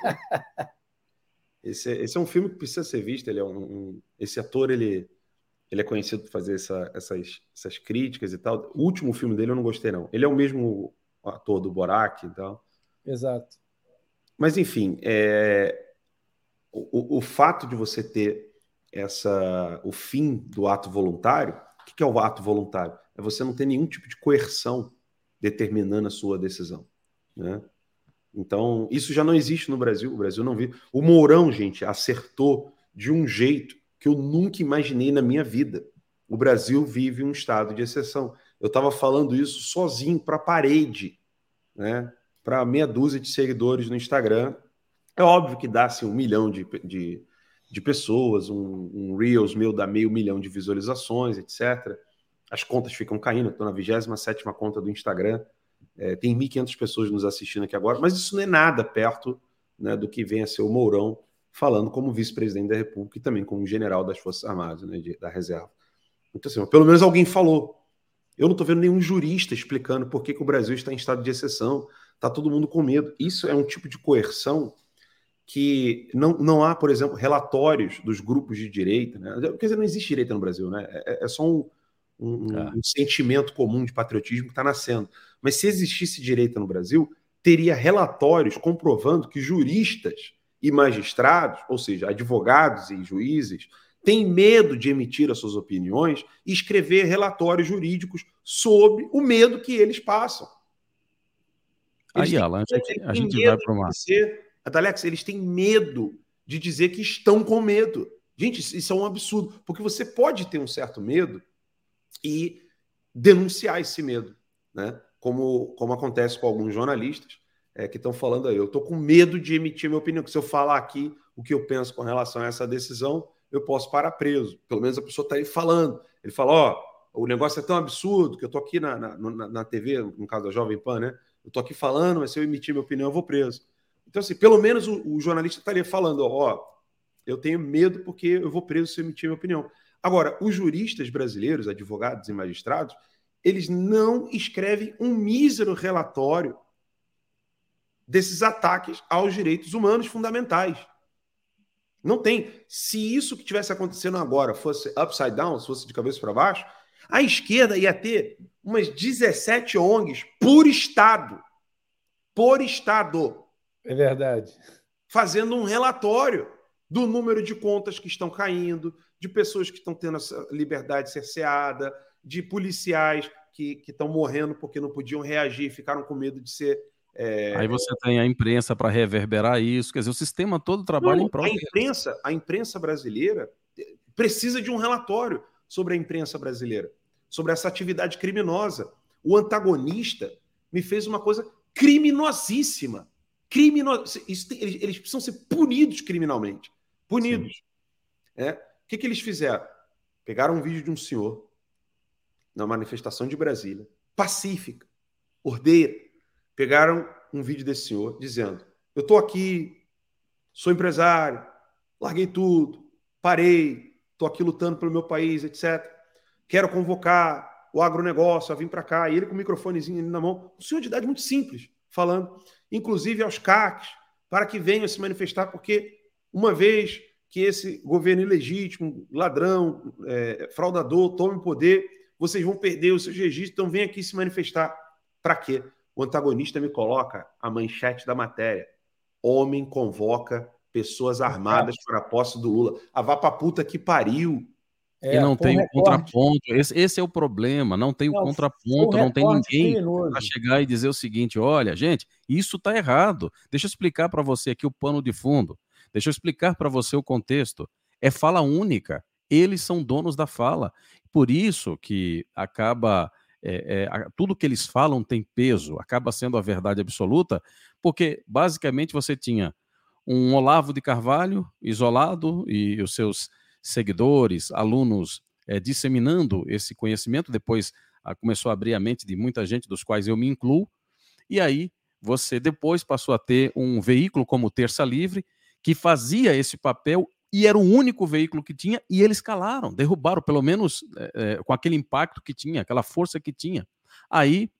esse, esse é um filme que precisa ser visto. Ele é um, um, esse ator, ele, ele é conhecido por fazer essa, essas, essas críticas e tal. O último filme dele eu não gostei, não. Ele é o mesmo ator do Borat e tal. Exato. Mas, enfim, é... O, o, o fato de você ter essa, o fim do ato voluntário, o que, que é o ato voluntário? É você não ter nenhum tipo de coerção determinando a sua decisão, né? Então, isso já não existe no Brasil, o Brasil não vive. O Mourão, gente, acertou de um jeito que eu nunca imaginei na minha vida. O Brasil vive um estado de exceção. Eu estava falando isso sozinho para a parede, né? Para meia dúzia de seguidores no Instagram. É óbvio que dá-se um milhão de, de, de pessoas, um, um Reels meu dá meio milhão de visualizações, etcétera. As contas ficam caindo, estou na vigésima sétima conta do Instagram. É, tem mil e quinhentas pessoas nos assistindo aqui agora, mas isso não é nada perto, né, do que vem a ser o Mourão falando como vice-presidente da República e também como general das Forças Armadas, né, de, da reserva. Então, assim, pelo menos alguém falou. Eu não estou vendo nenhum jurista explicando por que, que o Brasil está em estado de exceção. Está todo mundo com medo. Isso é um tipo de coerção que não, não há, por exemplo, relatórios dos grupos de direita. Né? Quer dizer, não existe direita no Brasil, né? É, é só um, um, ah. um sentimento comum de patriotismo que está nascendo. Mas se existisse direita no Brasil, teria relatórios comprovando que juristas e magistrados, ou seja, advogados e juízes, têm medo de emitir as suas opiniões e escrever relatórios jurídicos sobre o medo que eles passam. Eles Aí, têm, Alan, a gente, a gente medo vai para uma... de dizer, Alex, eles têm medo de dizer que estão com medo. Gente, isso é um absurdo, porque você pode ter um certo medo e denunciar esse medo, né? Como, como acontece com alguns jornalistas é, que estão falando aí, eu estou com medo de emitir minha opinião, que se eu falar aqui o que eu penso com relação a essa decisão, eu posso parar preso. Pelo menos a pessoa está aí falando. Ele fala, ó, oh, o negócio é tão absurdo que eu estou aqui na, na, na, na T V, no caso da Jovem Pan, né? Eu estou aqui falando, mas se eu emitir minha opinião, eu vou preso. Então, assim, pelo menos o, o jornalista estaria falando, ó, oh, eu tenho medo porque eu vou preso se eu emitir minha opinião. Agora, os juristas brasileiros, advogados e magistrados, eles não escrevem um mísero relatório desses ataques aos direitos humanos fundamentais. Não tem. Se isso que estivesse acontecendo agora fosse upside down, se fosse de cabeça para baixo, a esquerda ia ter umas dezessete O N Gs por estado. Por estado. É verdade. Fazendo um relatório do número de contas que estão caindo, de pessoas que estão tendo essa liberdade cerceada, de policiais que, que estão morrendo porque não podiam reagir e ficaram com medo de ser... É... Aí você tem a imprensa para reverberar isso, quer dizer, o sistema todo trabalha não, em prol a imprensa, a imprensa brasileira precisa de um relatório sobre a imprensa brasileira, sobre essa atividade criminosa. O antagonista me fez uma coisa criminosíssima. Crimino... Isso tem... eles, eles precisam ser punidos criminalmente. Punidos. É? O que, que eles fizeram? Pegaram um vídeo de um senhor na manifestação de Brasília, pacífica, ordeira. Pegaram um vídeo desse senhor dizendo, eu estou aqui, sou empresário, larguei tudo, parei, estou aqui lutando pelo meu país, etcétera. Quero convocar o agronegócio a vir para cá. E ele com o microfonezinho na mão, um senhor de idade muito simples, falando, inclusive aos C A Cs, para que venham se manifestar, porque uma vez que esse governo ilegítimo, ladrão, é, fraudador, tome o poder, vocês vão perder os seus registros, então vem aqui se manifestar. Para quê? O antagonista me coloca a manchete da matéria. Homem convoca pessoas armadas para a posse do Lula. A vá pra puta que pariu. É, e não tem o contraponto. Esse, esse é o problema. Não tem não, o contraponto, não tem ninguém para chegar e dizer o seguinte, olha, gente, isso está errado. Deixa eu explicar para você aqui o pano de fundo. Deixa eu explicar para você o contexto. É fala única. Eles são donos da fala. Por isso que acaba... É, é, tudo que eles falam tem peso, acaba sendo a verdade absoluta, porque basicamente você tinha um Olavo de Carvalho isolado e os seus seguidores, alunos, é, disseminando esse conhecimento, depois a, começou a abrir a mente de muita gente, dos quais eu me incluo, e aí você depois passou a ter um veículo como Terça Livre, que fazia esse papel e era o único veículo que tinha, e eles calaram, derrubaram, pelo menos é, com aquele impacto que tinha, aquela força que tinha. Aí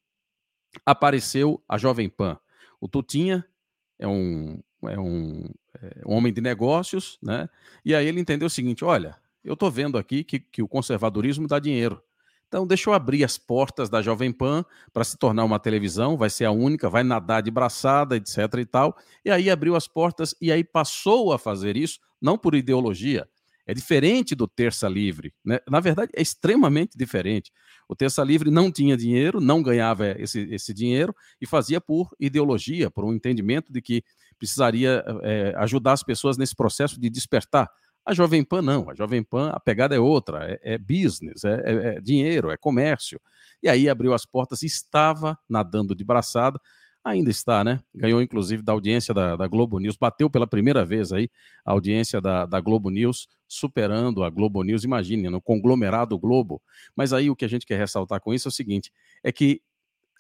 apareceu a Jovem Pan. O Tutinha é um, é um, é um homem de negócios, né? E aí ele entendeu o seguinte, olha, eu estou vendo aqui que, que o conservadorismo dá dinheiro. Então deixa eu abrir as portas da Jovem Pan para se tornar uma televisão, vai ser a única, vai nadar de braçada, etc e tal. E aí abriu as portas e aí passou a fazer isso, não por ideologia, é diferente do Terça Livre, né? Na verdade é extremamente diferente. O Terça Livre não tinha dinheiro, não ganhava esse, esse dinheiro e fazia por ideologia, por um entendimento de que precisaria é, ajudar as pessoas nesse processo de despertar. A Jovem Pan não, a Jovem Pan, a pegada é outra, é, é business, é, é, é dinheiro, é comércio. E aí abriu as portas e estava nadando de braçada, ainda está, né? Ganhou inclusive da audiência da, da Globo News, bateu pela primeira vez aí a audiência da, da Globo News, superando a Globo News, imagine, no conglomerado Globo. Mas aí o que a gente quer ressaltar com isso é o seguinte, é que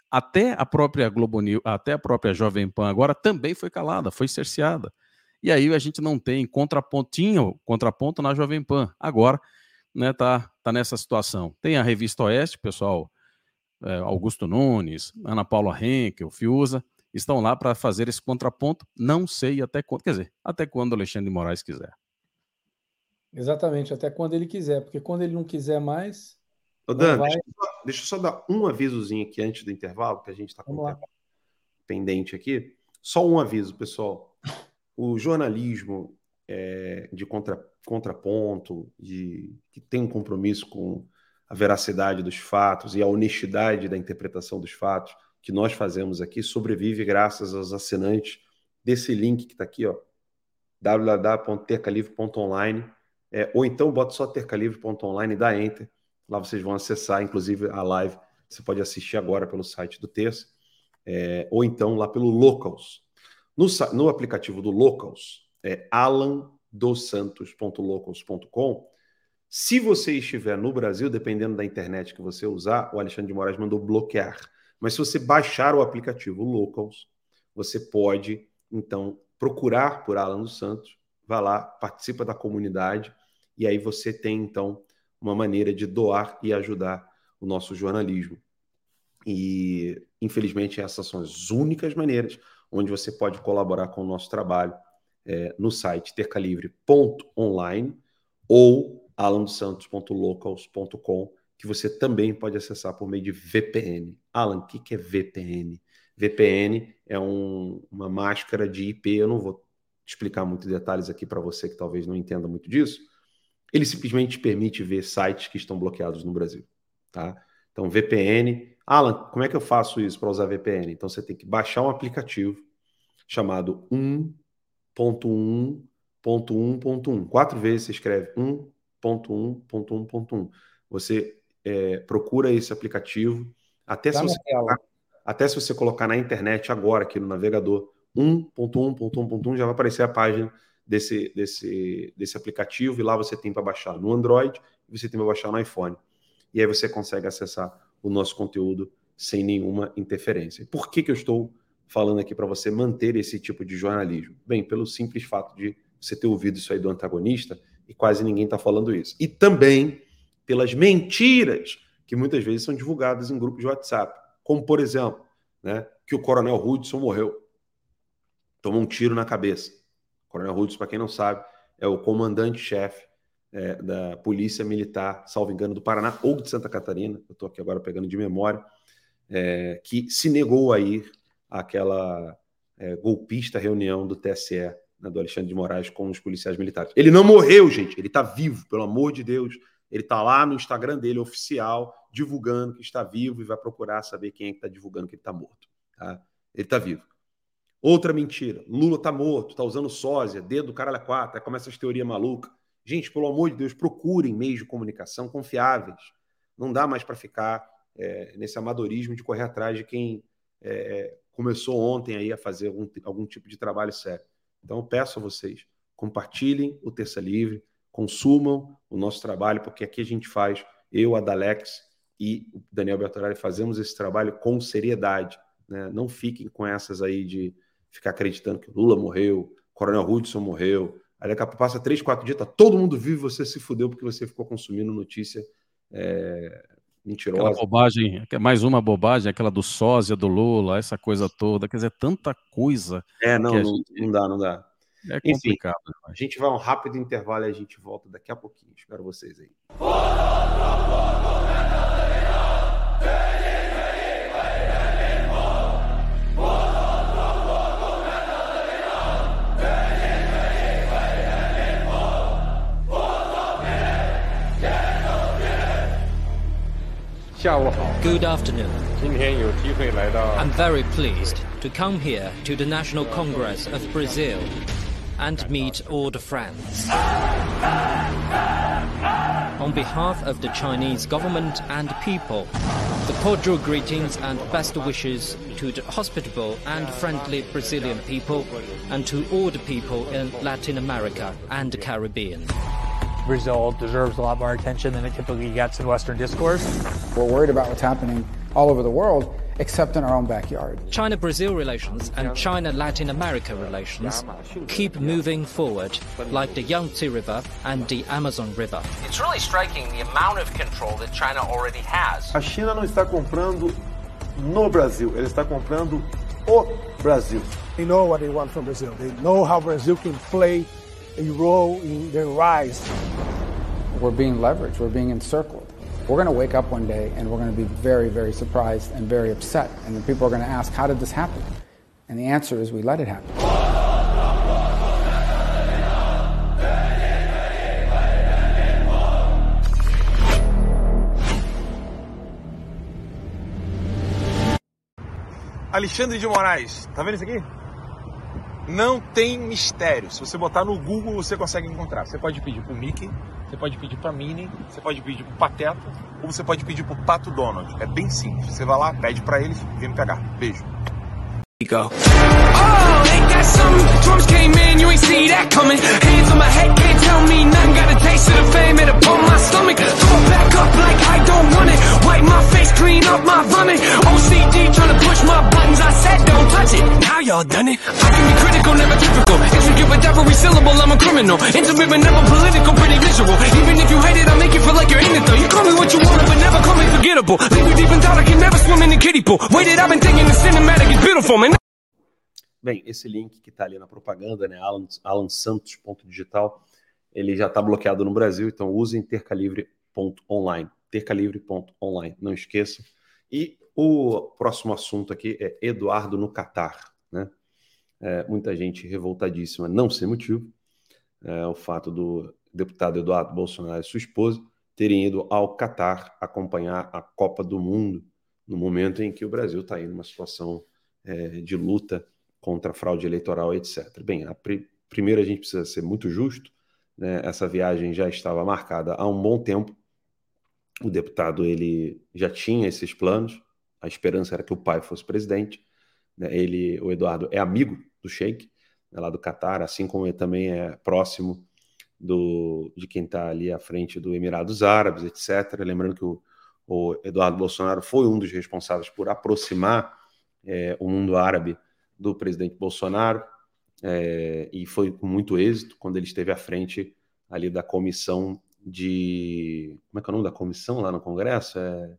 até a própria Globo News, até a própria Jovem Pan agora também foi calada, foi cerceada. E aí a gente não tem contrapontinho, contraponto na Jovem Pan. Agora, né, tá, tá nessa situação. Tem a Revista Oeste, pessoal, é, Augusto Nunes, Ana Paula Henkel, Fiuza, estão lá para fazer esse contraponto. Não sei até quando, quer dizer, até quando o Alexandre de Moraes quiser. Exatamente, até quando ele quiser, porque quando ele não quiser mais... Ô, Dan, vai... deixa, eu só, deixa eu só dar um avisozinho aqui antes do intervalo, que a gente está com o tempo pendente aqui. Só um aviso, pessoal. O jornalismo é, de contra, contraponto, de, que tem um compromisso com a veracidade dos fatos e a honestidade da interpretação dos fatos que nós fazemos aqui, sobrevive graças aos assinantes desse link que está aqui, ó, w w w ponto tercalivre ponto online, é, ou então bota só tercalivre ponto online e dá enter. Lá vocês vão acessar, inclusive, a live. Você pode assistir agora pelo site do Terça, é, ou então lá pelo Locals. No, no aplicativo do Locals, é alan dos santos ponto locals ponto com. Se você estiver no Brasil, dependendo da internet que você usar, o Alexandre de Moraes mandou bloquear. Mas se você baixar o aplicativo Locals, você pode, então, procurar por Alan dos Santos, vai lá, participa da comunidade, e aí você tem, então, uma maneira de doar e ajudar o nosso jornalismo. E, infelizmente, essas são as únicas maneiras onde você pode colaborar com o nosso trabalho é, no site tercalivre ponto online ou alan dos santos ponto locals ponto com, que você também pode acessar por meio de V P N. Alan, o que, que é V P N? V P N é um, uma máscara de I P, eu não vou explicar muitos detalhes aqui para você que talvez não entenda muito disso. Ele simplesmente permite ver sites que estão bloqueados no Brasil. Tá? Então, V P N... Alan, como é que eu faço isso para usar V P N? Então, você tem que baixar um aplicativo chamado um ponto um ponto um ponto um. Quatro vezes você escreve um ponto um ponto um ponto um. Você é, procura esse aplicativo, até se, você colocar, até se você colocar na internet agora, aqui no navegador, um ponto um ponto um ponto um, já vai aparecer a página desse, desse, desse aplicativo, e lá você tem para baixar no Android e você tem para baixar no iPhone. E aí você consegue acessar o nosso conteúdo sem nenhuma interferência. Por que que eu estou falando aqui para você manter esse tipo de jornalismo? Bem, pelo simples fato de você ter ouvido isso aí do antagonista e quase ninguém está falando isso. E também pelas mentiras que muitas vezes são divulgadas em grupos de WhatsApp. Como, por exemplo, né, que o Coronel Hudson morreu. Tomou um tiro na cabeça. O Coronel Hudson, para quem não sabe, é o comandante-chefe É, da Polícia Militar, salvo engano, do Paraná ou de Santa Catarina, eu estou aqui agora pegando de memória, é, que se negou a ir àquela é, golpista reunião do T S E, né, do Alexandre de Moraes com os policiais militares. Ele não morreu, gente, ele está vivo, pelo amor de Deus. Ele está lá no Instagram dele, oficial, divulgando que está vivo, e vai procurar saber quem é que está divulgando que ele está morto. Tá? Ele está vivo. Outra mentira, Lula está morto, está usando sósia, dedo do caralho a quatro, aí começa as teorias malucas. Gente, pelo amor de Deus, procurem meios de comunicação confiáveis. Não dá mais para ficar é, nesse amadorismo de correr atrás de quem é, começou ontem aí a fazer algum, algum tipo de trabalho sério. Então, eu peço a vocês, compartilhem o Terça Livre, consumam o nosso trabalho, porque aqui a gente faz, eu, a Dalex e o Daniel Bertorari, fazemos esse trabalho com seriedade. Né? Não fiquem com essas aí de ficar acreditando que o Lula morreu, o Coronel Hudson morreu. Aí daqui a pouco passa três, quatro dias, tá todo mundo vivo e você se fudeu porque você ficou consumindo notícia é, mentirosa. Aquela bobagem, mais uma bobagem, aquela do sósia do Lula, essa coisa toda, quer dizer, tanta coisa. É, não, não, gente... não dá, não dá. É complicado. Enfim, a gente vai a um rápido intervalo e a gente volta daqui a pouquinho. Espero vocês aí. Good afternoon. I'm very pleased to come here to the National Congress of Brazil and meet all the friends. On behalf of the Chinese government and people, the cordial greetings and best wishes to the hospitable and friendly Brazilian people and to all the people in Latin America and the Caribbean. Brazil deserves a lot more attention than it typically gets in Western discourse. We're worried about what's happening all over the world, except in our own backyard. China-Brazil relations and China-Latin America relations keep moving forward, like the Yangtze River and the Amazon River. It's really striking the amount of control that China already has. A China não está comprando no Brasil, ela está comprando o Brasil. They know what they want from Brazil. They know how Brazil can play a role in their rise. We're being leveraged, we're being encircled. We're going to wake up one day and we're going to be very, very surprised and very upset. And then people are going to ask, how did this happen? And the answer is we let it happen. Alexandre de Moraes, tá vendo isso aqui? Não tem mistério. Se você botar no Google, você consegue encontrar. Você pode pedir pro Mickey, você pode pedir pra Minnie, você pode pedir pro Pateta, ou você pode pedir pro Pato Donald. É bem simples. Você vai lá, pede pra eles e vem me pegar. Beijo. Go. Oh, ain't that something? Drums came in, you ain't see that coming. Hands on my head, can't tell me nothing. Got a taste of the fame, it'll pull my stomach. Throw it back up like I don't want it. Wipe my face, clean up my vomit. O C D trying to push my buttons. I said don't touch it. Now y'all done it. I can be critical, never typical. Intricate with every syllable, I'm a criminal. Intimate but never political, pretty visual. Even if you hate it, I'll make you feel like you're in it though. You call me what you want, but never call me forgettable. Leave you deep in thought, I can never swim in the kiddie pool. Waited, I've been thinking the cinematic is beautiful, man. Bem, esse link que está ali na propaganda, né, alan, alan santos ponto digital, ele já está bloqueado no Brasil, então usem tercalivre ponto online, tercalivre ponto online, não esqueçam. E o próximo assunto aqui é Eduardo no Catar, né? É, muita gente revoltadíssima, não sem motivo, é, o fato do deputado Eduardo Bolsonaro e sua esposa terem ido ao Catar acompanhar a Copa do Mundo, no momento em que o Brasil está em uma situação é, de luta contra a fraude eleitoral, etcétera. Bem, a pri- primeiro a gente precisa ser muito justo, né? Essa viagem já estava marcada há um bom tempo, o deputado ele já tinha esses planos, a esperança era que o pai fosse presidente, né? Ele, o Eduardo é amigo do Sheik, né, lá do Catar, assim como ele também é próximo do, de quem está ali à frente do Emirados Árabes, etcétera. Lembrando que o, o Eduardo Bolsonaro foi um dos responsáveis por aproximar é, o mundo árabe do presidente Bolsonaro, é, e foi com muito êxito quando ele esteve à frente ali da comissão de... Como é que é o nome da comissão lá no Congresso? É,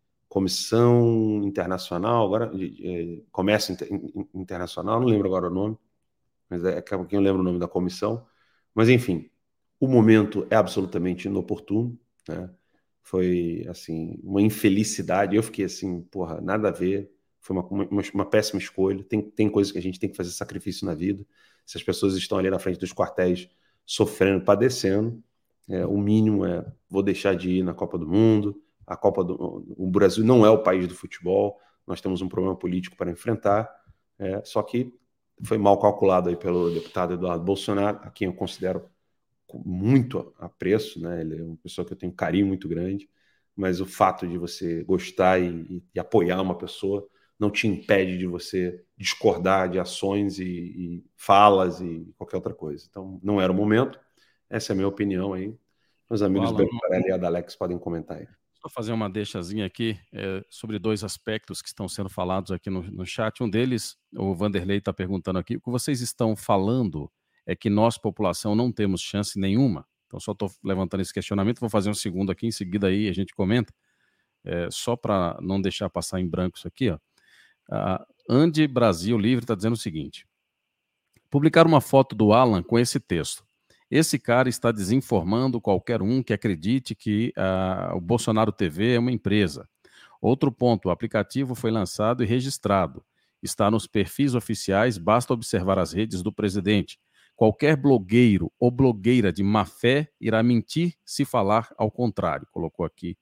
Comissão Internacional, agora, de, de, Comércio Inter, Internacional, não lembro agora o nome, mas é que eu lembro o nome da comissão. Mas, enfim, o momento é absolutamente inoportuno, né? Foi, assim, uma infelicidade. Eu fiquei assim, porra, nada a ver. Foi uma, uma, uma péssima escolha. Tem, tem coisas que a gente tem que fazer sacrifício na vida. Se as pessoas estão ali na frente dos quartéis sofrendo, padecendo, é, o mínimo é, vou deixar de ir na Copa do Mundo. A Copa do, o Brasil não é o país do futebol. Nós temos um problema político para enfrentar. É, só que foi mal calculado aí pelo deputado Eduardo Bolsonaro, a quem eu considero com muito apreço, né? Ele é uma pessoa que eu tenho um carinho muito grande, mas o fato de você gostar e, e, e apoiar uma pessoa não te impede de você discordar de ações e, e falas e qualquer outra coisa. Então, não era o momento. Essa é a minha opinião aí. Meus amigos Fala, Bertarelli e Adalex podem comentar aí. Vou fazer uma deixazinha aqui é, sobre dois aspectos que estão sendo falados aqui no, no chat. Um deles, o Vanderlei está perguntando aqui, o que vocês estão falando é que nós, população, não temos chance nenhuma. Então, só estou levantando esse questionamento, vou fazer um segundo aqui, em seguida aí a gente comenta, é, só para não deixar passar em branco isso aqui, ó. Uh, Andy Brasil Livre está dizendo o seguinte: publicar uma foto do Alan com esse texto. Esse cara está desinformando qualquer um que acredite que uh, o Bolsonaro T V é uma empresa. Outro ponto, o aplicativo foi lançado e registrado. Está nos perfis oficiais, basta observar as redes do presidente. Qualquer blogueiro ou blogueira de má fé irá mentir se falar ao contrário. Colocou aqui.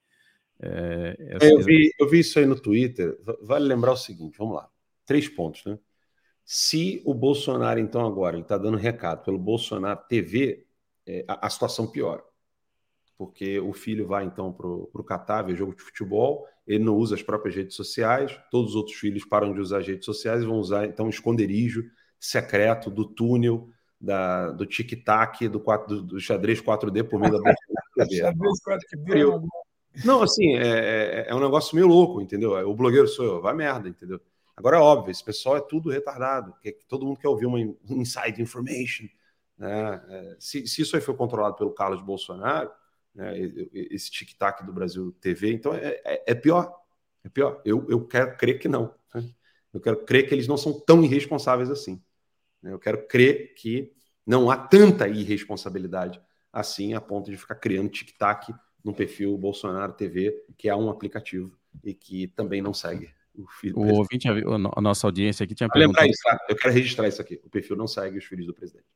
É, essa... eu, vi, eu vi isso aí no Twitter. Vale lembrar o seguinte, vamos lá. Três pontos, né? Se o Bolsonaro, então, agora, ele está dando recado pelo Bolsonaro T V, é, a, a situação piora. Porque o filho vai, então, para o Catar ver jogo de futebol, ele não usa as próprias redes sociais, todos os outros filhos param de usar as redes sociais e vão usar, então, o esconderijo secreto do túnel, da, do tic-tac, do, do, do xadrez quatro D por meio da T V. Xadrez quatro D. Não, assim, é, é, é um negócio meio louco, entendeu? O blogueiro sou eu, vai merda, entendeu? Agora é óbvio, esse pessoal é tudo retardado, que, que todo mundo quer ouvir uma inside information, né? É, se, se isso aí foi controlado pelo Carlos Bolsonaro, né, esse tic-tac do Brasil T V, então é, é, é pior, é pior. Eu, eu quero crer que não. Né? Eu quero crer que eles não são tão irresponsáveis assim. Né? Eu quero crer que não há tanta irresponsabilidade assim a ponto de ficar criando tic-tac no perfil Bolsonaro T V, que é um aplicativo e que também não segue o filho. O ouvinte, a nossa audiência aqui tinha perguntado... isso, tá? Eu quero registrar isso aqui. O perfil não segue os filhos do presidente.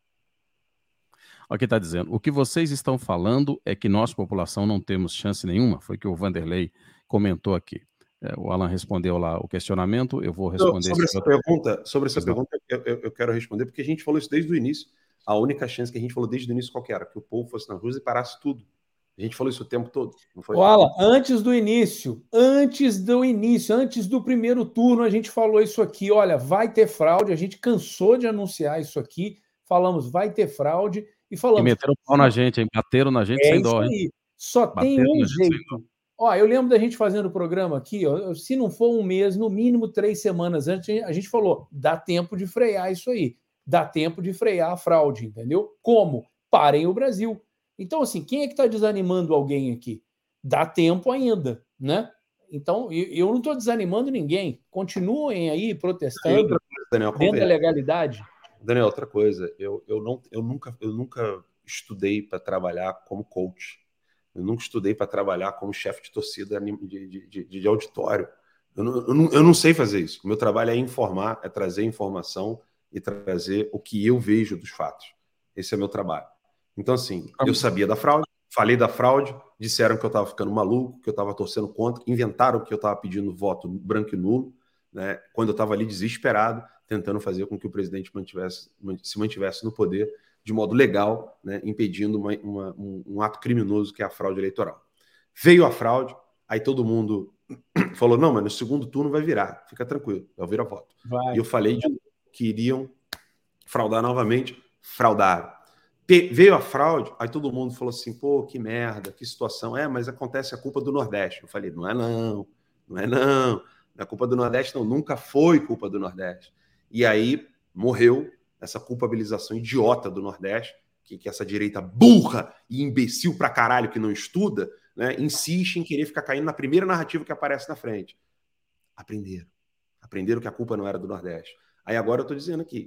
Aqui está dizendo, o que vocês estão falando é que nós, população, não temos chance nenhuma, foi que o Vanderlei comentou aqui. É, o Alan respondeu lá o questionamento, eu vou responder... Sobre essa pergunta, sobre essa pergunta eu, eu, eu quero responder, porque a gente falou isso desde o início. A única chance que a gente falou desde o início qual que era? Que o povo fosse na rua e parasse tudo. A gente falou isso o tempo todo. Não foi? Ô, Alan, antes do início, antes do início, antes do primeiro turno, a gente falou isso aqui. Olha, vai ter fraude. A gente cansou de anunciar isso aqui. Falamos, vai ter fraude. E falamos. E meteram pau na gente, hein? Bateram na gente é sem dó. Isso aí. Só Bateram tem um jeito. Ó, eu lembro da gente fazendo o programa aqui. Ó, se não for um mês, no mínimo três semanas antes, a gente falou: dá tempo de frear isso aí. Dá tempo de frear a fraude, entendeu? Como? Parem o Brasil. Então, assim, quem é que está desanimando alguém aqui? Dá tempo ainda, né? Então, eu não estou desanimando ninguém. Continuem aí protestando coisa, Daniel, dentro da legalidade. Daniel, outra coisa. Eu, eu, não, eu, nunca, eu nunca estudei para trabalhar como coach. Eu nunca estudei para trabalhar como chefe de torcida de, de, de, de auditório. Eu não, eu, não, eu não sei fazer isso. O meu trabalho é informar, é trazer informação e trazer o que eu vejo dos fatos. Esse é o meu trabalho. Então, assim, eu sabia da fraude, falei da fraude, disseram que eu estava ficando maluco, que eu estava torcendo contra, inventaram que eu estava pedindo voto branco e nulo, né, quando eu estava ali desesperado, tentando fazer com que o presidente mantivesse, se mantivesse no poder de modo legal, né, impedindo uma, uma, um, um ato criminoso que é a fraude eleitoral. Veio a fraude, aí todo mundo falou, não, mas no segundo turno vai virar, fica tranquilo, vai virar voto. Vai. E eu falei de, que iriam fraudar novamente, fraudaram. Veio a fraude, aí todo mundo falou assim, pô, que merda, que situação. É, mas acontece a culpa do Nordeste. Eu falei, não é não, não é não, não é culpa do Nordeste não, nunca foi culpa do Nordeste. E aí morreu essa culpabilização idiota do Nordeste, que, que essa direita burra e imbecil pra caralho que não estuda, né, insiste em querer ficar caindo na primeira narrativa que aparece na frente. Aprenderam. Aprenderam que a culpa não era do Nordeste. Aí agora eu tô dizendo aqui,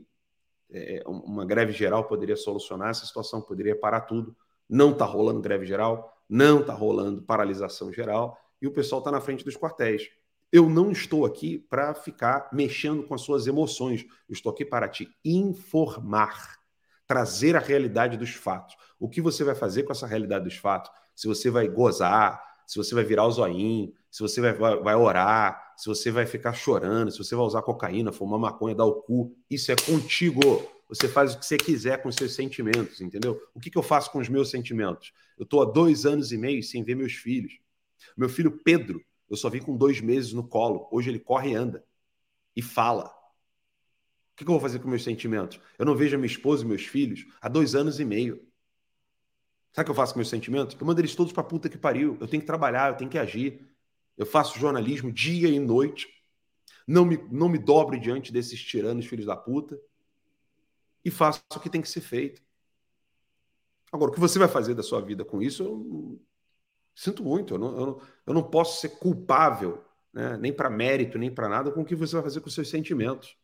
É, uma greve geral poderia solucionar essa situação, poderia parar tudo. Não está rolando greve geral, não está rolando paralisação geral e o pessoal está na frente dos quartéis. Eu não estou aqui para ficar mexendo com as suas emoções. Eu estou aqui para te informar, trazer a realidade dos fatos. O que você vai fazer com essa realidade dos fatos? Se você vai gozar, se você vai virar o zoinho, se você vai, vai, vai orar, se você vai ficar chorando, se você vai usar cocaína, fumar maconha, dar o cu, isso é contigo. Você faz o que você quiser com os seus sentimentos, entendeu? O que, que eu faço com os meus sentimentos? Eu estou há dois anos e meio sem ver meus filhos. Meu filho Pedro, eu só vi com dois meses no colo. Hoje ele corre e anda. E fala. O que, que eu vou fazer com meus sentimentos? Eu não vejo a minha esposa e meus filhos há dois anos e meio. Sabe o que eu faço com meus sentimentos? Eu mando eles todos pra puta que pariu. Eu tenho que trabalhar, eu tenho que agir. Eu faço jornalismo dia e noite. Não me, não me dobro diante desses tiranos filhos da puta. E faço o que tem que ser feito. Agora, o que você vai fazer da sua vida com isso, eu sinto muito. Eu não, eu não, eu não posso ser culpável, né, nem para mérito, nem para nada, com o que você vai fazer com os seus sentimentos.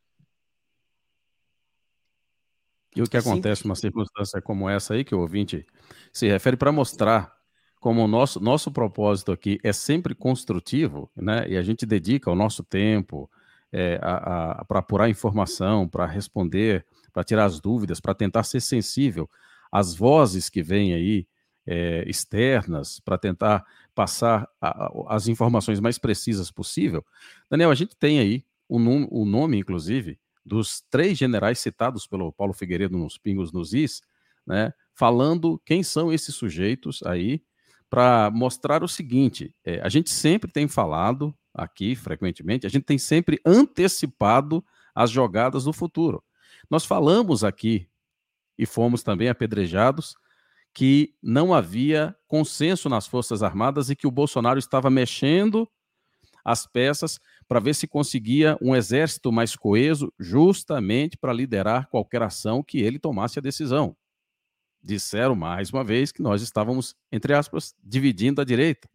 E o que acontece numa circunstância como essa aí, que o ouvinte se refere, para mostrar como o nosso, nosso propósito aqui é sempre construtivo, né? E a gente dedica o nosso tempo é, para apurar informação, para responder, para tirar as dúvidas, para tentar ser sensível às vozes que vêm aí é, externas, para tentar passar a, a, as informações mais precisas possível. Daniel, a gente tem aí o, num, o nome, inclusive, dos três generais citados pelo Paulo Figueiredo nos Pingos nos Is, né, falando quem são esses sujeitos aí, para mostrar o seguinte, é, a gente sempre tem falado aqui, frequentemente, a gente tem sempre antecipado as jogadas do futuro. Nós falamos aqui, e fomos também apedrejados, que não havia consenso nas Forças Armadas e que o Bolsonaro estava mexendo as peças para ver se conseguia um exército mais coeso, justamente para liderar qualquer ação que ele tomasse a decisão. Disseram mais uma vez que nós estávamos, entre aspas, dividindo a direita.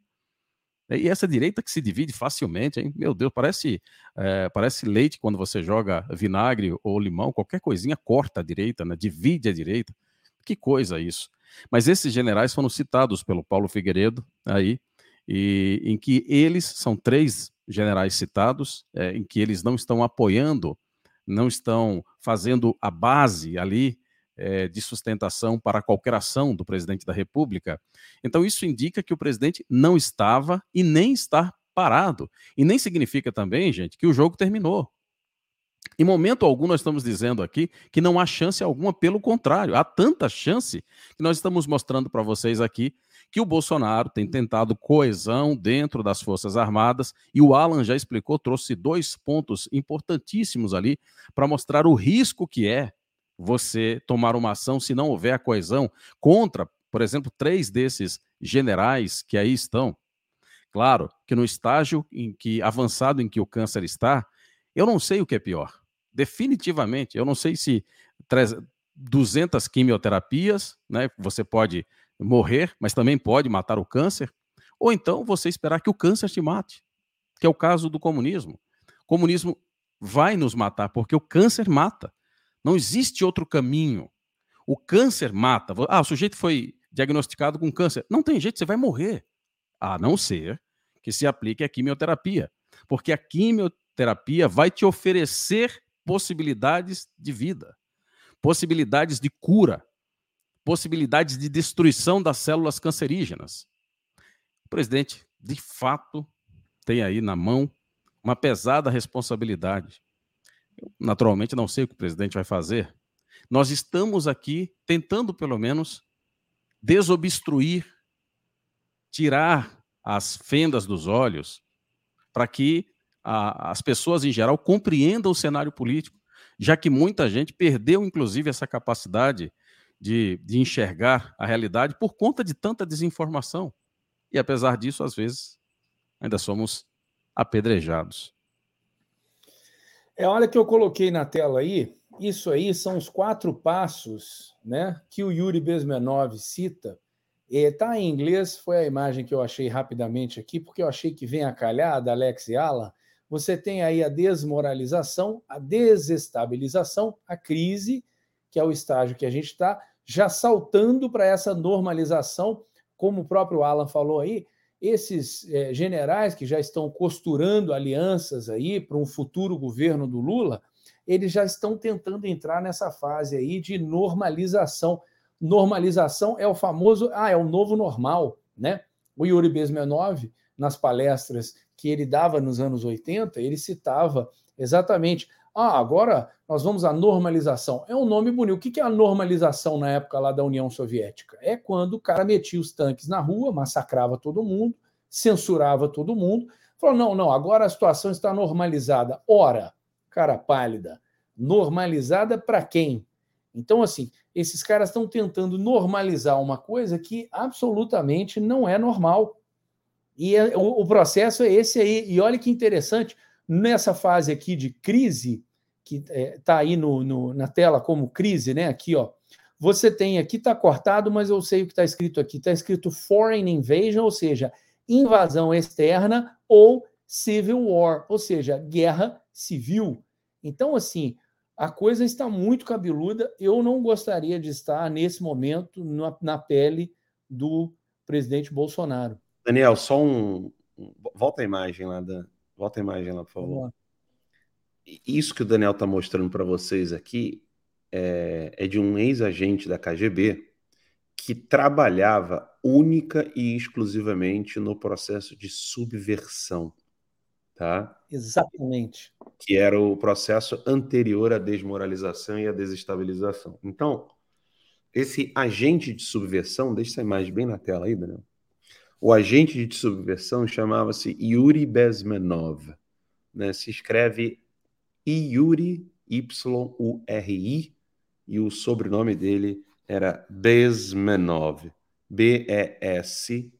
E essa direita que se divide facilmente, hein? Meu Deus, parece, é, parece leite quando você joga vinagre ou limão, qualquer coisinha corta a direita, né? Divide a direita. Que coisa isso. Mas esses generais foram citados pelo Paulo Figueiredo, aí, e, em que eles, são três generais citados, é, em que eles não estão apoiando, não estão fazendo a base ali, É, de sustentação para qualquer ação do presidente da República. Então isso indica que o presidente não estava e nem está parado. E nem significa também, gente, que o jogo terminou. Em momento algum nós estamos dizendo aqui que não há chance alguma, pelo contrário, há tanta chance que nós estamos mostrando para vocês aqui que o Bolsonaro tem tentado coesão dentro das Forças Armadas e o Alan já explicou, trouxe dois pontos importantíssimos ali para mostrar o risco que é você tomar uma ação se não houver a coesão contra, por exemplo, três desses generais que aí estão. Claro que no estágio em que, avançado em que o câncer está, eu não sei o que é pior. Definitivamente, eu não sei se duzentas quimioterapias, né, você pode morrer, mas também pode matar o câncer, ou então você esperar que o câncer te mate, que é o caso do comunismo. O comunismo vai nos matar, porque o câncer mata. Não existe outro caminho. O câncer mata. Ah, o sujeito foi diagnosticado com câncer. Não tem jeito, você vai morrer. A não ser que se aplique a quimioterapia. Porque a quimioterapia vai te oferecer possibilidades de vida, possibilidades de cura, possibilidades de destruição das células cancerígenas. O presidente, de fato, tem aí na mão uma pesada responsabilidade. Eu, naturalmente, não sei o que o presidente vai fazer. Nós estamos aqui tentando, pelo menos, desobstruir, tirar as fendas dos olhos, para que a, as pessoas, em geral, compreendam o cenário político, já que muita gente perdeu, inclusive, essa capacidade de, de enxergar a realidade por conta de tanta desinformação. E, apesar disso, às vezes, ainda somos apedrejados. É a hora que eu coloquei na tela aí, isso aí são os quatro passos, né, que o Yuri Bezmenov cita. Está em inglês, foi a imagem que eu achei rapidamente aqui, porque eu achei que vem a calhar, da Alex e Alan. Você tem aí a desmoralização, a desestabilização, a crise, que é o estágio que a gente está, já saltando para essa normalização, como o próprio Alan falou aí, esses eh, generais que já estão costurando alianças aí para um futuro governo do Lula, eles já estão tentando entrar nessa fase aí de normalização. Normalização é o famoso, ah, é o novo normal, né? O Yuri Bezmenov, nas palestras que ele dava nos anos oitenta, ele citava exatamente, ah, agora nós vamos à normalização. É um nome bonito. O que é a normalização na época lá da União Soviética? É quando o cara metia os tanques na rua, massacrava todo mundo, censurava todo mundo, falou, não, não, agora a situação está normalizada. Ora, cara pálida, normalizada para quem? Então, assim, esses caras estão tentando normalizar uma coisa que absolutamente não é normal. E é, o, o processo é esse aí. E olha que interessante, nessa fase aqui de crise, que está é, aí no, no, na tela como crise, né? Aqui, ó. Você tem aqui, está cortado, mas eu sei o que está escrito aqui. Está escrito Foreign Invasion, ou seja, invasão externa, ou Civil War, ou seja, guerra civil. Então, assim, a coisa está muito cabeluda. Eu não gostaria de estar, nesse momento, na, na pele do presidente Bolsonaro. Daniel, só um... Volta a imagem lá, da... Volta a imagem lá, por favor. Isso que o Daniel está mostrando para vocês aqui é, é de um ex-agente da K G B que trabalhava única e exclusivamente no processo de subversão, tá? Exatamente. Que era o processo anterior à desmoralização e à desestabilização. Então, esse agente de subversão, deixa essa imagem bem na tela aí, Daniel. O agente de subversão chamava-se Yuri Bezmenov, né? Se escreve Yuri, Y U R I, e o sobrenome dele Era Bezmenov. B E S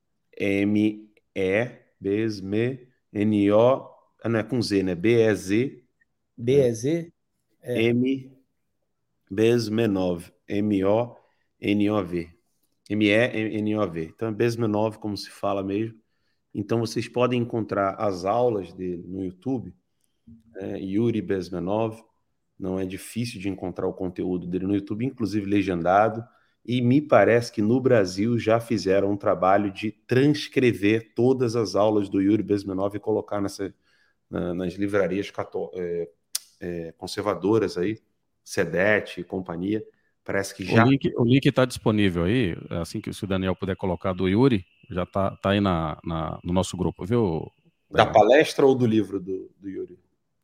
M E, Bezme, N O, ah, não é com Z, né? B E Z. B E Z? É. M, Bezmenov. M O N O V. M E N O V. Então é Bezmenov, como se fala mesmo. Então vocês podem encontrar as aulas dele no YouTube, é, Yuri Bezmenov. Não é difícil de encontrar o conteúdo dele no YouTube, inclusive legendado. E me parece que no Brasil já fizeram um trabalho de transcrever todas as aulas do Yuri Bezmenov e colocar nessa, na, nas livrarias cató- é, é, conservadoras aí, Sedete e companhia. Parece que já... O link o link está disponível aí, assim que se o Daniel puder colocar do Yuri, já está tá aí na, na, no nosso grupo, viu? Da palestra ou do livro do, do Yuri?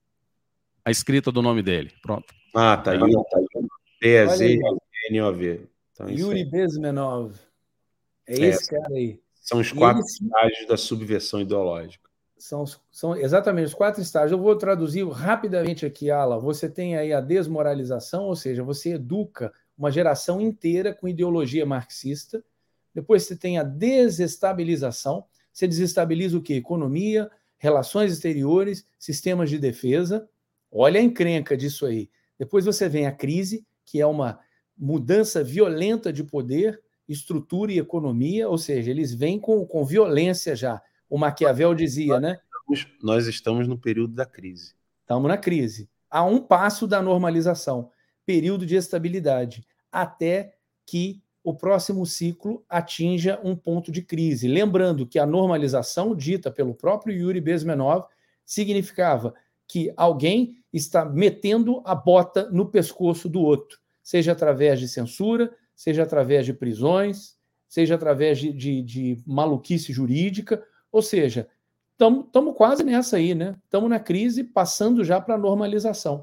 A escrita do nome dele, pronto. Ah, tá. Yuri, P E Z N O V. Então, Yuri Bezmenov. É é, esse cara aí. São os E quatro ele... estágios da subversão ideológica. São, são exatamente os quatro estágios. Eu vou traduzir rapidamente aqui, Ala. Você tem aí a desmoralização, ou seja, você educa uma geração inteira com ideologia marxista. Depois você tem a desestabilização. Você desestabiliza o quê? Economia, relações exteriores, sistemas de defesa. Olha a encrenca disso aí. Depois você vem a crise, que é uma mudança violenta de poder, estrutura e economia, ou seja, eles vêm com, com violência já. O Maquiavel dizia, nós né? Estamos, nós estamos no período da crise. Estamos na crise. A um passo da normalização, período de estabilidade, até que o próximo ciclo atinja um ponto de crise. Lembrando que a normalização, dita pelo próprio Yuri Bezmenov, significava que alguém está metendo a bota no pescoço do outro, seja através de censura, seja através de prisões, seja através de, de, de maluquice jurídica, ou seja, estamos quase nessa aí, né? Estamos na crise, passando já para a normalização.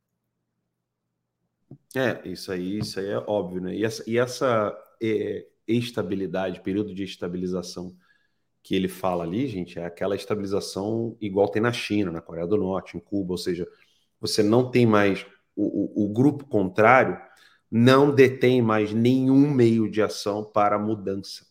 É, isso aí, isso aí é óbvio, né? E essa, e essa é, estabilidade, período de estabilização que ele fala ali, gente, é aquela estabilização igual tem na China, na Coreia do Norte, em Cuba, ou seja, você não tem mais o, o, o grupo contrário, não detém mais nenhum meio de ação para a mudança.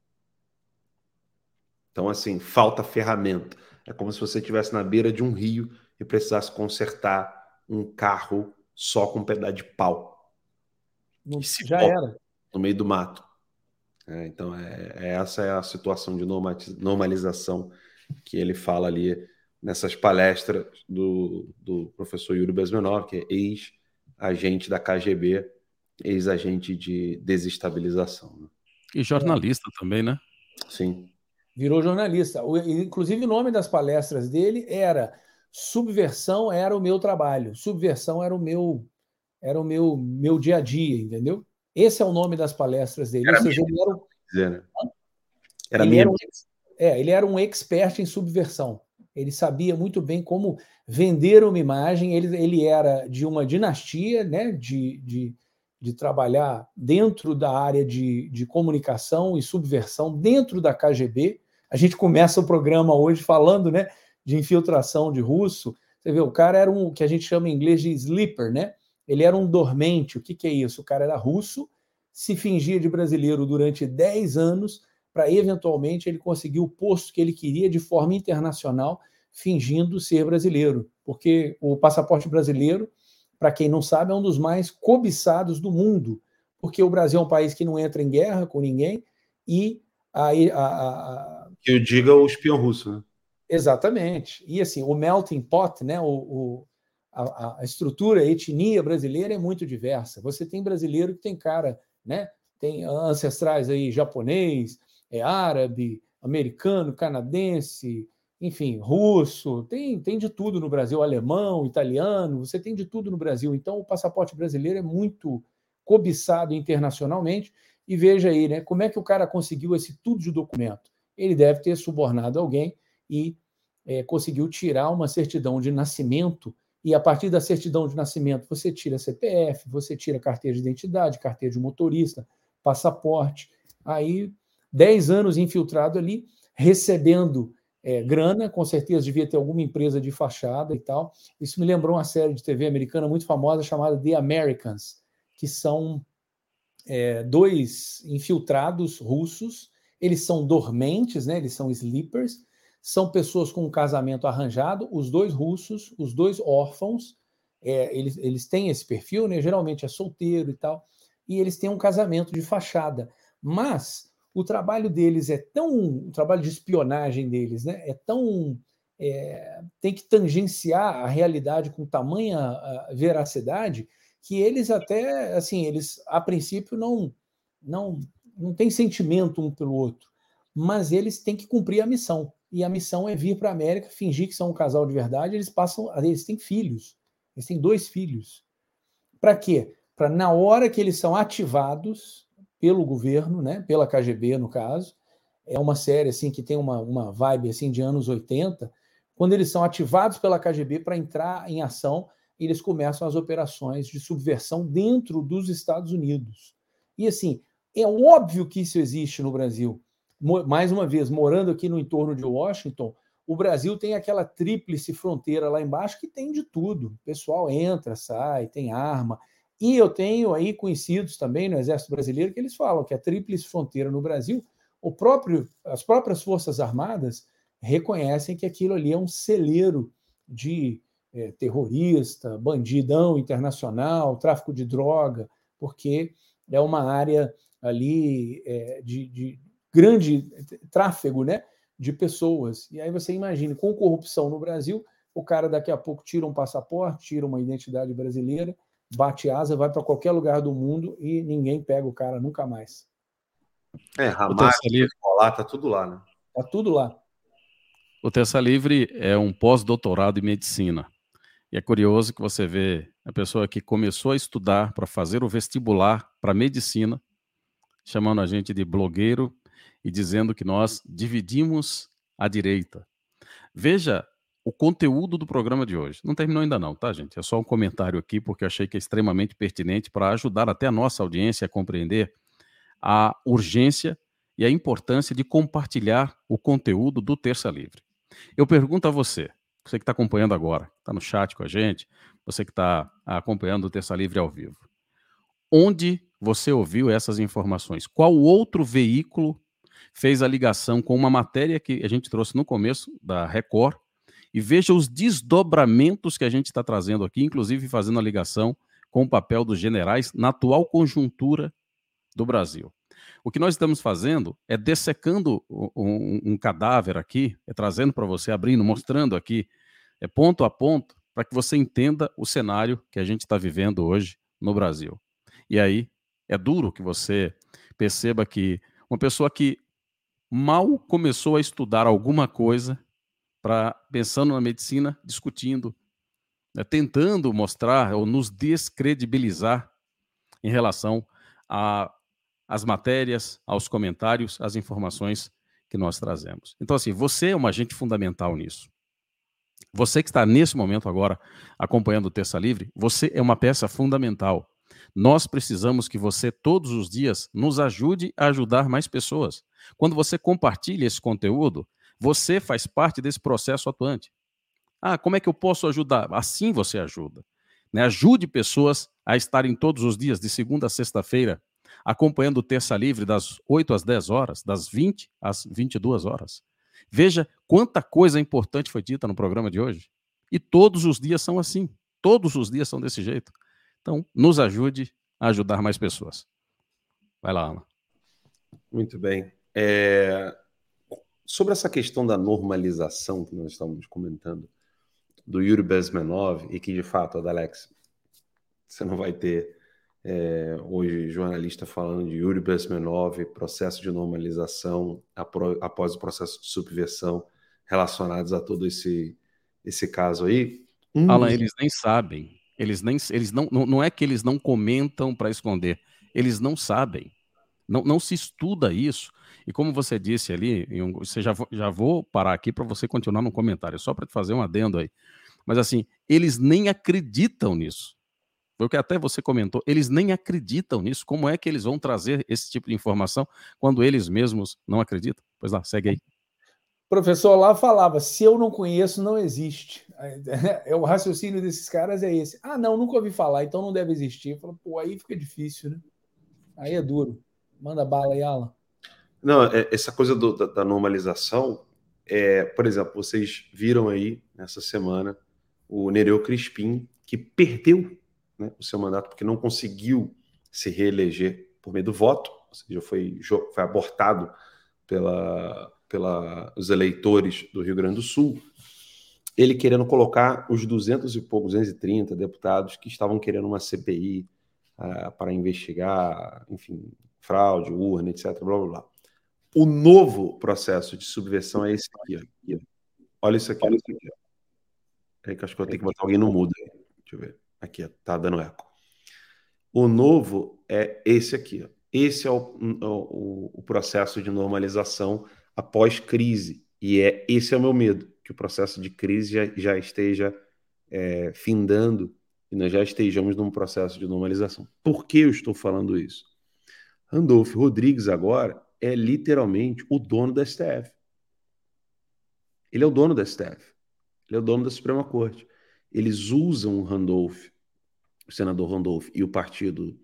Então, assim, falta ferramenta. É como se você estivesse na beira de um rio e precisasse consertar um carro só com um pedaço de pau. Não, já era. No meio do mato. É, então, é, é, essa é a situação de normalização que ele fala ali nessas palestras do, do professor Yuri Bezmenov, que é ex-agente da K G B, ex-agente de desestabilização. Né? E jornalista é. também, né? Sim. Virou jornalista. O, inclusive, o nome das palestras dele era Subversão era o meu trabalho. Subversão era o meu, era o meu, meu dia a dia, entendeu? Esse é o nome das palestras dele. Era Ou seja, ele era, um, dizer, né? era, ele, era um, é, ele era um expert em subversão. Ele sabia muito bem como vender uma imagem. Ele, ele era de uma dinastia, né, de, de, de trabalhar dentro da área de, de comunicação e subversão, dentro da K G B. A gente começa o programa hoje falando, né, de infiltração de russo. Você vê, o cara era um que a gente chama em inglês de sleeper, né? Ele era um dormente. O que, que é isso? O cara era russo, se fingia de brasileiro durante dez anos para, eventualmente, ele conseguir o posto que ele queria de forma internacional, fingindo ser brasileiro. Porque o passaporte brasileiro, para quem não sabe, é um dos mais cobiçados do mundo, porque o Brasil é um país que não entra em guerra com ninguém e a... a, a... que eu diga o espião russo, né? Exatamente. E assim, o melting pot, né, o, o A, a estrutura, a etnia brasileira é muito diversa. Você tem brasileiro que tem cara, né? Tem ancestrais aí japonês, é árabe, americano, canadense, enfim, russo, tem, tem de tudo no Brasil, alemão, italiano, você tem de tudo no Brasil. Então, o passaporte brasileiro é muito cobiçado internacionalmente. E veja aí, né? Como é que o cara conseguiu esse tudo de documento? Ele deve ter subornado alguém e é, conseguiu tirar uma certidão de nascimento. E a partir da certidão de nascimento, você tira C P F, você tira carteira de identidade, carteira de motorista, passaporte. Aí, dez anos infiltrado ali, recebendo é, grana, com certeza devia ter alguma empresa de fachada e tal. Isso me lembrou uma série de T V americana muito famosa chamada The Americans, que são é, dois infiltrados russos, eles são dormentes, né? Eles são sleepers, são pessoas com um casamento arranjado, os dois russos, os dois órfãos, é, eles, eles têm esse perfil, né? Geralmente é solteiro e tal, e eles têm um casamento de fachada. Mas o trabalho deles é tão... o trabalho de espionagem deles, né? É tão... É, tem que tangenciar a realidade com tamanha a, veracidade que eles até, assim, eles a princípio não, não, não têm sentimento um pelo outro, mas eles têm que cumprir a missão. E a missão é vir para a América, fingir que são um casal de verdade, eles passam, eles têm filhos, eles têm dois filhos. Para quê? Para na hora que eles são ativados pelo governo, né, pela K G B no caso, é uma série assim que tem uma, uma vibe assim de anos oitenta, quando eles são ativados pela K G B para entrar em ação, eles começam as operações de subversão dentro dos Estados Unidos. E assim, é óbvio que isso existe no Brasil. Mais uma vez, morando aqui no entorno de Washington, o Brasil tem aquela tríplice fronteira lá embaixo que tem de tudo. O pessoal entra, sai, tem arma. E eu tenho aí conhecidos também no Exército Brasileiro que eles falam que a tríplice fronteira no Brasil, o próprio, as próprias Forças Armadas reconhecem que aquilo ali é um celeiro de é, terrorista, bandidão internacional, tráfico de droga, porque é uma área ali é, de, de grande tráfego, né, de pessoas. E aí você imagina, com corrupção no Brasil, o cara daqui a pouco tira um passaporte, tira uma identidade brasileira, bate asa, vai para qualquer lugar do mundo e ninguém pega o cara nunca mais. É, Hamas, lá, tá tudo lá, né? Tá tudo lá. O Terça Livre é um pós-doutorado em medicina. E é curioso que você vê a pessoa que começou a estudar para fazer o vestibular para medicina, chamando a gente de blogueiro e dizendo que nós dividimos a direita. Veja o conteúdo do programa de hoje. Não terminou ainda não, tá, gente? É só um comentário aqui, porque eu achei que é extremamente pertinente para ajudar até a nossa audiência a compreender a urgência e a importância de compartilhar o conteúdo do Terça Livre. Eu pergunto a você, você que está acompanhando agora, está no chat com a gente, você que está acompanhando o Terça Livre ao vivo, onde você ouviu essas informações? Qual outro veículo fez a ligação com uma matéria que a gente trouxe no começo da Record? E veja os desdobramentos que a gente está trazendo aqui, inclusive fazendo a ligação com o papel dos generais na atual conjuntura do Brasil. O que nós estamos fazendo é dessecando um, um, um cadáver aqui, é trazendo para você, abrindo, mostrando aqui, é ponto a ponto, para que você entenda o cenário que a gente está vivendo hoje no Brasil. E aí, é duro que você perceba que uma pessoa que mal começou a estudar alguma coisa, pra, pensando na medicina, discutindo, né, tentando mostrar ou nos descredibilizar em relação a as matérias, aos comentários, às informações que nós trazemos. Então, assim, você é um agente fundamental nisso. Você que está nesse momento agora acompanhando o Terça Livre, você é uma peça fundamental. Nós precisamos que você, todos os dias, nos ajude a ajudar mais pessoas. Quando você compartilha esse conteúdo, você faz parte desse processo atuante. Ah, como é que eu posso ajudar? Assim você ajuda. Né? Ajude pessoas a estarem todos os dias, de segunda a sexta-feira, acompanhando o Terça Livre das oito às dez horas, das vinte às vinte e duas horas. Veja quanta coisa importante foi dita no programa de hoje. E todos os dias são assim. Todos os dias são desse jeito. Então, nos ajude a ajudar mais pessoas. Vai lá, Alan. Muito bem. É... Sobre essa questão da normalização que nós estamos comentando, do Yuri Bezmenov, e que, de fato, Adalex, você não vai ter... É, hoje, jornalista falando de Yuri Bezmenov, processo de normalização apro, após o processo de subversão relacionados a todo esse, esse caso aí. Hum. Alan, eles nem sabem. Eles nem, eles não, não, não é que eles não comentam para esconder. Eles não sabem. Não, não se estuda isso. E como você disse ali, um, você já, já vou parar aqui para você continuar no comentário, só para te fazer um adendo aí. Mas assim, eles nem acreditam nisso. Foi o que até você comentou, eles nem acreditam nisso. Como é que eles vão trazer esse tipo de informação quando eles mesmos não acreditam? Pois lá, segue aí. O professor lá falava, se eu não conheço, não existe. É, o raciocínio desses caras é esse. Ah, não, nunca ouvi falar, então não deve existir. Eu falo, pô, aí fica difícil, né? Aí é duro. Manda bala aí, Alan. Não, essa coisa do, da, da normalização, é, por exemplo, vocês viram aí nessa semana o Nereu Crispim, que perdeu, né, o seu mandato porque não conseguiu se reeleger por meio do voto, ou seja, foi, foi abortado pela, pela, os eleitores do Rio Grande do Sul, ele querendo colocar os duzentos e poucos, duzentos e trinta deputados que estavam querendo uma C P I uh, para investigar, enfim, fraude, urna, etcétera, blá, blá, blá. O novo processo de subversão é esse aqui. Ó. Olha isso aqui. Olha isso aqui. É que acho que eu tenho que botar alguém no mudo. Deixa eu ver. Aqui, ó, tá dando eco. O novo é esse aqui. Ó. Esse é o, o, o processo de normalização após crise. E é, esse é o meu medo, que o processo de crise já, já esteja é, findando e nós já estejamos num processo de normalização. Por que eu estou falando isso? Randolfo Rodrigues agora é literalmente o dono da S T F. Ele é o dono da S T F. Ele é o dono da Suprema Corte. Eles usam o Randolph, o senador Randolph e o partido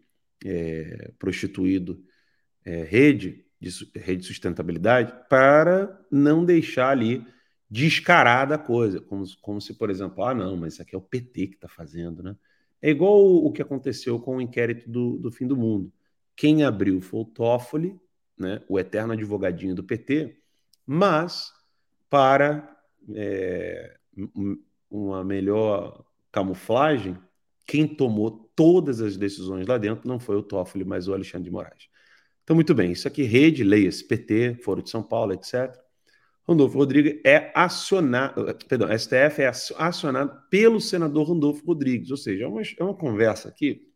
é, prostituído é, Rede, de, Rede de Sustentabilidade, para não deixar ali descarada a coisa. Como, como se, por exemplo, ah, não, mas isso aqui é o P T que está fazendo, né? É igual o, o que aconteceu com o inquérito do, do fim do mundo. Quem abriu foi o Toffoli, né, o eterno advogadinho do P T, mas para é, uma melhor camuflagem, quem tomou todas as decisões lá dentro não foi o Toffoli, mas o Alexandre de Moraes. Então, muito bem, isso aqui, rede, leia-se, P T, Foro de São Paulo, etcétera. Randolfo Rodrigues é acionado, perdão, S T F é acionado pelo senador Randolfo Rodrigues, ou seja, é uma, é uma conversa aqui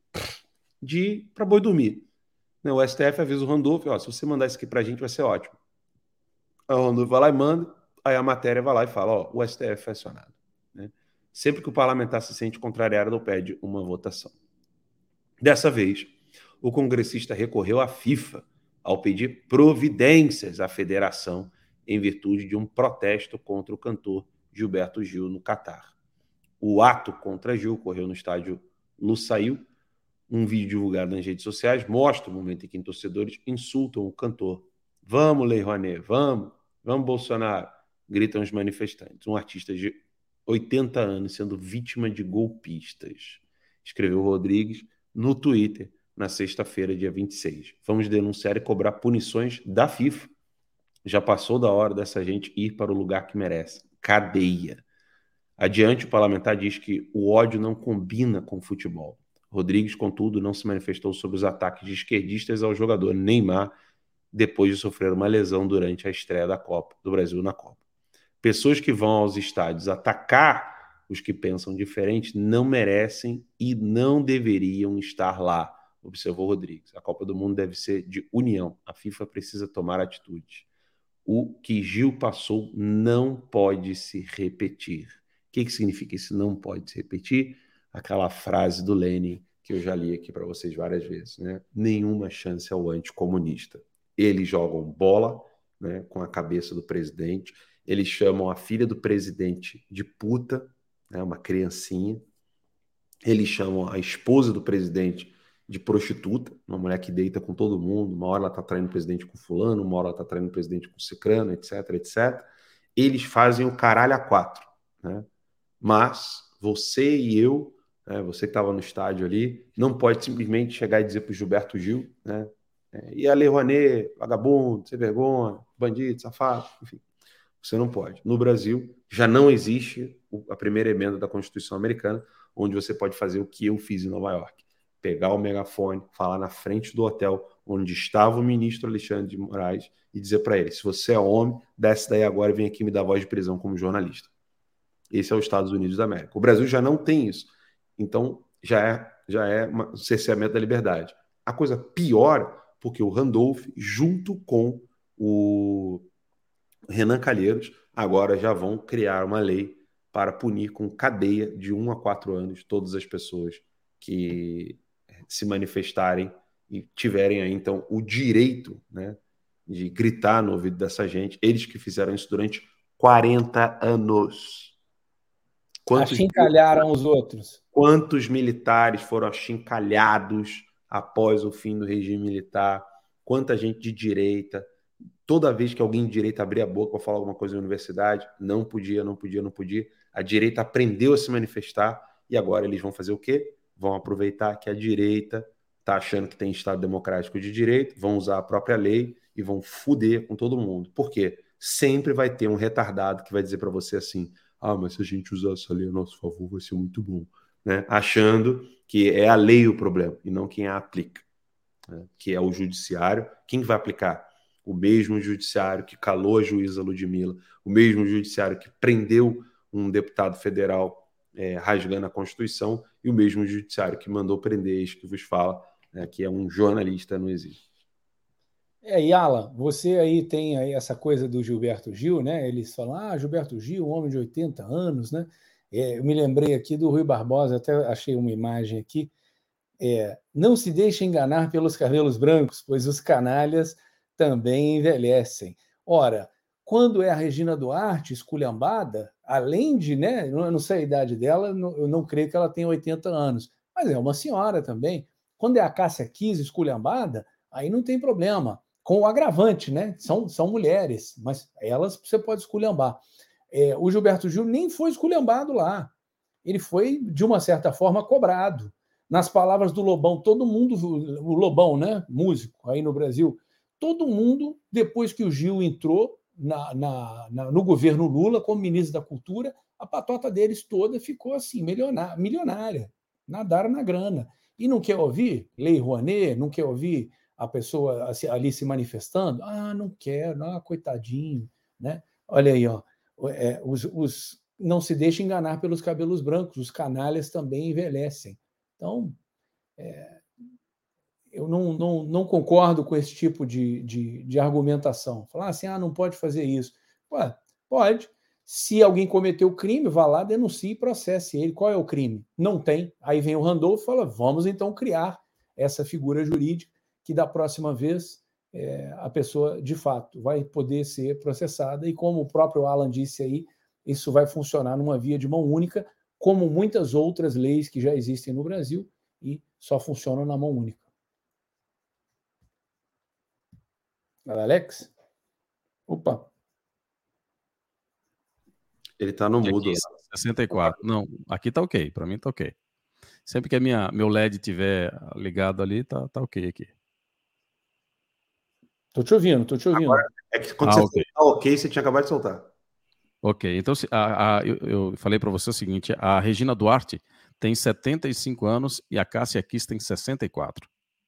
de para boi dormir. O S T F avisa o Randolfo, ó, se você mandar isso aqui pra gente vai ser ótimo. Aí o Randolfo vai lá e manda, aí a matéria vai lá e fala, ó, o S T F é acionado. Né? Sempre que o parlamentar se sente contrariado ou pede uma votação. Dessa vez, o congressista recorreu à FIFA ao pedir providências à federação em virtude de um protesto contra o cantor Gilberto Gil no Catar. O ato contra Gil ocorreu no estádio Lusail. Um vídeo divulgado nas redes sociais mostra o momento em que torcedores insultam o cantor. Vamos, Lei Rouanet, vamos, vamos, Bolsonaro, gritam os manifestantes. Um artista de oitenta anos sendo vítima de golpistas, escreveu Rodrigues no Twitter na sexta-feira, dia vinte e seis. Vamos denunciar e cobrar punições da FIFA. Já passou da hora dessa gente ir para o lugar que merece. Cadeia. Adiante, o parlamentar diz que o ódio não combina com o futebol. Rodrigues, contudo, não se manifestou sobre os ataques de esquerdistas ao jogador Neymar depois de sofrer uma lesão durante a estreia da Copa, do Brasil na Copa. Pessoas que vão aos estádios atacar os que pensam diferente não merecem e não deveriam estar lá, observou Rodrigues. A Copa do Mundo deve ser de união. A FIFA precisa tomar atitude. O que Gil passou não pode se repetir. O que, que significa isso? Não pode se repetir? Aquela frase do Lenin que eu já li aqui para vocês várias vezes, né? Nenhuma chance ao anticomunista. Eles jogam bola, né, com a cabeça do presidente, eles chamam a filha do presidente de puta, né, uma criancinha, eles chamam a esposa do presidente de prostituta, uma mulher que deita com todo mundo, uma hora ela está traindo o presidente com fulano, uma hora ela está traindo o presidente com cicrano, etc, etcétera. Eles fazem o caralho a quatro, né? Mas você e eu, né, você que estava no estádio ali, não pode simplesmente chegar e dizer para o Gilberto Gil, né, e a Lei Rouanet, vagabundo, sem vergonha, bandido, safado, enfim. Você não pode. No Brasil, já não existe a primeira emenda da Constituição americana, onde você pode fazer o que eu fiz em Nova York. Pegar o megafone, falar na frente do hotel onde estava o ministro Alexandre de Moraes e dizer para ele, se você é homem, desce daí agora e vem aqui me dar voz de prisão como jornalista. Esse é os Estados Unidos da América. O Brasil já não tem isso. Então, já é, já é um cerceamento da liberdade. A coisa piora porque o Randolph, junto com o Renan Calheiros, agora já vão criar uma lei para punir com cadeia de um a quatro anos todas as pessoas que se manifestarem e tiverem aí, então, o direito, né, de gritar no ouvido dessa gente. Eles que fizeram isso durante quarenta anos. Quantos achincalharam os outros. Quantos militares foram achincalhados após o fim do regime militar, quanta gente de direita, toda vez que alguém de direita abria a boca para falar alguma coisa na universidade, não podia, não podia, não podia. A direita aprendeu a se manifestar e agora eles vão fazer o quê? Vão aproveitar que a direita está achando que tem Estado democrático de direito, vão usar a própria lei e vão foder com todo mundo. Por quê? Sempre vai ter um retardado que vai dizer para você assim, ah, mas se a gente usar essa lei a nosso favor vai ser muito bom. Né? Achando que é a lei o problema e não quem a aplica. Né? Que é o judiciário. Quem vai aplicar? O mesmo judiciário que calou a juíza Ludmilla, o mesmo judiciário que prendeu um deputado federal é, rasgando a Constituição e o mesmo judiciário que mandou prender este que vos fala, né, que é um jornalista no exílio. É, e Alan, você aí tem aí essa coisa do Gilberto Gil, né? Eles falam, ah, Gilberto Gil, um homem de oitenta anos, né? É, eu me lembrei aqui do Rui Barbosa, até achei uma imagem aqui. É, não se deixe enganar pelos cabelos brancos, pois os canalhas também envelhecem. Ora, quando é a Regina Duarte esculhambada, além de, né, eu não sei a idade dela, eu não creio que ela tenha oitenta anos, mas é uma senhora também. Quando é a Cássia Kiss esculhambada, aí não tem problema, com o agravante, né? São, são mulheres, mas elas você pode esculhambar. É, o Gilberto Gil nem foi esculhambado lá, ele foi, de uma certa forma, cobrado. Nas palavras do Lobão, todo mundo, o Lobão, né, músico aí no Brasil, todo mundo, depois que o Gil entrou na, na, na, no governo Lula como ministro da Cultura, a patota deles toda ficou assim, milionária, milionária, nadaram na grana. E não quer ouvir Lei Rouanet, não quer ouvir a pessoa ali se manifestando? Ah, não quero, ah, coitadinho. Né? Olha aí, ó, é, os, os, não se deixe enganar pelos cabelos brancos, os canalhas também envelhecem. Então, é, eu não, não, não concordo com esse tipo de, de, de argumentação. Falar assim, ah, não pode fazer isso. Ué, pode. Se alguém cometeu crime, vá lá, denuncie e processe ele. Qual é o crime? Não tem. Aí vem o Randolph e fala, vamos então criar essa figura jurídica que da próxima vez é, a pessoa, de fato, vai poder ser processada. E como o próprio Alan disse aí, isso vai funcionar numa via de mão única, como muitas outras leis que já existem no Brasil e só funcionam na mão única. Alex? Opa. Ele está no mudo. Aqui, sessenta e quatro. Não, aqui tá ok. Para mim tá ok. Sempre que a minha, meu L E D estiver ligado ali, tá, tá ok aqui. Tô te ouvindo, tô te ouvindo. Agora, é que quando ah, você okay. tá ok, você tinha acabado de soltar. Ok, então a, a, eu, eu falei para você o seguinte, a Regina Duarte tem setenta e cinco anos e a Cássia Kiss tem sessenta e quatro.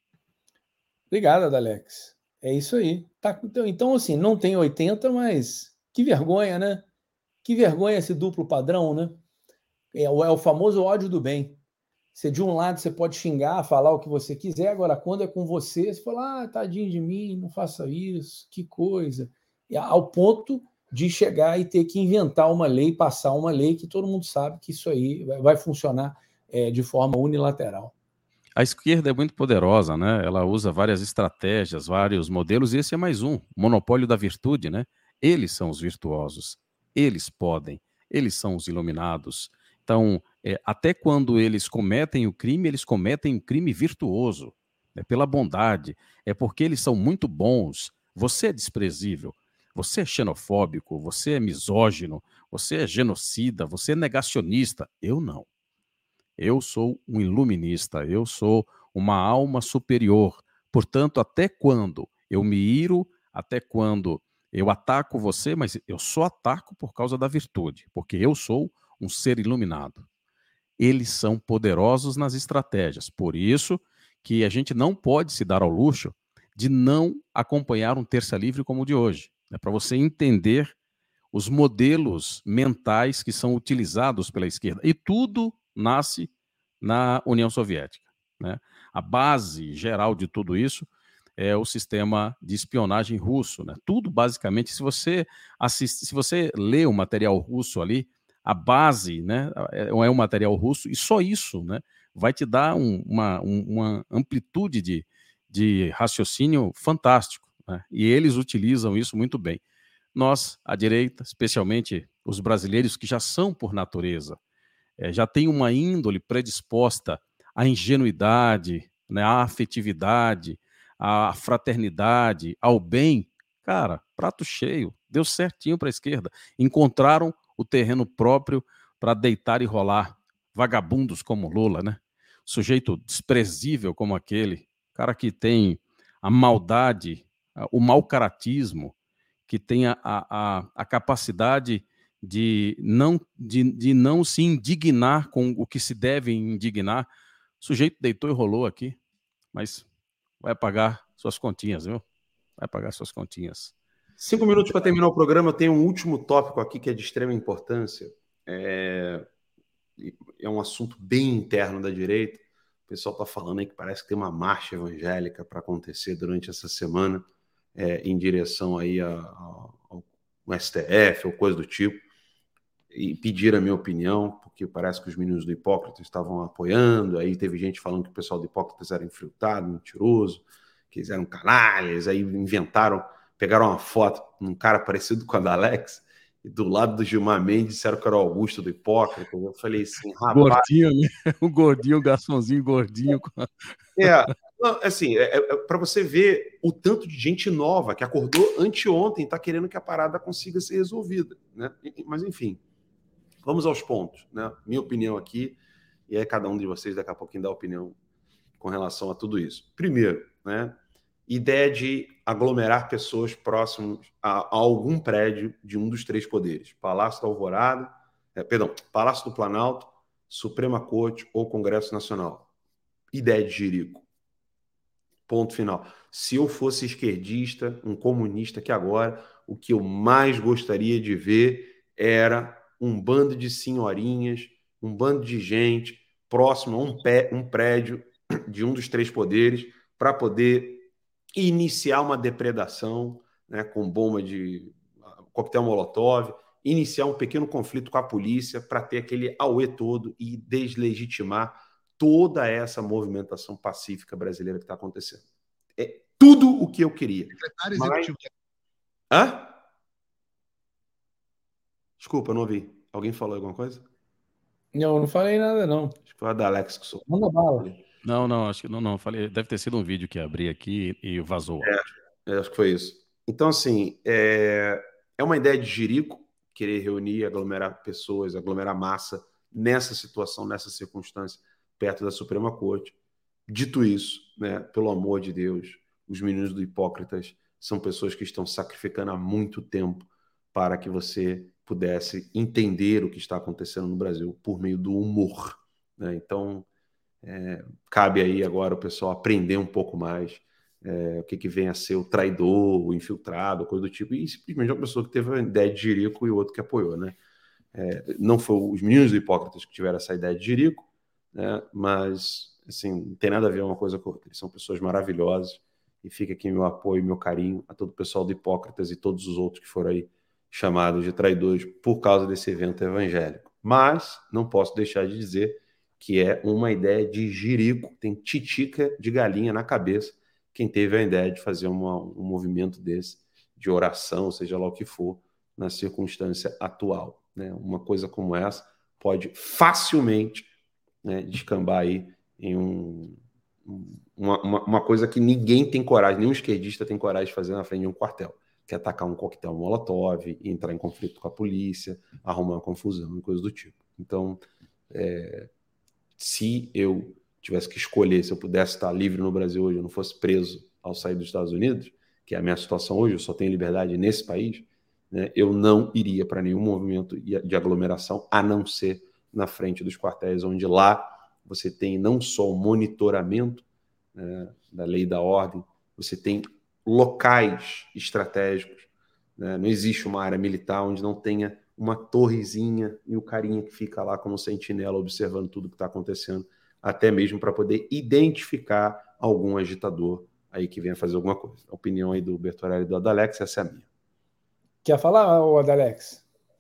Obrigado, Alex. É isso aí. Tá, então, então, assim, não tem oitenta, mas que vergonha, né? Que vergonha esse duplo padrão, né? É o, é o famoso ódio do bem. Você, de um lado, você pode xingar, falar o que você quiser, agora, quando é com você, você fala, ah, tadinho de mim, não faça isso, que coisa. E ao ponto de chegar e ter que inventar uma lei, passar uma lei que todo mundo sabe que isso aí vai funcionar é, de forma unilateral. A esquerda é muito poderosa, né? Ela usa várias estratégias, vários modelos, e esse é mais um, monopólio da virtude, né? Eles são os virtuosos, eles podem, eles são os iluminados. Então, é, até quando eles cometem o crime, eles cometem um crime virtuoso, é pela bondade, é porque eles são muito bons. Você é desprezível, você é xenofóbico, você é misógino, você é genocida, você é negacionista. Eu não. Eu sou um iluminista, eu sou uma alma superior. Portanto, até quando eu me iro, até quando eu ataco você, mas eu só ataco por causa da virtude, porque eu sou um ser iluminado. Eles são poderosos nas estratégias, por isso que a gente não pode se dar ao luxo de não acompanhar um Terça Livre como o de hoje. É para você entender os modelos mentais que são utilizados pela esquerda. E tudo nasce na União Soviética, né? A base geral de tudo isso é o sistema de espionagem russo, né? Tudo basicamente, se você assiste, se você lê o material russo ali, a base, né, é um material russo, e só isso, né, vai te dar um, uma, um, uma amplitude de, de raciocínio fantástico, né? E eles utilizam isso muito bem. Nós, a direita, especialmente os brasileiros que já são por natureza, é, já tem uma índole predisposta à ingenuidade, né, à afetividade, à fraternidade, ao bem, cara, prato cheio, deu certinho para a esquerda. Encontraram o terreno próprio para deitar e rolar. Vagabundos como Lula, né? Sujeito desprezível como aquele, cara que tem a maldade, o mau caratismo, que tem a, a, a capacidade de não, de, de não se indignar com o que se deve indignar. O sujeito deitou e rolou aqui, mas vai pagar suas continhas, viu? Vai pagar suas continhas. Cinco minutos para terminar o programa. Eu tenho um último tópico aqui que é de extrema importância. É, é um assunto bem interno da direita. O pessoal está falando aí que parece que tem uma marcha evangélica para acontecer durante essa semana, é, em direção aí a, a, ao S T F ou coisa do tipo, e pedir a minha opinião, porque parece que os meninos do Hipócritas estavam apoiando. Aí teve gente falando que o pessoal do Hipócritas era infiltrado, mentiroso, que eles eram canalhas, aí inventaram, pegaram uma foto de um cara parecido com a da Alex, e do lado do Gilmar Mendes disseram que era o Augusto do Hipócritas. Eu falei assim, rapaz... Gordinho, né? O gordinho, o garçonzinho gordinho. É, não, assim, é, é, para você ver o tanto de gente nova que acordou anteontem e está querendo que a parada consiga ser resolvida, né? Mas, enfim, vamos aos pontos, né? Minha opinião aqui, e aí cada um de vocês daqui a pouquinho dá opinião com relação a tudo isso. Primeiro, né? Ideia de aglomerar pessoas próximas a, a algum prédio de um dos três poderes. Palácio da Alvorada, é, perdão, Palácio do Planalto, Suprema Corte ou Congresso Nacional. Ideia de jirico. Ponto final. Se eu fosse esquerdista, um comunista, que agora o que eu mais gostaria de ver era um bando de senhorinhas, um bando de gente próximo a um, pé, um prédio de um dos três poderes para poder iniciar uma depredação, né, com bomba de coquetel molotov, iniciar um pequeno conflito com a polícia para ter aquele auê todo e deslegitimar toda essa movimentação pacífica brasileira que está acontecendo. É tudo o que eu queria. Secretário Mas... executivo. Hã? Desculpa, não ouvi. Alguém falou alguma coisa? Não, não falei nada, não. Acho que foi a da Alex que sou. Manda bala. Não, não, acho que não, não. Falei, deve ter sido um vídeo que abri aqui e vazou. É, é, acho que foi isso. Então, assim, é, é uma ideia de jirico querer reunir, aglomerar pessoas, aglomerar massa nessa situação, nessa circunstância, perto da Suprema Corte. Dito isso, né, pelo amor de Deus, os meninos do Hipócritas são pessoas que estão sacrificando há muito tempo para que você pudesse entender o que está acontecendo no Brasil por meio do humor, né? Então, é, cabe aí agora o pessoal aprender um pouco mais é, o que, que vem a ser o traidor, o infiltrado, coisa do tipo, e simplesmente uma pessoa que teve uma ideia de jirico e o outro que apoiou, né? É, não foi os meninos do Hipócritas que tiveram essa ideia de jirico, né? Mas, assim, não tem nada a ver uma coisa com outra. Eles são pessoas maravilhosas e fica aqui meu apoio, meu carinho a todo o pessoal do Hipócritas e todos os outros que foram aí chamados de traidores por causa desse evento evangélico. Mas não posso deixar de dizer que é uma ideia de jirico, tem titica de galinha na cabeça quem teve a ideia de fazer uma, um movimento desse, de oração, seja lá o que for, na circunstância atual, né? Uma coisa como essa pode facilmente, né, descambar aí em um, uma, uma, uma coisa que ninguém tem coragem, nenhum esquerdista tem coragem de fazer na frente de um quartel, que é atacar um coquetel molotov, entrar em conflito com a polícia, arrumar uma confusão e coisa do tipo. Então, é, se eu tivesse que escolher, se eu pudesse estar livre no Brasil hoje, eu não fosse preso ao sair dos Estados Unidos, que é a minha situação hoje, eu só tenho liberdade nesse país, né, eu não iria para nenhum movimento de aglomeração, a não ser na frente dos quartéis, onde lá você tem não só o monitoramento, né, da lei e da ordem, você tem locais estratégicos, né? Não existe uma área militar onde não tenha uma torrezinha e o carinha que fica lá como sentinela observando tudo que está acontecendo, até mesmo para poder identificar algum agitador aí que venha fazer alguma coisa. A opinião aí do Bertorelli e do Adalex, essa é a minha. Quer falar, ô Adalex?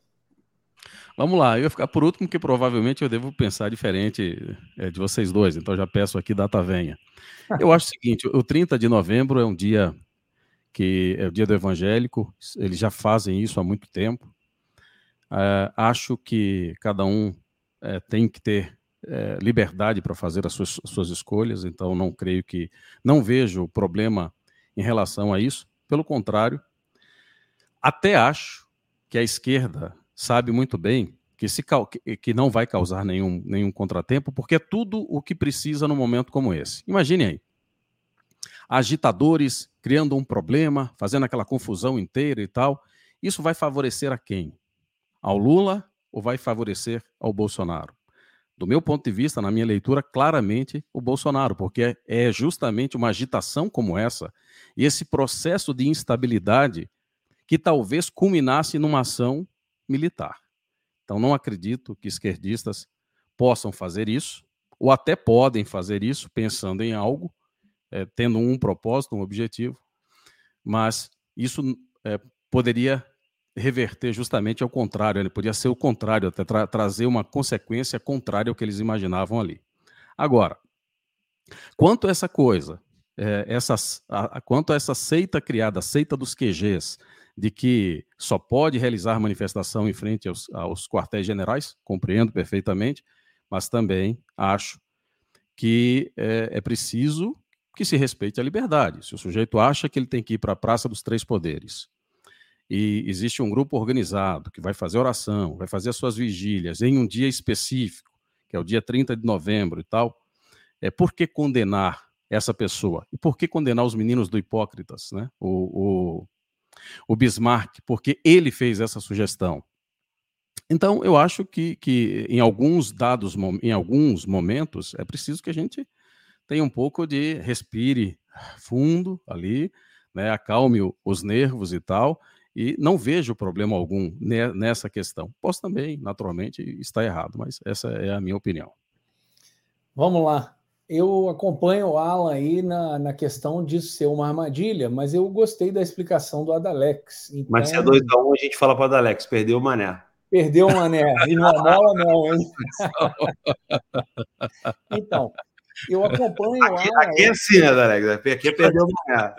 Vamos lá, eu vou ficar por último, porque provavelmente eu devo pensar diferente é, de vocês dois, então já peço aqui data venha. Eu acho o seguinte, o trinta de novembro é um dia que é o dia do evangélico, eles já fazem isso há muito tempo. É, acho que cada um é, tem que ter é, liberdade para fazer as suas, as suas escolhas, então não creio que, não vejo problema em relação a isso, pelo contrário, até acho que a esquerda sabe muito bem que, se, que não vai causar nenhum, nenhum contratempo, porque é tudo o que precisa num momento como esse. Imagine aí, agitadores criando um problema, fazendo aquela confusão inteira e tal, isso vai favorecer a quem? Ao Lula ou vai favorecer ao Bolsonaro? Do meu ponto de vista, na minha leitura, claramente o Bolsonaro, porque é justamente uma agitação como essa e esse processo de instabilidade que talvez culminasse numa ação militar. Então, não acredito que esquerdistas possam fazer isso, ou até podem fazer isso pensando em algo, é, tendo um propósito, um objetivo, mas isso é, poderia reverter justamente ao contrário, ele podia ser o contrário, até tra trazer uma consequência contrária ao que eles imaginavam ali. Agora, quanto a essa coisa, é, essas, a, a, quanto a essa seita criada, a seita dos Q Gs, de que só pode realizar manifestação em frente aos, aos quartéis generais, compreendo perfeitamente, mas também acho que é, é preciso que se respeite a liberdade. Se o sujeito acha que ele tem que ir para a Praça dos Três Poderes e existe um grupo organizado que vai fazer oração, vai fazer as suas vigílias em um dia específico, que é o dia trinta de novembro e tal, é, por que condenar essa pessoa? E por que condenar os meninos do Hipócritas, né? O, o, o Bismarck, porque ele fez essa sugestão. Então, eu acho que, que em alguns dados, em alguns momentos, é preciso que a gente tenha um pouco de respire fundo ali, né, acalme os nervos e tal, e não vejo problema algum nessa questão. Posso também, naturalmente, estar errado, mas essa é a minha opinião. Vamos lá. Eu acompanho o Alan aí na, na questão de ser uma armadilha, mas eu gostei da explicação do Adalex. Então, mas se é dois a um, a gente fala para o Adalex, perdeu o Mané. Perdeu o Mané. E não amola não, hein? Então, eu acompanho o aqui, Alan... Aqui é assim, né, Adalex? Aqui é perder o Mané.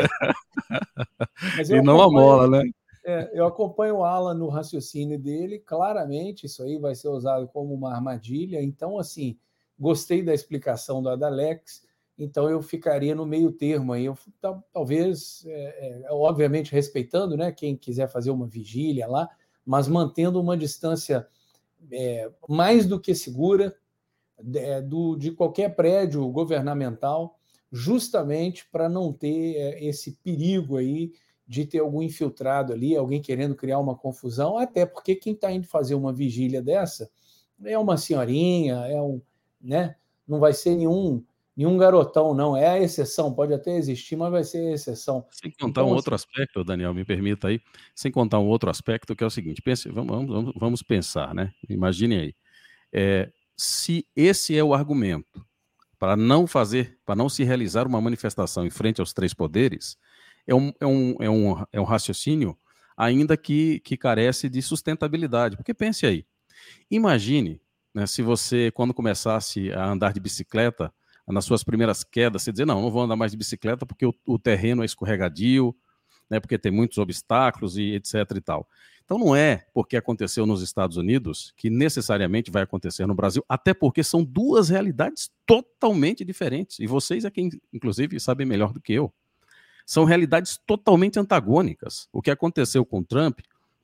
Mas e não amola, né? É, eu acompanho o Alan no raciocínio dele, claramente isso aí vai ser usado como uma armadilha, então, assim... Gostei da explicação do Adalex, então eu ficaria no meio termo aí. Eu, talvez, é, é, obviamente, respeitando, né, quem quiser fazer uma vigília lá, mas mantendo uma distância é, mais do que segura é, do, de qualquer prédio governamental, justamente para não ter é, esse perigo aí de ter algum infiltrado ali, alguém querendo criar uma confusão, até porque quem está indo fazer uma vigília dessa é uma senhorinha, é um né? Não vai ser nenhum, nenhum garotão, não. É a exceção, pode até existir, mas vai ser a exceção. Sem contar então, um outro assim... aspecto, Daniel, me permita aí, sem contar um outro aspecto, que é o seguinte, pense, vamos, vamos, vamos pensar, né? Imaginem aí. É, se esse é o argumento para não fazer, para não se realizar uma manifestação em frente aos três poderes, é um, é um, é um, é um raciocínio ainda que, que carece de sustentabilidade. Porque pense aí, imagine, né, se você, quando começasse a andar de bicicleta, nas suas primeiras quedas, você dizer, não, não vou andar mais de bicicleta porque o, o terreno é escorregadio, né, porque tem muitos obstáculos e etc e tal. Então não é porque aconteceu nos Estados Unidos que necessariamente vai acontecer no Brasil, até porque são duas realidades totalmente diferentes, e vocês é quem, inclusive, sabem melhor do que eu. São realidades totalmente antagônicas. O que aconteceu com o Trump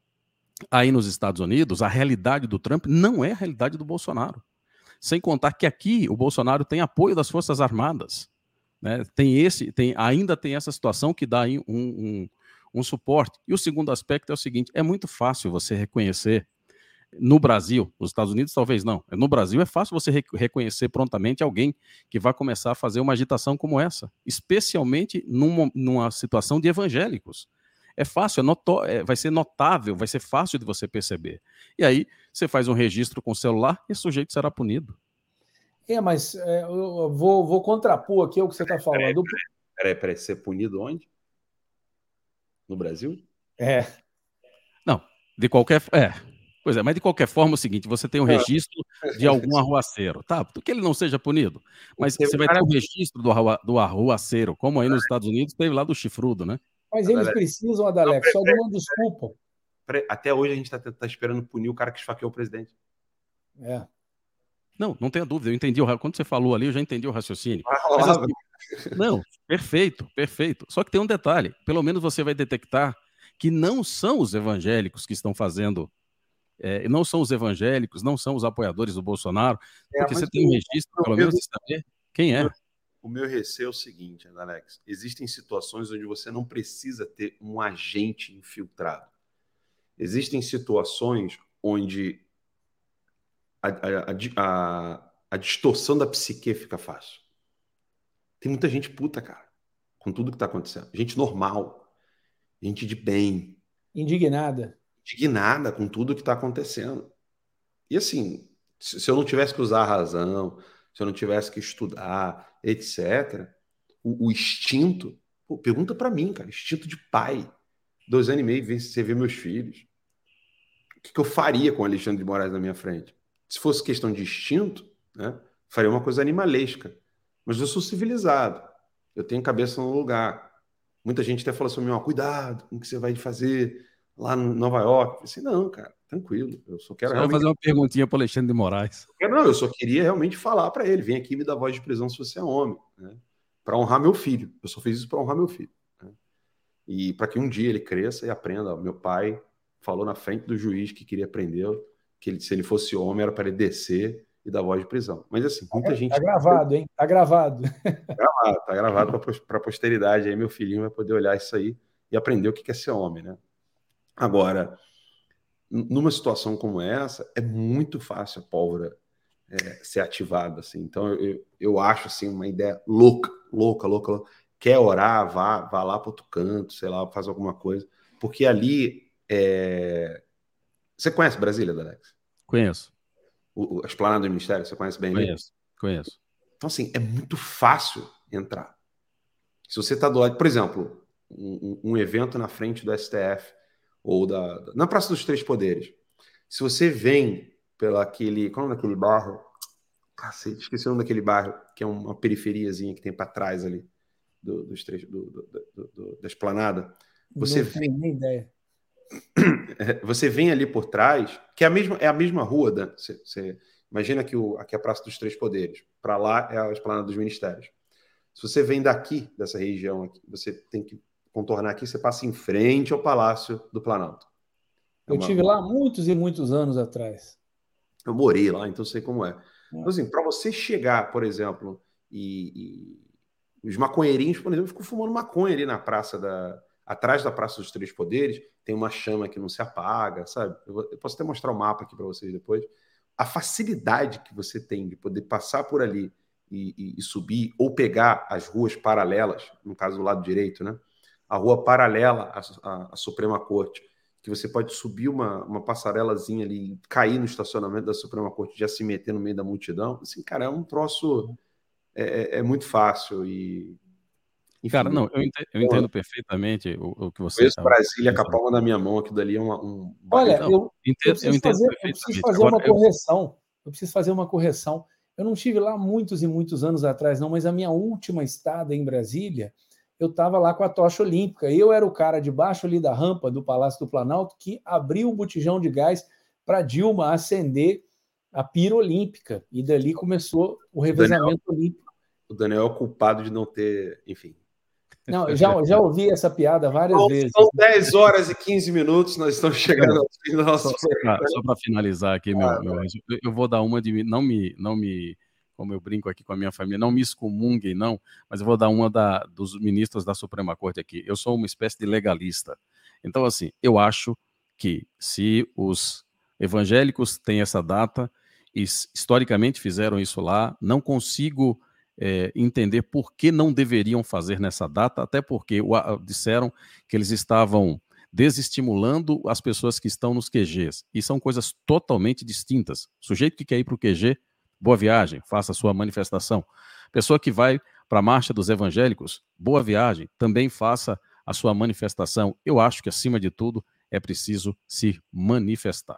aí nos Estados Unidos, a realidade do Trump não é a realidade do Bolsonaro. Sem contar que aqui o Bolsonaro tem apoio das Forças Armadas. Né? Tem esse, tem, ainda tem essa situação que dá aí um, um, um suporte. E o segundo aspecto é o seguinte, é muito fácil você reconhecer no Brasil, nos Estados Unidos talvez não, no Brasil é fácil você re reconhecer prontamente alguém que vai começar a fazer uma agitação como essa, especialmente numa, numa situação de evangélicos. É fácil, é noto... é, vai ser notável, vai ser fácil de você perceber. E aí, você faz um registro com o celular e o sujeito será punido. É, mas é, eu vou, vou contrapor aqui o que você está falando. Peraí, peraí, peraí, ser punido onde? No Brasil? É. Não, de qualquer... É, pois é, mas de qualquer forma é o seguinte, você tem um registro de algum arruaceiro, tá? Que ele não seja punido, mas você vai ter um registro do, arrua... do arruaceiro, como aí nos Estados Unidos teve lá do chifrudo, né? Mas eles precisam, Adalex, só de uma desculpa. Até hoje a gente está tá esperando punir o cara que esfaqueou o presidente. É. Não, não tenha dúvida, eu entendi. O, quando você falou ali, eu já entendi o raciocínio. Ah, Mas, assim, não, perfeito, perfeito. Só que tem um detalhe, pelo menos você vai detectar que não são os evangélicos que estão fazendo, é, não são os evangélicos, não são os apoiadores do Bolsonaro, É, porque mas você tem um o- registro, o pelo meu- menos, de saber quem é. O meu receio é o seguinte, Alex: existem situações onde você não precisa ter um agente infiltrado. Existem situações onde a, a- a di- a- a distorção da psique fica fácil. Tem muita gente puta, cara, com tudo que tá acontecendo. Gente normal, gente de bem, Indignada. indignada com tudo que tá acontecendo. E assim, se se eu não tivesse que usar a razão, se eu não tivesse que estudar, etcétera, o, o instinto, pô, pergunta pra mim, cara, instinto de pai. Dois anos e meio, vê- você vê meus filhos. O que, que eu faria com o Alexandre de Moraes na minha frente? Se fosse questão de instinto, né, faria uma coisa animalesca. Mas eu sou civilizado. Eu tenho cabeça no lugar. Muita gente até fala assim, ó, cuidado com o que você vai fazer lá em Nova York. Eu falei assim, não, cara, tranquilo. Eu só quero Só realmente... fazer uma perguntinha para o Alexandre de Moraes. Eu, não, eu só queria realmente falar para ele, vem aqui e me dá voz de prisão se você é homem, né? Para honrar meu filho. Eu só fiz isso para honrar meu filho, né? E para que um dia ele cresça e aprenda. Ó, meu pai falou na frente do juiz que queria prendê-lo, que ele, se ele fosse homem era para ele descer e dar voz de prisão. Mas assim, muita Tá, gente... tá gravado, hein? Tá gravado. Tá gravado, tá gravado para a posteridade. Aí meu filhinho vai poder olhar isso aí e aprender o que é ser homem, né? Agora, numa situação como essa, é muito fácil a pólvora é, ser ativada, assim. Então, eu, eu acho, assim, uma ideia louca, louca, louca, louca. Quer orar, vá, vá lá para outro canto, sei lá, faz alguma coisa. Porque ali, é... você conhece Brasília, Alex? Conheço. O, o, a esplanada do Ministério, você conhece bem? Conheço, ali? Conheço. Então, assim, é muito fácil entrar. Se você está do lado... Por exemplo, um, um evento na frente do S T F, ou da, na Praça dos Três Poderes. Se você vem pela aquele... Qual é o nome daquele bairro? Cacete, esqueci o nome daquele bairro, que é uma periferiazinha que tem para trás ali, do, dos três, do, do, do, do, da esplanada. Você Não tenho nem ideia. Você vem ali por trás, que é a mesma, é a mesma rua, Dan. Você, você imagina que o, aqui é a Praça dos Três Poderes. Para lá é a esplanada dos Ministérios. Se você vem daqui, dessa região aqui, você tem que contornar aqui, você passa em frente ao Palácio do Planalto. É Eu uma... tive lá muitos e muitos anos atrás. Eu morei lá, então sei como é. é. Então, assim, para você chegar, por exemplo, e, e os maconheirinhos, por exemplo, ficam fumando maconha ali na praça da... Atrás da Praça dos Três Poderes, tem uma chama que não se apaga, sabe? Eu, vou... eu posso até mostrar o mapa aqui para vocês depois. A facilidade que você tem de poder passar por ali e, e, e subir, ou pegar as ruas paralelas, no caso do lado direito, né? A rua paralela à, à, à Suprema Corte, que você pode subir uma, uma passarelazinha ali e cair no estacionamento da Suprema Corte, já se meter no meio da multidão. Assim, cara, é um troço... É, é muito fácil e... Enfim, cara, não, eu entendo, eu entendo perfeitamente o, o que você... Conheço Brasília com a palma da minha mão, aquilo dali é uma, um... Olha, não, eu, entendo, eu, preciso, eu fazer, eu preciso fazer uma eu... correção. Eu preciso fazer uma correção. Eu não estive lá muitos e muitos anos atrás, não, mas a minha última estada em Brasília... eu estava lá com a tocha olímpica. Eu era o cara debaixo ali da rampa do Palácio do Planalto que abriu o botijão de gás para Dilma acender a pira olímpica. E dali começou o revezamento o Daniel, olímpico. O Daniel é o culpado de não ter, enfim... Não, eu já, já ouvi essa piada várias Bom, vezes. São dez horas e quinze minutos, nós estamos chegando ao fim do nosso programa. Só para finalizar aqui, meu, ah, meu, eu vou dar uma de... Não me... Não me como eu brinco aqui com a minha família, não me excomunguem, não, mas eu vou dar uma da, dos ministros da Suprema Corte aqui. Eu sou uma espécie de legalista. Então, assim, eu acho que se os evangélicos têm essa data e historicamente fizeram isso lá, não consigo é, entender por que não deveriam fazer nessa data, até porque o, disseram que eles estavam desestimulando as pessoas que estão nos Q Gs, e são coisas totalmente distintas. O sujeito que quer ir para o Q G, boa viagem, faça a sua manifestação. Pessoa que vai para a Marcha dos Evangélicos, boa viagem, também faça a sua manifestação. Eu acho que, acima de tudo, é preciso se manifestar.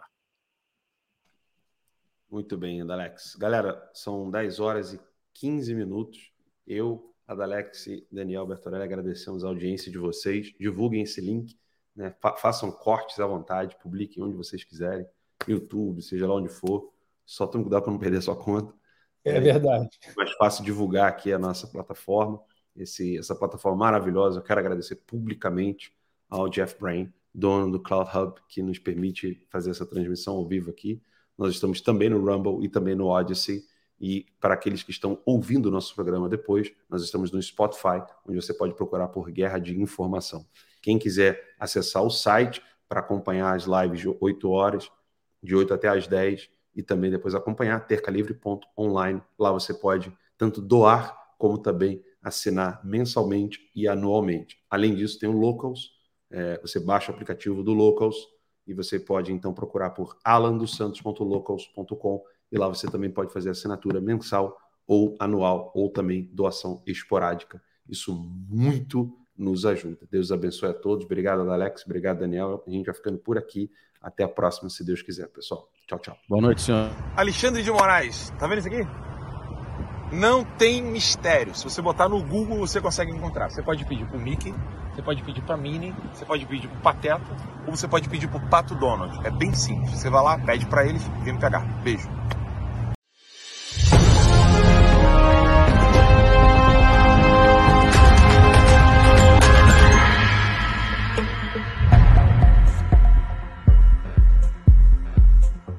Muito bem, Adalex. Galera, são dez horas e quinze minutos. Eu, Adalex e Daniel Bertorelli agradecemos a audiência de vocês. Divulguem esse link, né? Fa- façam cortes à vontade, publiquem onde vocês quiserem, YouTube, seja lá onde for. Só tome cuidado para não perder a sua conta. É, é verdade. É mais fácil divulgar aqui a nossa plataforma, esse, essa plataforma maravilhosa. Eu quero agradecer publicamente ao Jeff Brain, dono do Cloud Hub, que nos permite fazer essa transmissão ao vivo aqui. Nós estamos também no Rumble e também no Odyssey. E para aqueles que estão ouvindo o nosso programa depois, nós estamos no Spotify, onde você pode procurar por Guerra de Informação. Quem quiser acessar o site para acompanhar as lives de oito horas, de oito até as dez, e também depois acompanhar, tercalivre ponto online. Lá você pode tanto doar, como também assinar mensalmente e anualmente. Além disso, tem o Locals. É, você baixa o aplicativo do Locals e você pode, então, procurar por alan dos santos ponto locals ponto com e lá você também pode fazer assinatura mensal ou anual, ou também doação esporádica. Isso muito nos ajuda. Deus abençoe a todos. Obrigado, Alex. Obrigado, Daniel. A gente vai ficando por aqui. Até a próxima, se Deus quiser, pessoal. Tchau, tchau. Boa noite, senhor. Alexandre de Moraes, tá vendo isso aqui? Não tem mistério. Se você botar no Google, você consegue encontrar. Você pode pedir pro Mickey, você pode pedir pra Minnie, você pode pedir pro Pateta, ou você pode pedir pro Pato Donald. É bem simples. Você vai lá, pede pra eles, vem me pegar. Beijo.